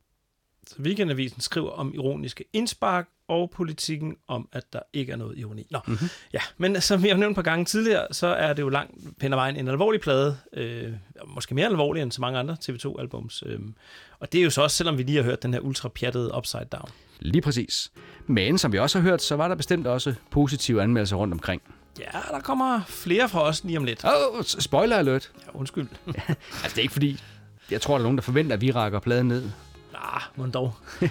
Så Weekendavisen skriver om ironiske indspark og politikken om, at der ikke er noget ironi. Ja, men som vi har nævnt et par gange tidligere, så er det jo langt hen ad vejen en alvorlig plade. Måske mere alvorlig end så mange andre TV2-albums. Og det er jo så også, selvom vi lige har hørt den her ultra-pjattede Upside Down. Lige præcis. Men som vi også har hørt, så var der bestemt også positive anmeldelser rundt omkring. Ja, der kommer flere fra os lige om lidt. Spoiler alert. Ja, undskyld. Altså, det er ikke fordi, jeg tror, der er nogen, der forventer, at vi rækker pladen ned. Men dog.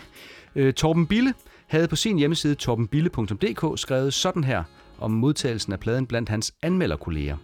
Torben Bille havde på sin hjemmeside torbenbille.dk skrevet sådan her om modtagelsen af pladen blandt hans anmelderkolleger.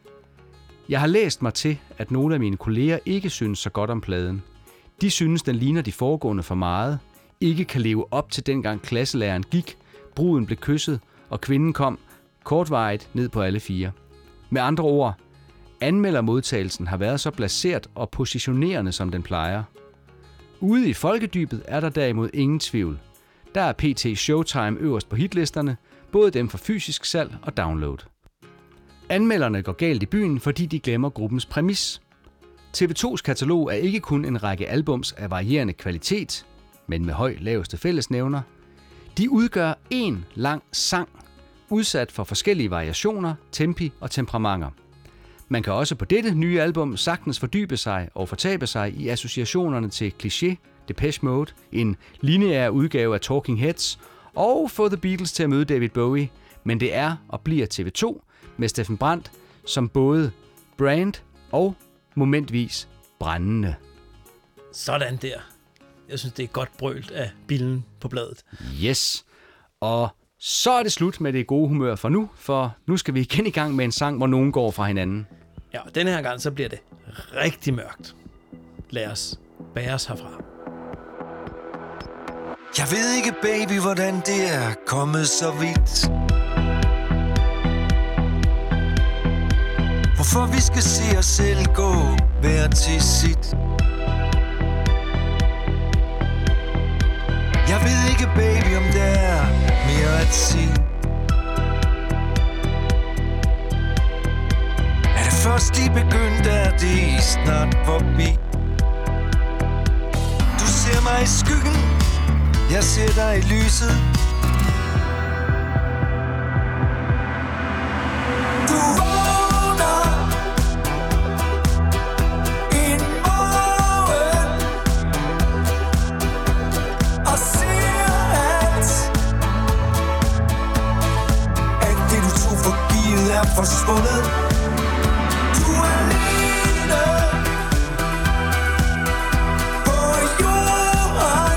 Jeg har læst mig til, at nogle af mine kolleger ikke synes så godt om pladen. De synes, den ligner de foregående for meget, ikke kan leve op til dengang klasselæreren gik, bruden blev kysset, og kvinden kom kortvarigt ned på alle fire. Med andre ord, anmeldermodtagelsen har været så blaseret og positionerende, som den plejer. Ude i folkedybet er der derimod ingen tvivl. Der er PT Showtime øverst på hitlisterne, både dem for fysisk salg og download. Anmelderne går galt i byen, fordi de glemmer gruppens præmis. TV2's katalog er ikke kun en række albums af varierende kvalitet, men med høj laveste fællesnævner. De udgør en lang sang, udsat for forskellige variationer, tempi og temperamenter. Man kan også på dette nye album sagtens fordybe sig og fortabe sig i associationerne til Cliché, Depeche Mode, en lineær udgave af Talking Heads, og få The Beatles til at møde David Bowie, men det er og bliver TV2 med Steffen Brandt som både brand og momentvis brændende. Sådan der. Jeg synes, det er godt brølt af billen på bladet. Yes. Og så er det slut med det gode humør for nu skal vi igen i gang med en sang, hvor nogen går fra hinanden. Ja, og denne her gang, så bliver det rigtig mørkt. Lad os bæres herfra. Jeg ved ikke, baby, hvordan det er kommet så vidt. Hvorfor vi skal se os selv gå hver til sit. Jeg ved ikke, baby, om der er mere at sige. Er det først lige begyndt, er det snart forbi. Du ser mig i skyggen, jeg ser dig i lyset. Du vågner en morgen og ser, at det du tog for givet er forsvundet. Du er alene på jorden.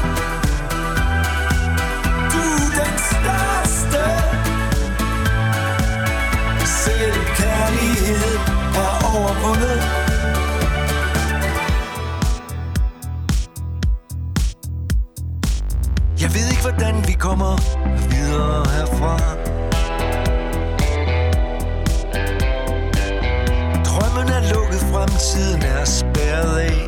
Du er den største. Selv kærlighed er overvundet. Jeg ved ikke, hvordan vi kommer videre herfra. Drømmen er lukket, fremtiden er spærret af.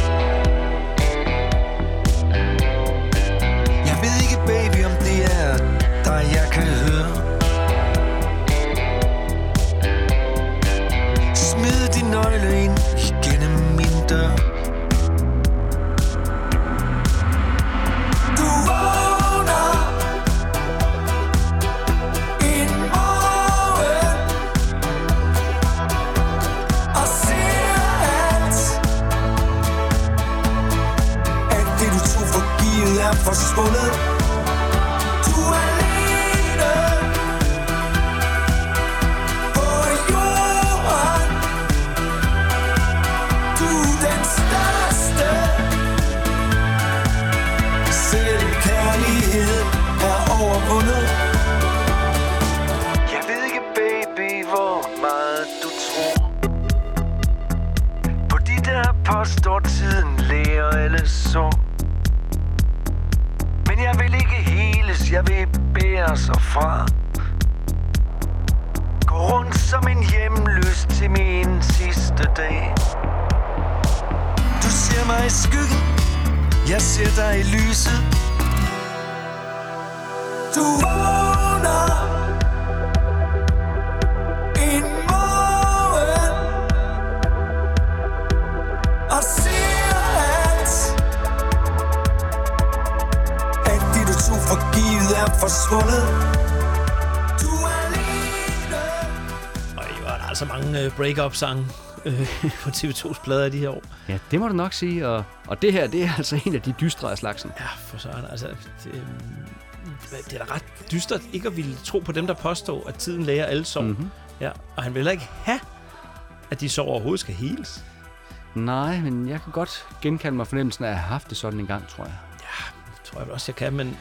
Jeg ved ikke, baby, om det er dig, jeg kan høre. Smid din nøgle ind igennem min dør. Du vågner en morgen og ser, at det du tog for givet er forsvundet. Du er alene på jorden. Du er den største. Selv kærlighed er overvundet. Jeg ved ikke, baby, hvor meget du tror. hvor står tiden lærer alle sår. Men jeg vil ikke heles, jeg vil bære sig fra. Gå rundt som en hjemløs til min sidste dag. Du ser mig i skyggen, jeg ser dig i lyset. Du vågner en morgen og siger at det du tog for givet er forsvundet. Du er alene. Og jo, der er altså mange break-up-sange på TV2's plader i de her år. Ja, det må du nok sige, og det her, det er altså en af de dystre af slagsen. Ja, for søren, altså... Det er da ret dystert ikke at ville tro på dem, der påstår, at tiden læger alle sår. Mm-hmm. Ja, og han vil heller ikke have, at de sår overhovedet skal heles. Nej, men jeg kan godt genkalde mig fornemmelsen af at have haft det sådan en gang, tror jeg. Ja, det tror jeg også, jeg kan, men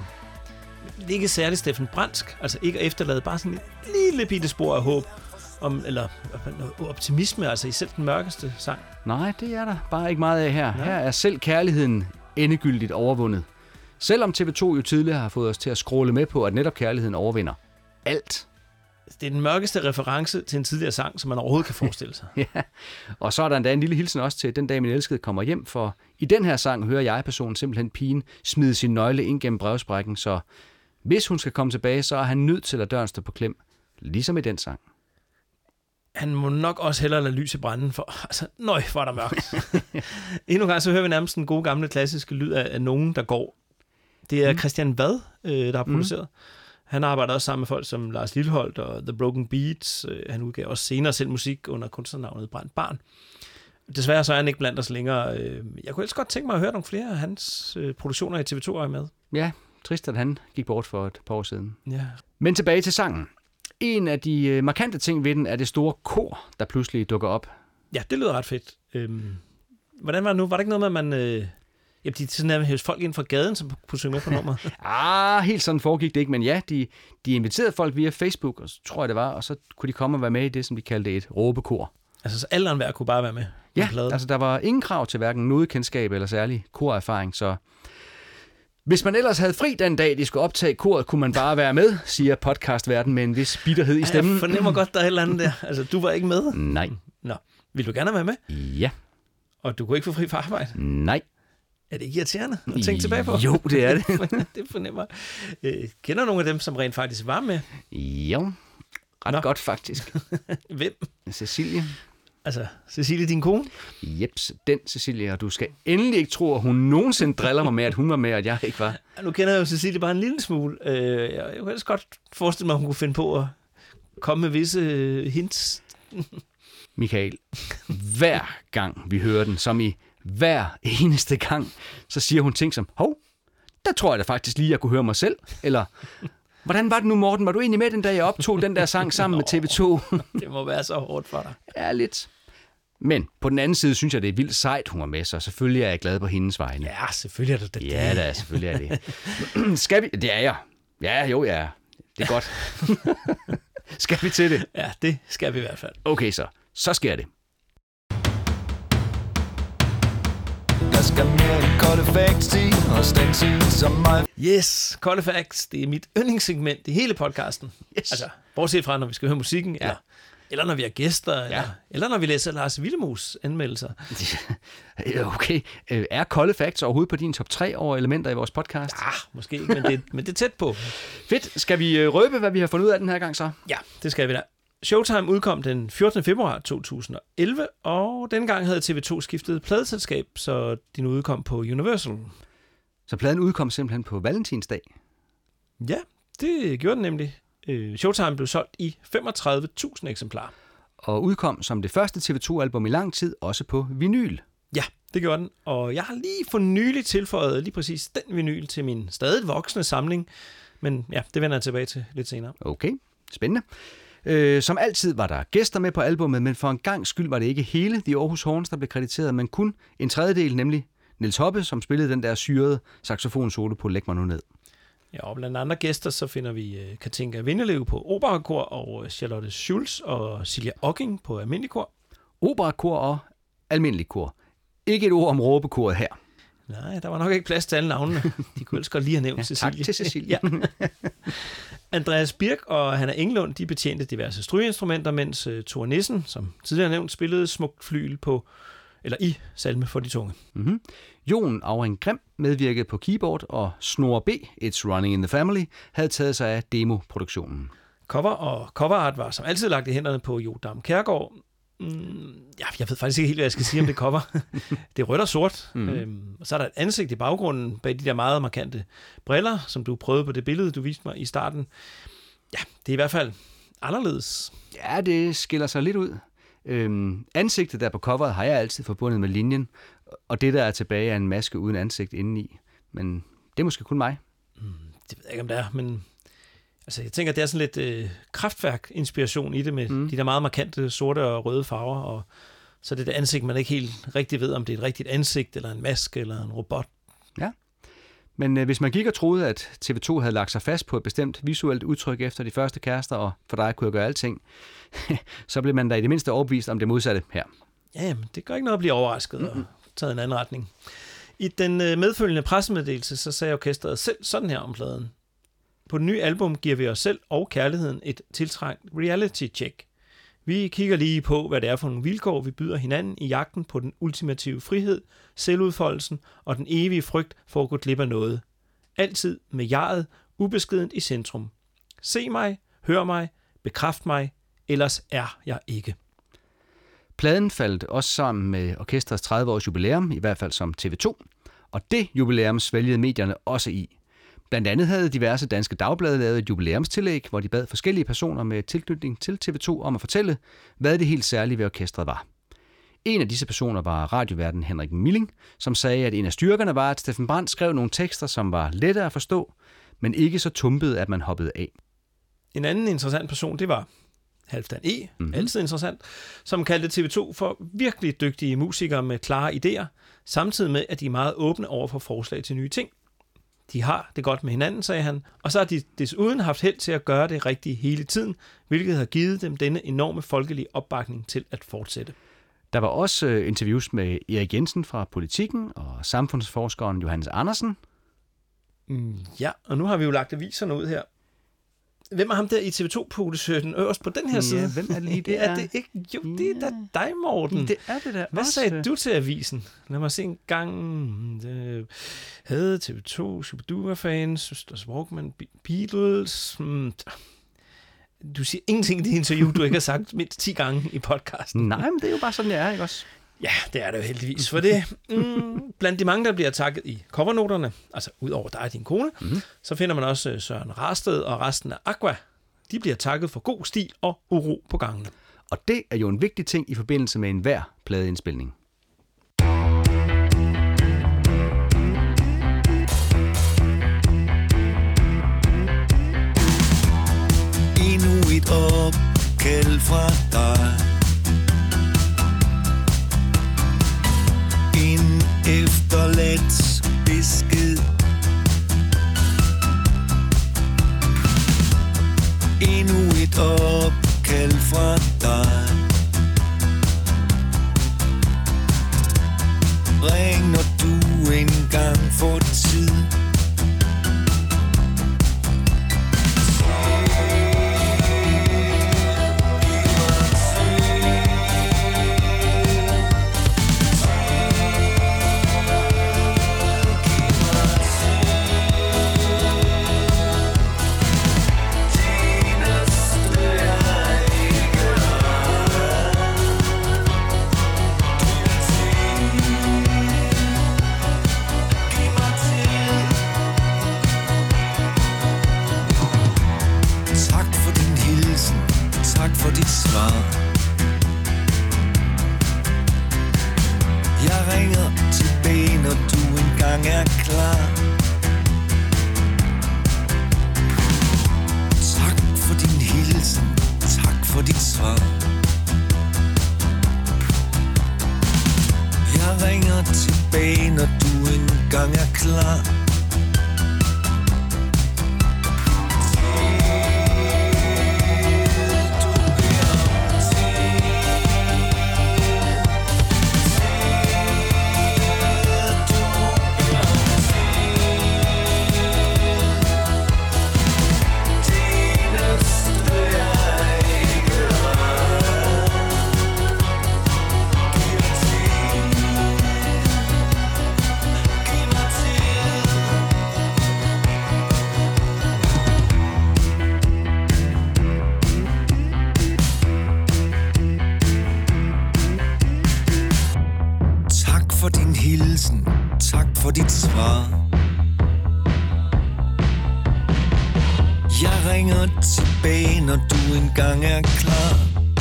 ikke særligt Steffen Brandsk. Altså ikke at efterlade bare sådan et lille bitte spor af håb, eller optimisme, altså i selv den mørkeste sang. Nej, det er der bare ikke meget af her. Ja. Her er selv kærligheden endegyldigt overvundet. Selvom TV2 jo tidligere har fået os til at scrolle med på, at netop kærligheden overvinder alt. Det er den mørkeste reference til en tidligere sang, som man overhovedet kan forestille sig. Ja, og så er der endda en lille hilsen også til Den dag min elskede kommer hjem, for i den her sang hører jeg-personen simpelthen pigen smide sin nøgle ind gennem brevsprækken, så hvis hun skal komme tilbage, så er han nødt til at døren stå på klem, ligesom i den sang. Han må nok også hellere lade lys i branden, for altså, nøj, hvor er der mørkt. Endnu en gang så hører vi nærmest den gode gamle klassiske lyd af nogen, der går. Det er Christian Vad, der har produceret. Han arbejder også sammen med folk som Lars Lilholt og The Broken Beats. Han udgav også senere selv musik under kunstnernavnet Brændt Barn. Desværre så er han ikke blandt os længere. Jeg kunne ellers godt tænke mig at høre nogle flere af hans produktioner i TV2 med. Ja, trist at han gik bort for et par år siden. Ja. Men tilbage til sangen. En af de markante ting ved den er det store kor, der pludselig dukker op. Ja, det lyder ret fedt. Hvordan var det nu? Var det ikke noget med, at man... de sådan nærmest folk ind fra gaden, som kunne synge med på nummeret? Helt sådan foregik det ikke, men ja, de inviterede folk via Facebook, og så tror jeg det var, og så kunne de komme og være med i det, som de kaldte et råbekor. Altså, så alle andre kunne bare være med? Ja, altså der var ingen krav til hverken nodekendskab eller særlig korerfaring, så hvis man ellers havde fri den dag, de skulle optage koret, kunne man bare være med, siger podcastverden med en vis bitterhed i stemmen. Jeg fornemmer godt, der er et eller andet der. Altså, du var ikke med? Nej. Nå, vil du gerne være med? Ja. Og du kunne ikke få fri fra arbejde? Nej. Er det ikke irriterende at tænke tilbage på? Jo, det er det. Det fornemmer. Kender nogle af dem, som rent faktisk var med? Jo, ret godt faktisk. Hvem? Cecilie. Altså, Cecilie, din kone? Jeps, den Cecilie, og du skal endelig ikke tro, at hun nogensinde driller mig med, at hun var med, og at jeg ikke var. Nu kender jeg jo Cecilie bare en lille smule. Jeg kunne ellers godt forestille mig, at hun kunne finde på at komme med visse hints. Michael, hver gang vi hører den, som i hver eneste gang, så siger hun ting som, hov, der tror jeg da faktisk lige, jeg kunne høre mig selv. Eller, hvordan var det nu, Morten? Var du egentlig med den dag, jeg optog den der sang sammen med TV2? Det må være så hårdt for dig. Ja, lidt. Men på den anden side, synes jeg, det er vildt sejt, hun var med, så selvfølgelig er jeg glad på hendes vegne. Ja, selvfølgelig er det. Ja, da, selvfølgelig er det. Skal vi? Det er jeg. Ja, jo, ja. Det er godt. Skal vi til det? Ja, det skal vi i hvert fald. Okay, så sker det. Der skal mere end kolde facts til, og stanse som mig. Yes, kolde facts, det er mit yndlingssegment i hele podcasten. Yes. Altså, bortset fra, når vi skal høre musikken, eller når vi har gæster, eller når vi læser Lars Willemus anmeldelser. Okay. Er kolde facts overhovedet på din top 3 over elementer i vores podcast? Ja, måske ikke, men det er tæt på. Fedt. Skal vi røbe, hvad vi har fundet ud af den her gang så? Ja, det skal vi da. Showtime udkom den 14. februar 2011, og denne gang havde TV2 skiftet pladeselskab, så den udkom på Universal. Så pladen udkom simpelthen på Valentinsdag? Ja, det gjorde den nemlig. Showtime blev solgt i 35.000 eksemplarer. Og udkom som det første TV2-album i lang tid, også på vinyl. Ja, det gjorde den. Og jeg har lige for nylig tilføjet lige præcis den vinyl til min stadig voksende samling. Men ja, det vender jeg tilbage til lidt senere. Okay, spændende. Som altid var der gæster med på albummet, men for en gang skyld var det ikke hele The Aarhus Horns, der blev krediteret, men kun en tredjedel, nemlig Niels Hoppe, som spillede den der syrede saxofonsolo på Læg mig nu ned. Ja, og blandt andre gæster, så finder vi Katinka Vindelev på operakor, og Charlotte Schulz og Silja Ogging på almindelig kor. Operakor og almindelig kor. Ikke et ord om råbekoret her. Nej, der var nok ikke plads til alle navnene. De kunne ellers godt lige have nævnt Cecilie. Tak til Cecilie. Ja. Andreas Birk og Hanna Englund, de betjente diverse strygeinstrumenter, mens Thor Nissen, som tidligere nævnt, spillede smukt flyl i Salme for de tunge. Mm-hmm. Jon Auring Grim medvirkede på keyboard, og Snor B, It's Running in the Family, havde taget sig af demoproduktionen. Cover og coverart var som altid lagt i hænderne på Jo Dam Kjærgaard. Jeg ved faktisk ikke helt, hvad jeg skal sige om det cover. Det er rødt og sort. Og så er der et ansigt i baggrunden bag de der meget markante briller, som du prøvede på det billede, du viste mig i starten. Ja, det er i hvert fald anderledes. Ja, det skiller sig lidt ud. Ansigtet der på coveret har jeg altid forbundet med linjen, og det der er tilbage er en maske uden ansigt indeni. Men det er måske kun mig. Det ved jeg ikke, om det er, men altså, jeg tænker, det er sådan lidt kraftværk-inspiration i det, med de der meget markante sorte og røde farver, og så er det ansigt, man ikke helt rigtig ved, om det er et rigtigt ansigt, eller en maske, eller en robot. Ja, men hvis man gik og troede, at TV2 havde lagt sig fast på et bestemt visuelt udtryk efter de første kærester, og for dig kunne jeg gøre alting, så blev man da i det mindste overbevist om det modsatte her. Ja, men det gør ikke noget at blive overrasket og taget en anden retning. I den medfølgende pressemeddelelse, så sagde orkestret selv sådan her om pladen. På den nye album giver vi os selv og kærligheden et tiltrængt reality-check. Vi kigger lige på, hvad det er for nogle vilkår, vi byder hinanden i jagten på den ultimative frihed, selvudfoldelsen og den evige frygt for at gå glip af noget. Altid med jeget ubeskedent i centrum. Se mig, hør mig, bekræft mig, ellers er jeg ikke. Pladen faldt også sammen med orkestrets 30-års jubilæum, i hvert fald som TV2, og det jubilæum svælgede medierne også i. Blandt andet havde diverse danske dagblade lavet et jubilæumstillæg, hvor de bad forskellige personer med tilknytning til TV2 om at fortælle, hvad det helt særlige ved orkestret var. En af disse personer var radioværten Henrik Milling, som sagde, at en af styrkerne var, at Steffen Brandt skrev nogle tekster, som var lette at forstå, men ikke så tumpede, at man hoppede af. En anden interessant person, det var Halfdan E., altid interessant, som kaldte TV2 for virkelig dygtige musikere med klare idéer, samtidig med, at de er meget åbne over for forslag til nye ting. De har det godt med hinanden, sagde han, og så har de desuden haft held til at gøre det rigtige hele tiden, hvilket har givet dem denne enorme folkelige opbakning til at fortsætte. Der var også interviews med Erik Jensen fra Politikken og samfundsforskeren Johannes Andersen. Ja, og nu har vi jo lagt aviserne ud her. Hvem er ham der i TV2-produceren øverst på den her side? Hvem er lige det? Er det ikke? Jo, det er da dig, Morten. Det er det der. Hvad sagde du til avisen? Lad mig se en gang. Havde TV2, Superdua-fans, Søsters Walkman, Beatles. Du siger ingenting i det interview, du ikke har sagt mindst 10 gange i podcasten. Nej, men det er jo bare sådan, det er, ikke også? Ja, det er det jo heldigvis for det. Blandt de mange, der bliver takket i covernoterne, altså ud over dig og din kone, så finder man også Søren Rasted og resten af Aqua. De bliver takket for god stil og uro på gangene. Og det er jo en vigtig ting i forbindelse med enhver pladeindspilning. Endnu et opkald fra dig. En efterladt besked. Endnu et opkald fra dig. Ring når du engang får tid. Jeg ringer tilbage, når du engang er klar. Tak for din hilsen, tak for dit svar. Jeg ringer tilbage, når du engang er klar. for dit svar. Jeg ringer tilbage, når du engang er klar.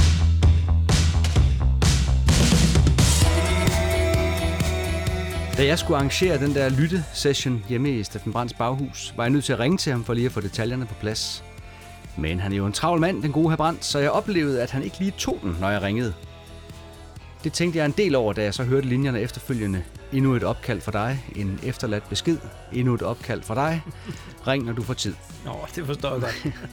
Da jeg skulle arrangere den der lyttesession hjemme i Steffen Brandts baghus, var jeg nødt til at ringe til ham for lige at få detaljerne på plads. Men han er jo en travl mand, den gode hr. Brandt, så jeg oplevede, at han ikke lige tog den, når jeg ringede. Det tænkte jeg en del over, da jeg så hørte linjerne efterfølgende. Endnu et opkald fra dig, en efterladt besked, endnu et opkald fra dig. Ring, når du får tid. Det forstår jeg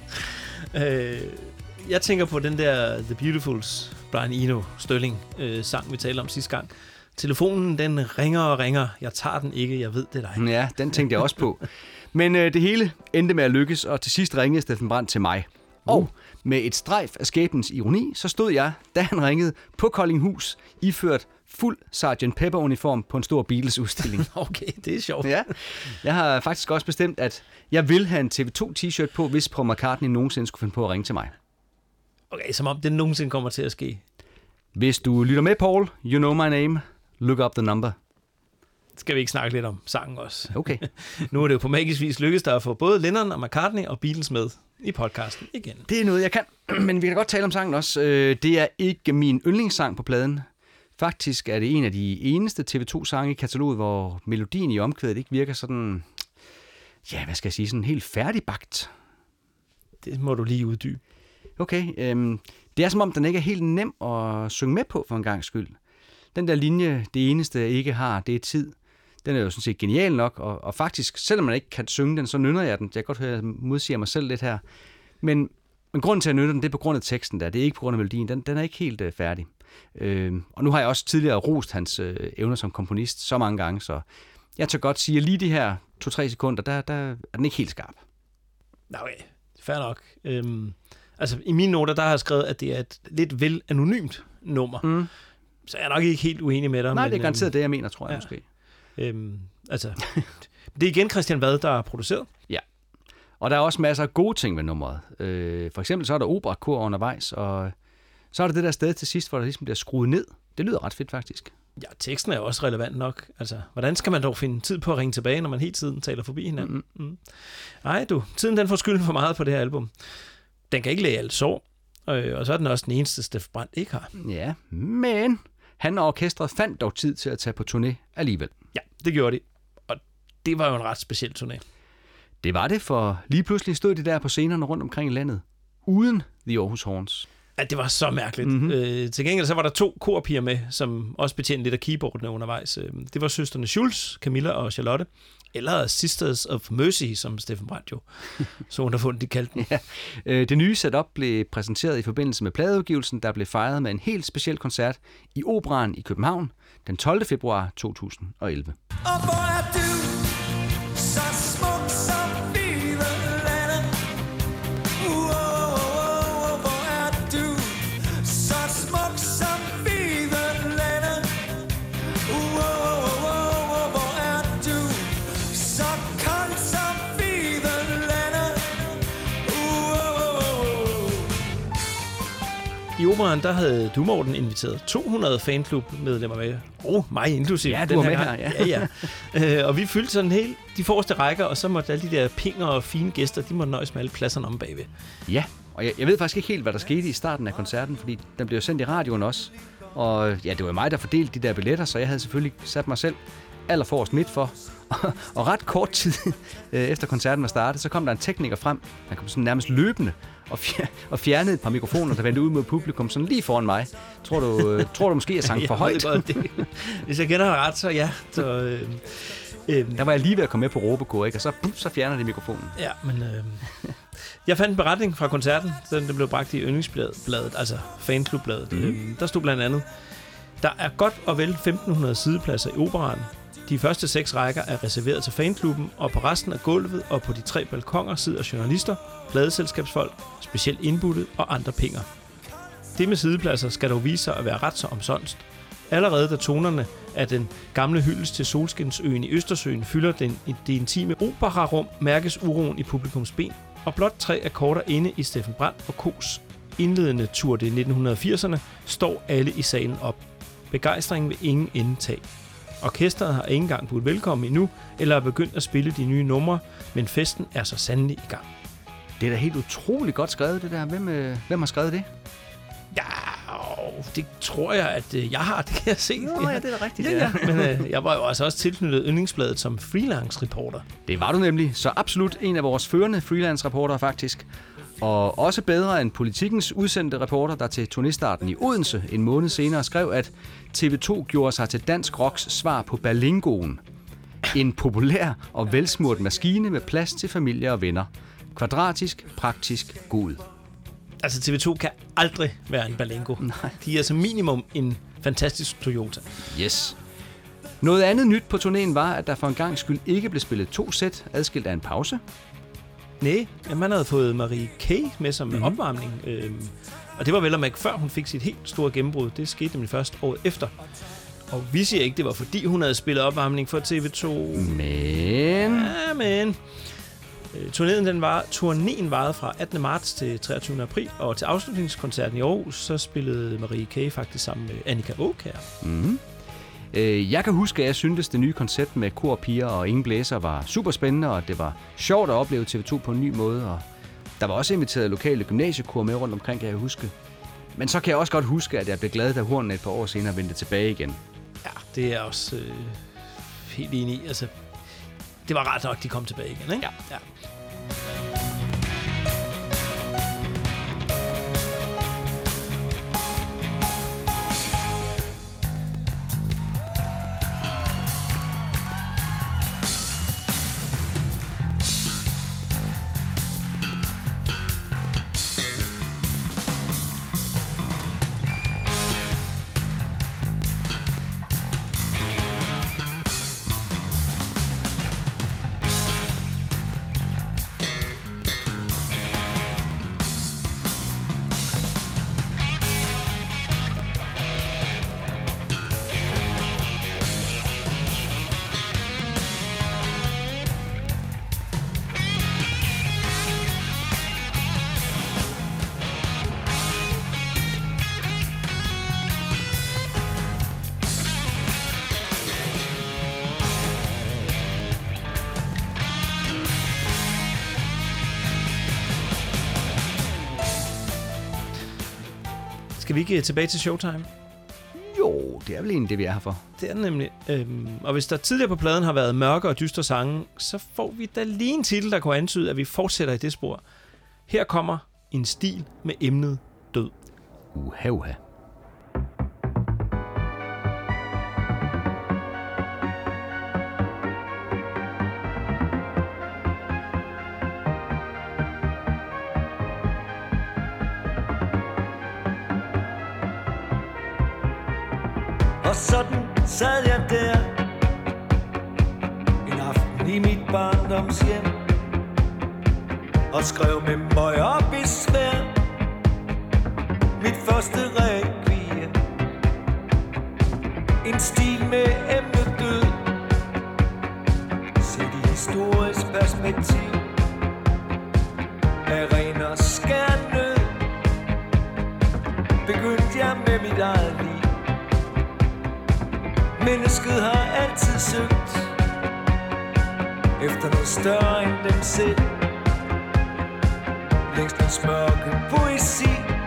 godt. Jeg tænker på den der The Beautifuls, Brian Eno Stølling sang, vi talte om sidste gang. Telefonen, den ringer og ringer. Jeg tager den ikke, jeg ved det er dig. Ja, den tænkte jeg også på. Men det hele endte med at lykkes, og til sidst ringede Steffen Brandt til mig. Og med et strejf af skæbnens ironi, så stod jeg, da han ringede, på Koldinghus, iført fuld Sgt. Pepper-uniform på en stor Beatles-udstilling. Okay, det er sjovt. Ja, jeg har faktisk også bestemt, at jeg vil have en TV2-t-shirt på, hvis Paul McCartney nogensinde skulle finde på at ringe til mig. Okay, som om det nogensinde kommer til at ske. Hvis du lytter med, Paul, you know my name, look up the number. Skal vi ikke snakke lidt om sangen også? Okay. Nu er det jo på magisk vis lykkedes der at få både Lennon og McCartney og Beatles med i podcasten igen. Det er noget, jeg kan, men vi kan godt tale om sangen også. Det er ikke min yndlingssang på pladen. Faktisk er det en af de eneste TV2-sange i kataloget, hvor melodien i omkvædet ikke virker sådan, ja, hvad skal jeg sige, sådan helt færdigbagt. Det må du lige uddybe. Okay, det er som om, den ikke er helt nem at synge med på for en gangs skyld. Den der linje, det eneste jeg ikke har, det er tid. Den er jo sådan set genial nok, og faktisk, selvom man ikke kan synge den, så nynner jeg den. Jeg kan godt høre, at jeg modsiger mig selv lidt her. Men grunden til at nynne den, det er på grund af teksten der. Det er ikke på grund af melodien. Den er ikke helt færdig. Og nu har jeg også tidligere rost hans evner som komponist så mange gange, så jeg tør godt sige, at lige de her 2-3 sekunder, der er den ikke helt skarp. Okay, fair nok. Altså, i mine noter, der har jeg skrevet, at det er et lidt vel anonymt nummer. Så jeg er nok ikke helt uenig med dig. Nej, det er garanteret det, jeg mener, tror jeg måske. Altså, det er igen Christian Vad, der er produceret. Ja, og der er også masser af gode ting ved nummeret. For eksempel så er der operakor undervejs, og så er der det der sted til sidst, hvor der ligesom bliver skruet ned. Det lyder ret fedt, faktisk. Ja, teksten er også relevant nok. Altså, hvordan skal man dog finde tid på at ringe tilbage, når man hele tiden taler forbi hinanden? Nej, tiden den får skylden for meget på det her album. Den kan ikke læge alt sår, og så er den også den eneste, Steffen Brandt ikke har. Ja, men han og orkestret fandt dog tid til at tage på turné alligevel. Ja, det gjorde de. Og det var jo en ret speciel turné. Det var det, for lige pludselig stod de der på scenerne rundt omkring i landet, uden The Aarhus Horns. Ja, det var så mærkeligt. Til gengæld så var der 2 korpiger med, som også betjente lidt af keyboardene undervejs. Det var søstrene Schulz, Camilla og Charlotte, eller Sisters of Mercy, som Steffen Brandt jo så underfundet, de kaldte den. Ja. Det nye setup blev præsenteret i forbindelse med pladeudgivelsen, der blev fejret med en helt speciel koncert i Operaen i København den 12. februar 2011. Og hvor er du så smuk som livet lander. Hvor er du så smuk som livet lander. Hvor er du så kold som livet lander. I Operaen, der havde du, Morten, inviteret 200 fanklubmedlemmer med. Mig inklusive. Ja, du var med her. Ja. Og vi fyldte sådan helt de forreste rækker, og så måtte alle de der pinger og fine gæster, de måtte nøjes med alle pladserne om bagved. Ja, og jeg ved faktisk ikke helt, hvad der skete i starten af koncerten, fordi den blev sendt i radioen også. Og ja, det var mig, der fordelte de der billetter, så jeg havde selvfølgelig sat mig selv allerforrest midt for. Og ret kort tid efter koncerten var startet, så kom der en tekniker frem. Han kom sådan nærmest løbende og fjernede et par mikrofoner, der vendte ud mod publikum, sådan lige foran mig. Tror du måske, jeg sang for højt? Hvis jeg kender ret, så ja. Så, der var jeg lige ved at komme med på råbekor, ikke? Og så fjerner de mikrofonen. Ja, men jeg fandt en beretning fra koncerten, så den blev bragt i yndlingsbladet, altså fanklubbladet. Der stod blandt andet: der er godt og vel 1500 sidepladser i Operaen. De første 6 rækker er reserveret til fanklubben, og på resten af gulvet og på de 3 balkoner sidder journalister, pladeselskabsfolk, specielt indbuddet og andre pinger. Det med sidepladser skal dog vise sig at være ret så omsonst. Allerede da tonerne af den gamle hyldest til Solskinsøen i Østersøen fylder det intime operarum, mærkes uroen i publikums ben, og blot 3 akkorder inde i Steffen Brandt og Kos indledende tur det 1980'erne står alle i salen op. Begejstringen vil ingen ende tage. Orkestret har ikke engang budt velkommen endnu, eller er begyndt at spille de nye numre, men festen er så sandelig i gang. Det er da helt utroligt godt skrevet, det der. Hvem har skrevet det? Ja, det tror jeg, at jeg har. Det kan jeg se. Nå, ja, det er da rigtigt. Ja. Men jeg var jo altså også tilknyttet Yndlingsbladet som freelance-reporter. Det var du nemlig. Så absolut en af vores førende freelance-reportere faktisk. Og også bedre end Politikens udsendte reporter, der til turnéstarten i Odense en måned senere skrev, at TV2 gjorde sig til dansk rocks svar på Berlingoen. En populær og velsmurt maskine med plads til familie og venner. Kvadratisk, praktisk, god. Altså TV2 kan aldrig være en Berlingo. Nej. De er som minimum en fantastisk Toyota. Yes. Noget andet nyt på turnéen var, at der for en gang skyld ikke blev spillet 2 sæt adskilt af en pause. Nej, man havde fået Marie K. med som opvarmning. Og det var vel at mærke, før hun fik sit helt store gennembrud. Det skete nemlig først året efter. Og vi siger ikke, det var fordi hun havde spillet opvarmning for TV2. Men... Turnéen varede fra 18. marts til 23. april, og til afslutningskoncerten i Aarhus, så spillede Marie K. faktisk sammen med Annika Aukjær. Jeg kan huske, at jeg syntes, det nye koncept med korpiger og ingen blæser var super spændende, og det var sjovt at opleve TV2 på en ny måde. Og der var også inviteret lokale gymnasiekor med rundt omkring, kan jeg huske. Men så kan jeg også godt huske, at jeg blev glad, da Hornet et par år senere vendte tilbage igen. Ja, det er også helt enig i. Altså, det var ret nok, de kom tilbage igen, ikke? Ja. Skal vi ikke tilbage til Showtime? Jo, det er vel egentlig det, vi er her for. Det er nemlig. Og hvis der tidligere på pladen har været mørke og dystre sange, så får vi da lige en titel, der kunne antyde, at vi fortsætter i det spor. Her kommer en stil med emnet død. Uha. Og sådan sad jeg der en aften i mit barndomshjem og skrev med møg og besvær mit første requiem. En stil med emnet død, set i historisk perspektiv, af ren og skær nød begyndte jeg med mit eget liv. Mennesket har altid søgt efter noget større end dem selv. Længstens mørke poesi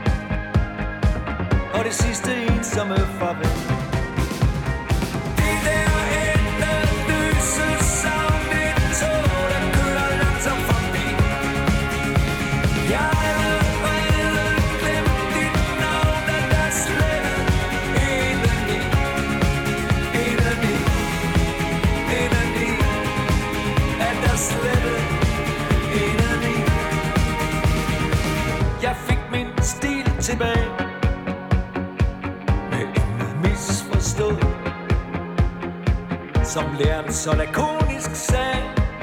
og det sidste ensomme farvel. Det der endeløse savn, et tog, der kører langsomt forbi. Jeg har aldrig glemt dit navn, og der slet indeni. Jeg fik min stil tilbage med emnet misforstået, som læreren så lakonisk sagde: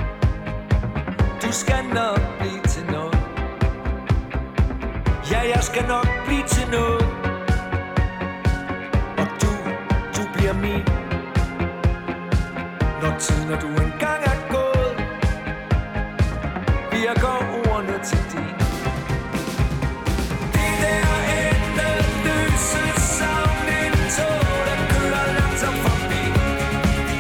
du skal nok blive til noget. Ja, jeg skal nok blive til noget. Og du bliver min, når tiden og du engang er gået, virker ordene til din. Det der endeløse savn, et tog, der kører langsomt forbi.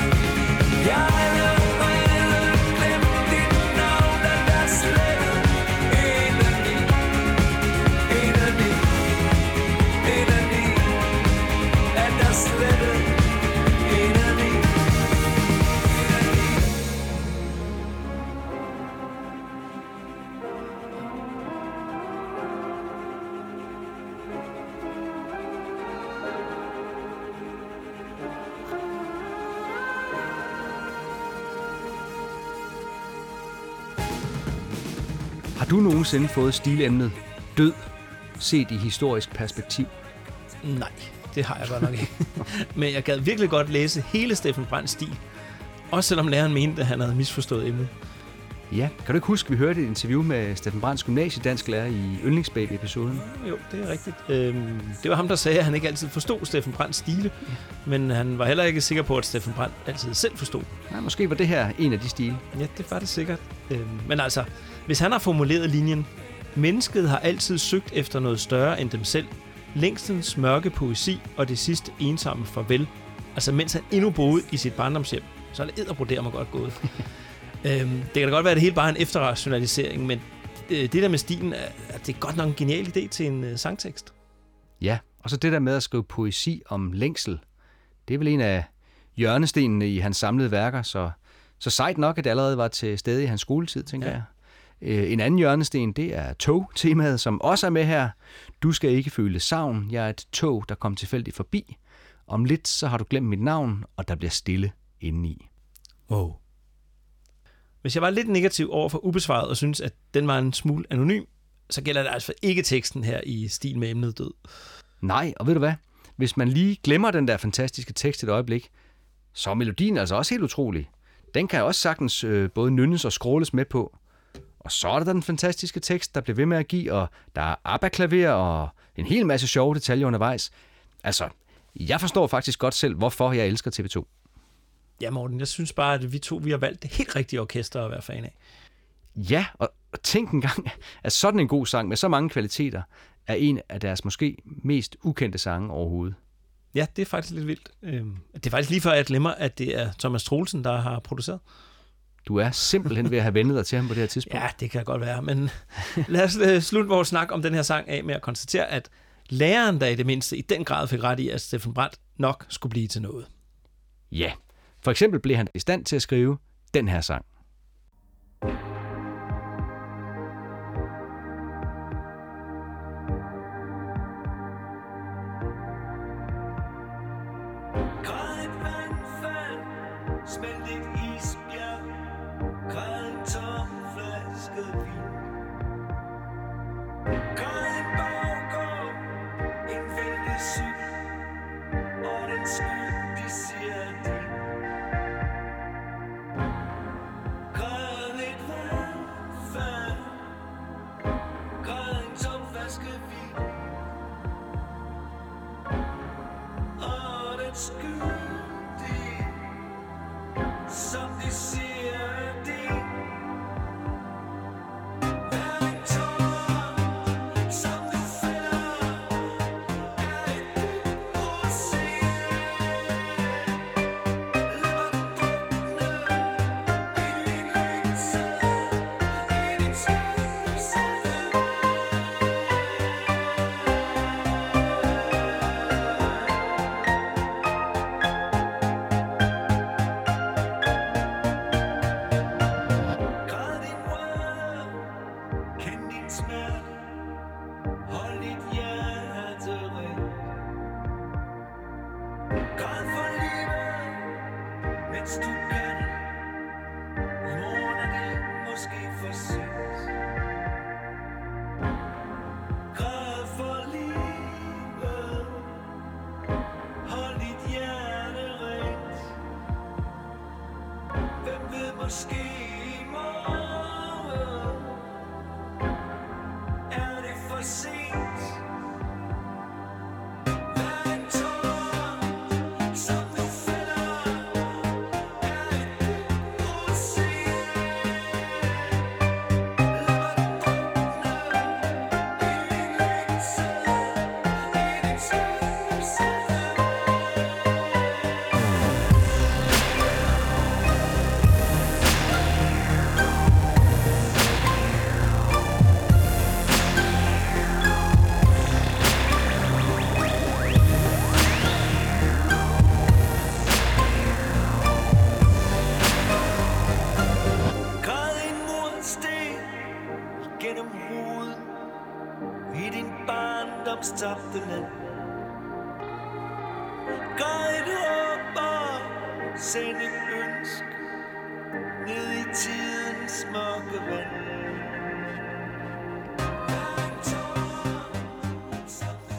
du nogensinde fået stilemnet død, set i historisk perspektiv? Nej, det har jeg godt nok ikke. Men jeg gad virkelig godt læse hele Steffen Brandts stil. Også selvom læreren mente, at han havde misforstået emnet. Ja, kan du ikke huske, at vi hørte et interview med Steffen Brandts gymnasiedansklærer i Yndlingsbaby-episoden? Jo, det er rigtigt. Det var ham, der sagde, at han ikke altid forstod Steffen Brandts stile, men han var heller ikke sikker på, at Steffen Brandt altid selv forstod. Nej, måske var det her en af de stile. Ja, det var det sikkert. Men altså, hvis han har formuleret linjen, mennesket har altid søgt efter noget større end dem selv, længstens mørke poesi og det sidste ensomme farvel, altså mens han endnu boede i sit barndomshjem, så er det edderbrodere mig godt gået. Det kan da godt være, at det hele bare er en efterrationalisering, men det der med stilen, det er godt nok en genial idé til en sangtekst. Ja, og så det der med at skrive poesi om længsel, det er vel en af hjørnestenene i hans samlede værker, så sejt nok, at det allerede var til stede i hans skoletid, tænker jeg. En anden hjørnesten, det er tog-temaet, som også er med her. Du skal ikke føle savn, jeg er et tog, der kom tilfældigt forbi. Om lidt, så har du glemt mit navn, og der bliver stille indeni. Wow. Hvis jeg var lidt negativ over for ubesvaret og synes, at den var en smule anonym, så gælder det altså ikke teksten her i stil med emnet død. Nej, og ved du hvad? Hvis man lige glemmer den der fantastiske tekst et øjeblik, så er melodien altså også helt utrolig. Den kan også sagtens både nynnes og skråles med på. Og så er der den fantastiske tekst, der bliver ved med at give, og der er ABBA-klaver og en hel masse sjove detaljer undervejs. Altså, jeg forstår faktisk godt selv, hvorfor jeg elsker TV2. Ja, Morten, jeg synes bare, at vi har valgt det helt rigtige orkester at være fan af. Ja, og tænk engang, at sådan en god sang med så mange kvaliteter er en af deres måske mest ukendte sange overhovedet. Ja, det er faktisk lidt vildt. Det er faktisk lige før, jeg glemmer, at det er Thomas Troelsen, der har produceret. Du er simpelthen ved at have vendet dig til ham på det her tidspunkt. Ja, det kan godt være, men lad os slutte vores snak om den her sang af med at konstatere, at læreren, der i det mindste i den grad fik ret i, at Steffen Brandt nok skulle blive til noget. Ja, for eksempel blev han i stand til at skrive den her sang.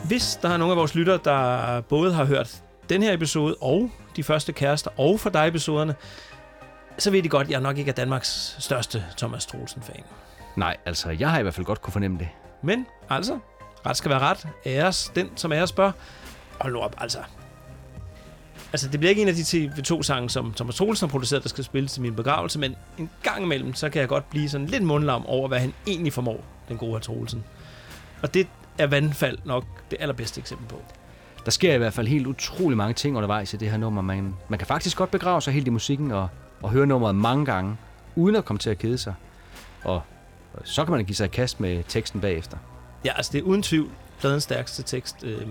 Hvis der er nogle af vores lyttere, der både har hørt den her episode og de første kærester og for dig episoderne, så ved de godt, at jeg nok ikke er Danmarks største Thomas Troelsen-fan. Nej, altså, jeg har i hvert fald godt kunne fornemme det. Men altså, ret skal være ret. Æres den, som æres bør. Hold nu op, altså. Altså, det bliver ikke en af de TV2-sange, som Thomas Troelsen har produceret, der skal spilles til min begravelse, men en gang imellem, så kan jeg godt blive sådan lidt mundlam over, hvad han egentlig formår, den gode Troelsen. Og det er Vandfald nok det allerbedste eksempel på. Der sker i hvert fald helt utrolig mange ting undervejs i det her nummer. Man kan faktisk godt begrave sig helt i musikken og høre nummeret mange gange, uden at komme til at kede sig. Og så kan man give sig i kast med teksten bagefter. Ja, altså det er uden tvivl pladens stærkeste tekst. Det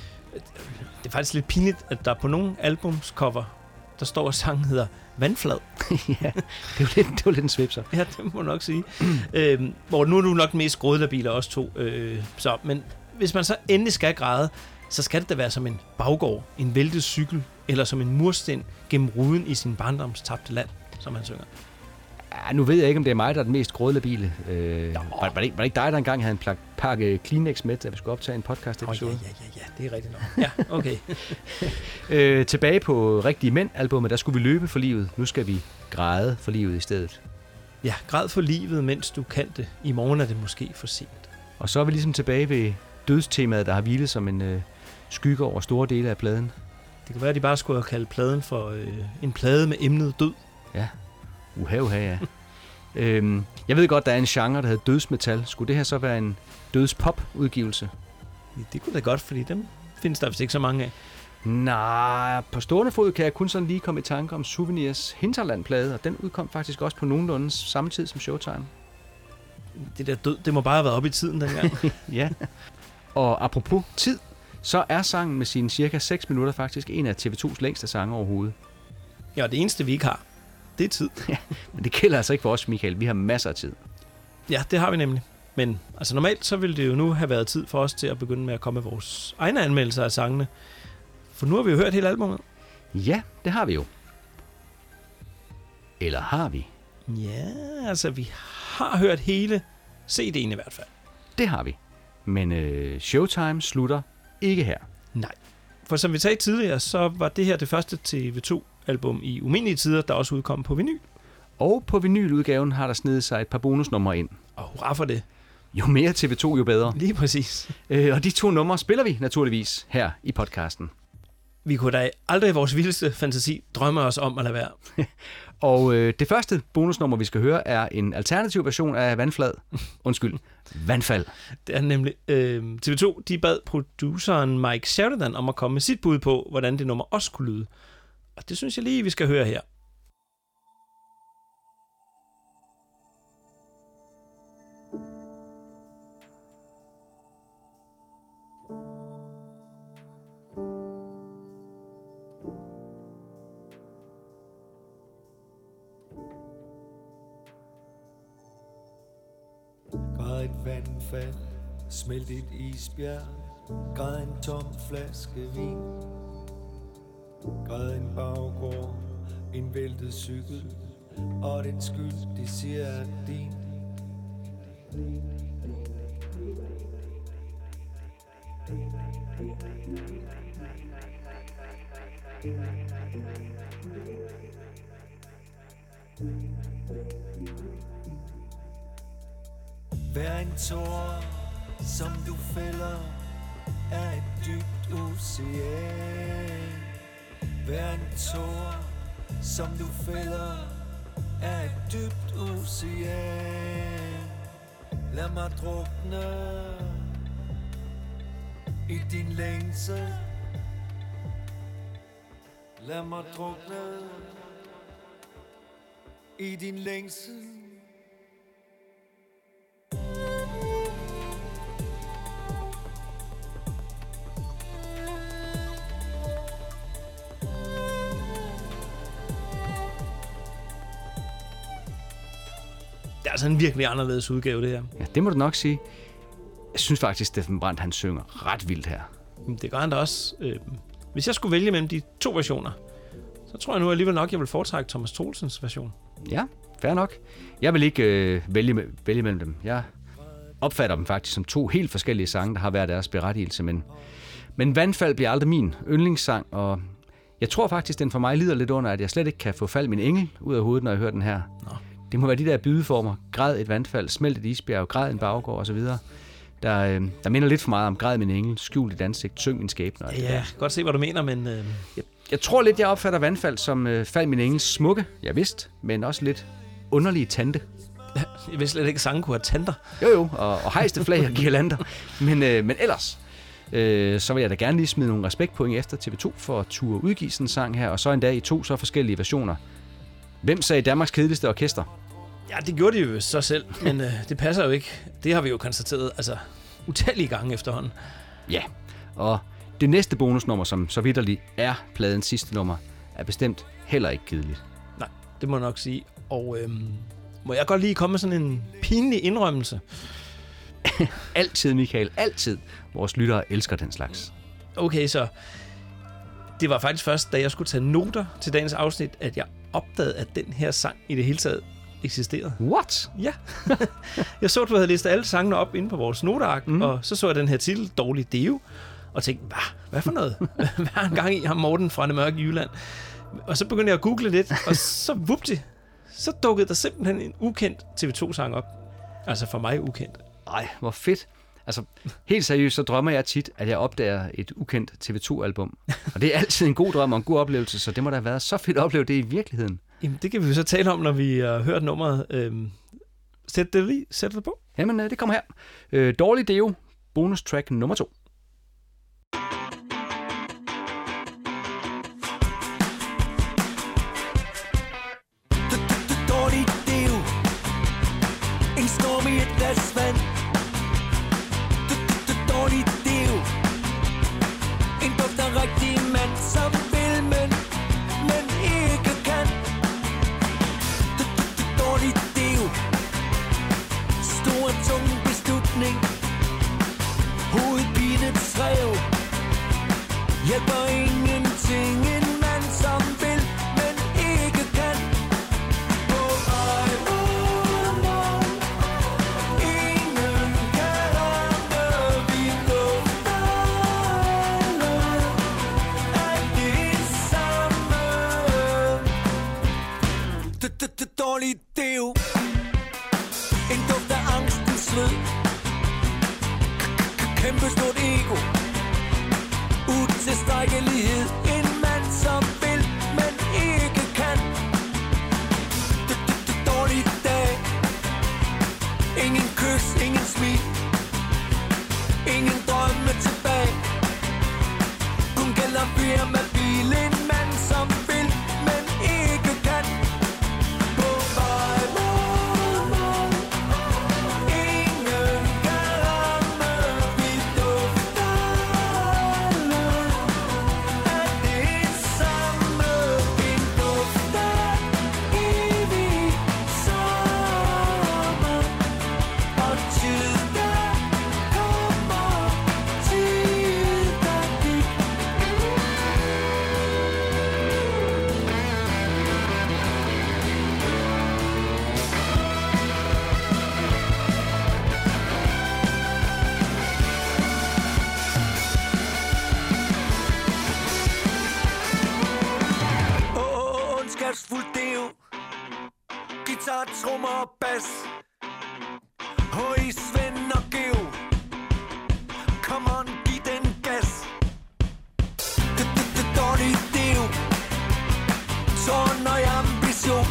er faktisk lidt pinligt, at der på nogle albumscover, der står, at sangen hedder Vandflad. Ja, det er jo lidt en svipser. Ja, det må man nok sige. Hvor nu er du nok mest grådlabil af os to. Men hvis man så endelig skal græde, så skal det da være som en baggård, en væltet cykel, eller som en mursten gennem ruden i sin barndoms tabte land, som han synger. Ja, nu ved jeg ikke, om det er mig, der er den mest grådlabile. Var det ikke dig, der engang havde en pakke Kleenex med, da vi skulle optage en podcast-episode? Ja, det er rigtigt nok. Ja, okay. Tilbage på Rigtige Mænd-albummet, der skulle vi løbe for livet. Nu skal vi græde for livet i stedet. Ja, græd for livet, mens du kan det. I morgen er det måske for sent. Og så er vi ligesom tilbage ved dødstemaet, der har hvilet som en skygge over store dele af pladen. Det kan være, at de bare skulle have kaldt pladen for en plade med emnet død. Ja, ja. Jeg ved godt, der er en genre, der hedder dødsmetal. Skulle det her så være en dødspop-udgivelse? Det kunne da godt, fordi dem findes der vist ikke så mange af. Nej, på stående fod kan jeg kun sådan lige komme i tanke om Souvenirs Hinterland-plade, og den udkom faktisk også på nogenlunde samme tid som Showtime. Det der død, det må bare have været oppe i tiden dengang. Ja. Og apropos tid, så er sangen med sine cirka 6 minutter faktisk en af TV2's længste sange overhovedet. Ja, det eneste vi ikke har, det er tid. Ja, men det gælder altså ikke for os, Michael. Vi har masser af tid. Ja, det har vi nemlig. Men altså normalt, så ville det jo nu have været tid for os til at begynde med at komme med vores egne anmeldelser af sangene. For nu har vi jo hørt hele albumet. Ja, det har vi jo. Eller har vi? Ja, altså vi har hørt hele CD'en i hvert fald. Det har vi. Men Showtime slutter ikke her. Nej. For som vi sagde tidligere, så var det her det første TV2-album i umindelige tider, der også udkom på vinyl. Og på vinyludgaven har der snedet sig et par bonusnumre ind. Og hurra for det. Jo mere TV2, jo bedre. Lige præcis. Og de 2 numre spiller vi naturligvis her i podcasten. Vi kunne da aldrig i vores vildeste fantasi drømme os om at lade være. Og det første bonusnummer, vi skal høre, er en alternativ version af Vandfald. Det er nemlig TV2, de bad produceren Mike Sheridan om at komme med sit bud på, hvordan det nummer også kunne lyde. Og det synes jeg lige, vi skal høre her. Græd et vandfald, smelt et isbjerg, græd en tom flaske vin. Græd en baggård, en væltet cykel, og den skyld, de siger er din. Hver en tår, som du fælder, er et dybt ocean. Hver en tår, som du fælder, er et dybt ocean. Lad mig drukne i din længsel. Lad mig drukne i din længsel. Det er altså en virkelig anderledes udgave, det her. Ja, det må du nok sige. Jeg synes faktisk, Steffen Brandt, han synger ret vildt her. Det gør han da også. Hvis jeg skulle vælge mellem de 2 versioner, så tror jeg nu alligevel nok, jeg vil foretrække Thomas Troelsens version. Ja, fair nok. Jeg vil ikke vælge mellem dem. Jeg opfatter dem faktisk som 2 helt forskellige sange, der har hver deres berettigelse, men Vandfald bliver aldrig min yndlingssang, og jeg tror faktisk, den for mig lider lidt under, at jeg slet ikke kan få Fald min engel ud af hovedet, når jeg hører den her. Nå. Det må være de der bydeformer. Græd et vandfald, smelt et isbjerg, græd en baggård osv., der minder lidt for meget om Græd min engel, skjul dit ansigt, syng min skæbne. Ja, jeg kan godt se, hvad du mener, men... Jeg tror lidt, jeg opfatter Vandfald som Fald min engels smukke, jeg vidste, men også lidt underlige tante. Jeg vidste slet ikke, at sangen kunne have tanter. Jo, og hejste flag og girlander. Men ellers, så vil jeg da gerne lige smide nogle respektpoint efter TV2 for at turde udgive sådan en sang her, og så endda i 2 så forskellige versioner. Hvem sagde Danmarks kedeligste orkester? Ja, det gjorde de jo så selv, men det passer jo ikke. Det har vi jo konstateret, utallige gange efterhånden. Ja, og det næste bonusnummer, som så vitterligt er pladens sidste nummer, er bestemt heller ikke kedeligt. Nej, det må jeg nok sige. Og må jeg godt lige komme med sådan en pinlig indrømmelse? Altid, Michael, altid. Vores lyttere elsker den slags. Okay, så det var faktisk først, da jeg skulle tage noter til dagens afsnit, at jeg opdagede, at den her sang i det hele taget eksisterede. What? Ja. Jeg så, at du havde listet alle sangene op inde på vores noteark, og så så jeg den her titel, Dårlig Deo, og tænkte, hvad for noget? Hvad er en gang i ham Morten fra det mørke Jylland? Og så begyndte jeg at google lidt, og så vupti, så dukkede der simpelthen en ukendt TV2-sang op. Altså for mig ukendt. Ej, hvor fedt. Altså, helt seriøst, så drømmer jeg tit, at jeg opdager et ukendt TV2-album. Og det er altid en god drøm og en god oplevelse, så det må da have været så fedt at opleve det i virkeligheden. Jamen, det kan vi så tale om, når vi har hørt nummeret. Sæt det på. Jamen, det kommer her. Dårlig Deo, bonus track nummer 2. Dårlig Deo, en storm i et glas vand. Dårlig Deo, en duft af rigtig mand, som vil, men ikke kan. Dårlig Deo, stor tung beslutning, hovedpinets rev, hjælper ingenting, en mand som vil, men ikke kan. På vej mod mål, ingen kan ramme, vi lufter alle af det samme. Dårlig Deo, en duft af angstens sved, kæmpe stort ego, utilstrækkelighed, en mand som vil, men ikke kan. Dårlig dag, ingen kys, ingen smil, ingen drømme tilbage, kun gælder firmabil, en mand som vil, men ikke kan. På vej mod mål, ingen kan ramme, vi dufter alle af det samme, en duft af evig sommer, og tid der kommer, tid der gik. Ondskabsfuld Deo, guitar, trommer og bas, H.I. Svend og Geo, come on, giv den gas. Dårlig Deo, tårn og ambition,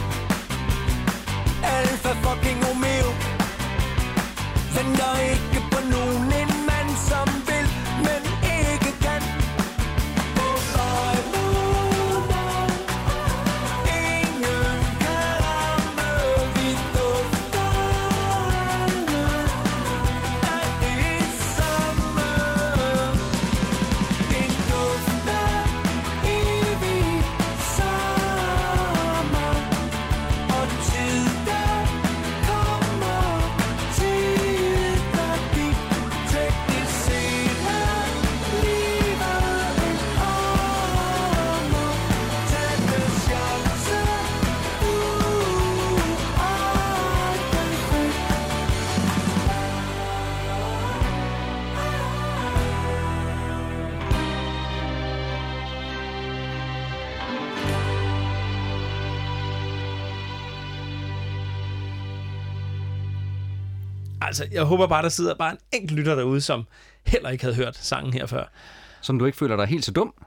Alfa fucking Romeo, venter ikke på nogen, en mand som vil, men ikke kan. På vej mod mål, ingen kan ramme, vi dufter Altså, jeg håber bare, der sidder bare en enkelt lytter derude, som heller ikke havde hørt sangen her før. Som du ikke føler dig helt så dum?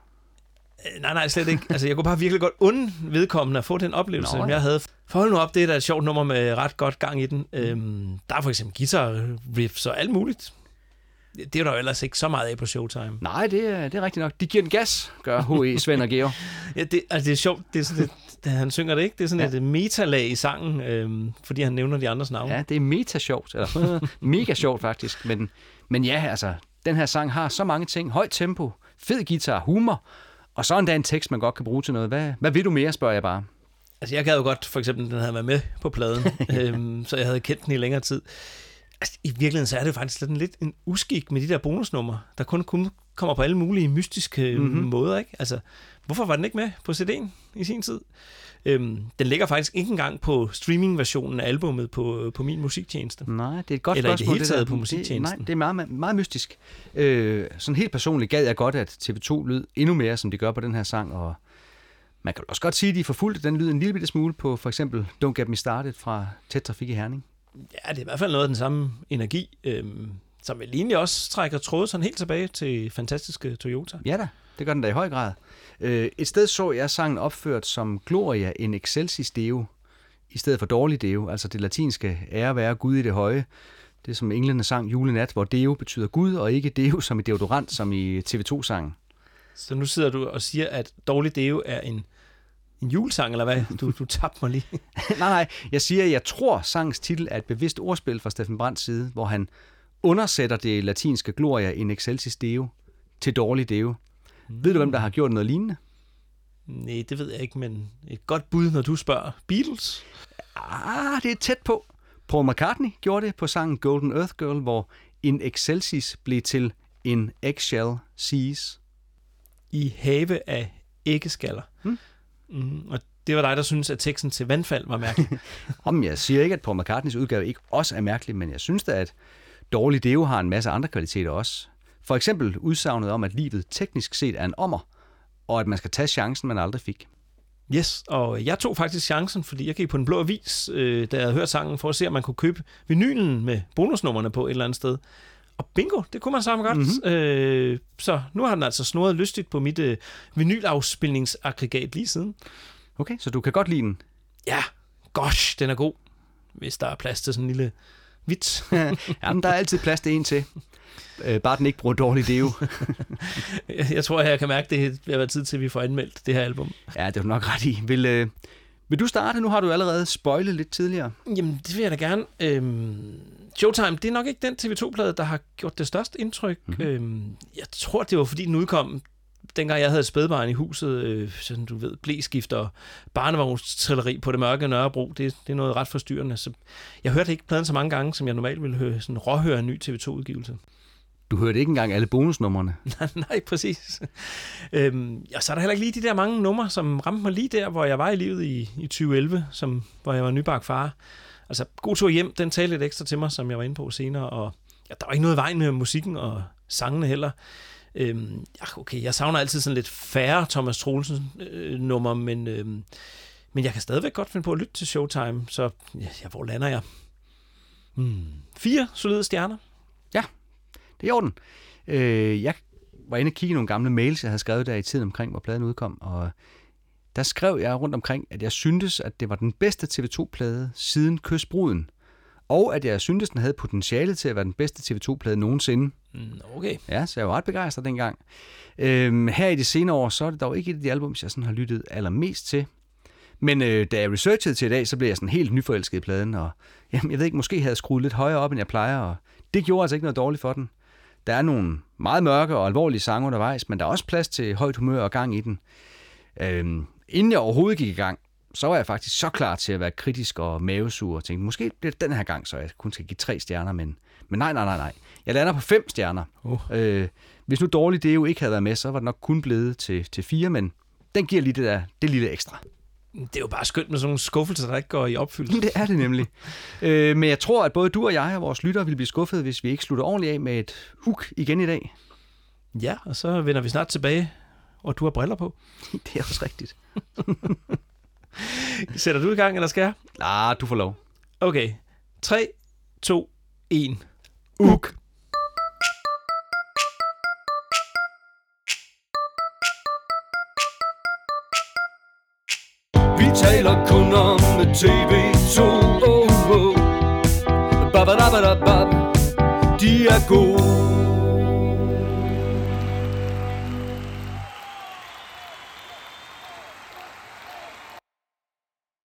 Nej, slet ikke. Altså, jeg kunne bare virkelig godt unde vedkommende at få den oplevelse, som jeg havde. For hold nu op, det er da et sjovt nummer med ret godt gang i den. Der er for eksempel guitar riffs og alt muligt. Det er der jo ellers ikke så meget af på Showtime. Nej, det er rigtigt nok. De giver den gas, gør H.E. Svend og Georg. Ja, det er sjovt. Det er sådan han synger det ikke. Det er sådan et metalag i sangen, fordi han nævner de andres navne. Ja, det er meta-sjovt. Eller mega sjovt, faktisk. Men ja, altså, den her sang har så mange ting. Højt tempo, fed guitar, humor, og så endda en tekst, man godt kan bruge til noget. Hvad vil du mere, spørger jeg bare. Altså, jeg gad jo godt, for eksempel, den havde været med på pladen, så jeg havde kendt den i længere tid. Altså, i virkeligheden så er det jo faktisk lidt en uskik med de der bonusnumre, der kun kommer på alle mulige mystiske måder, ikke? Altså, hvorfor var den ikke med på CD'en i sin tid? Den ligger faktisk ikke engang på streaming-versionen af albummet på min musiktjeneste. Nej, det er et godt eller spørgsmål. Eller i det hele taget på musiktjenesten. Nej, det er meget, meget mystisk. Sådan helt personligt gad jeg godt, at TV2 lyd endnu mere, som de gør på den her sang, og man kan også godt sige, at de forfulgte den lyd en lille bitte smule på for eksempel Don't Get Me Started fra Tæt Trafik i Herning. Ja, det er i hvert fald noget af den samme energi, som vel egentlig også trækker tråde sådan helt tilbage til fantastiske Toyota. Ja da, det gør den da i høj grad. Et sted så jeg sangen opført som Gloria in excelsis Deo, i stedet for dårlig Deo, altså det latinske ære være Gud i det høje. Det som englene sang Julenat, hvor Deo betyder Gud, og ikke Deo som i deodorant, som i TV2-sangen. Så nu sidder du og siger, at dårlig Deo er en julesang, eller hvad? Du tabte mig lige. Nej, jeg siger, at jeg tror, sangens titel er et bevidst ordspil fra Steffen Brandts side, hvor han undersætter det latinske Gloria in excelsis Deo til dårlig Deo. Ved du, hvem der har gjort noget lignende? Nej, det ved jeg ikke, men et godt bud, når du spørger. Beatles? Det er tæt på. Paul McCartney gjorde det på sangen Golden Earth Girl, hvor in excelsis blev til in eggshell seas. I have af æggeskaller. Og det var dig, der synes, at teksten til Vandfald var mærkelig. Jeg siger ikke, at Paul McCartneys udgave ikke også er mærkelig, men jeg synes da, at dårlig Deo har en masse andre kvaliteter også. For eksempel udsagnet om, at livet teknisk set er en ommer, og at man skal tage chancen, man aldrig fik. Yes, og jeg tog faktisk chancen, fordi jeg gik på Den Blå Avis, da jeg havde hørt sangen, for at se, om man kunne købe vinylen med bonusnummerne på et eller andet sted. Og bingo, det kunne man sammen godt. Så nu har den altså snurret lystigt på mit vinylafspilningsaggregat lige siden. Okay, så du kan godt lide den? Ja, gosh, den er god, hvis der er plads til sådan en lille vits. Jamen, der er altid plads til en til. Bare den ikke bruger dårlig Deo. Jeg tror, jeg kan mærke, det vil være tid til, at vi får anmeldt det her album. Ja, det er du nok ret i. Vil du starte? Nu har du allerede spoilet lidt tidligere. Jamen, det vil jeg da gerne. Showtime, det er nok ikke den TV2-plade, der har gjort det største indtryk. Jeg tror, det var, fordi den udkom, dengang jeg havde et spædbarn i huset, sådan du ved, blæskift og barnevognstrilleri på det mørke Nørrebro. Det er noget ret forstyrrende. Så jeg hørte ikke pladen så mange gange, som jeg normalt ville høre, sådan råhøre en ny TV2-udgivelse. Du hørte ikke engang alle bonusnummerne? Nej, præcis. Og så er der heller ikke lige de der mange numre, som ramte mig lige der, hvor jeg var i livet i 2011, hvor jeg var nybagt far. Altså, God tur hjem, den talte lidt ekstra til mig, som jeg var inde på senere, og der var ikke noget i vejen med musikken og sangene heller. Okay, jeg savner altid sådan lidt færre Thomas Troelsen nummer, men jeg kan stadigvæk godt finde på at lytte til Showtime, så hvor lander jeg? 4 solide stjerner. Ja, det er i orden. Jeg var inde og kigge nogle gamle mails, jeg havde skrevet der i tiden omkring, hvor pladen udkom, og der skrev jeg rundt omkring, at jeg syntes, at det var den bedste TV2-plade siden Kys Bruden, og at jeg syntes, den havde potentiale til at være den bedste TV2-plade nogensinde. Okay. Ja, så jeg var ret begejstret dengang. Her i de senere år, så er det dog ikke et af de albums, jeg sådan har lyttet allermest til. Men da jeg researchede til i dag, så blev jeg sådan helt nyforelsket i pladen, og jamen, jeg ved ikke, måske havde jeg skruet lidt højere op, end jeg plejer, og det gjorde altså ikke noget dårligt for den. Der er nogle meget mørke og alvorlige sange undervejs, men der er også plads til højt humør og gang i den. Inden jeg overhovedet gik i gang, så var jeg faktisk så klar til at være kritisk og mavesur og tænkte, måske bliver det den her gang, så jeg kun skal give 3 stjerner, men nej. Jeg lander på 5 stjerner. Hvis nu dårligt det jo ikke havde været med, så var det nok kun blevet til 4, men den giver lige det lille ekstra. Det er jo bare skønt med sådan nogle skuffelser, der ikke går i opfyldelse. Det er det nemlig. Men jeg tror, at både du og jeg og vores lyttere vil blive skuffet, hvis vi ikke slutter ordentligt af med et hook igen i dag. Ja, og så vender vi snart tilbage, og du har briller på. Det er også rigtigt. Sætter du i gang, eller skal jeg? Du får lov. Okay. 3, 2, 1 uk. Vi taler kun om TV2. Oh, oh. Babadabadabab. De er gode.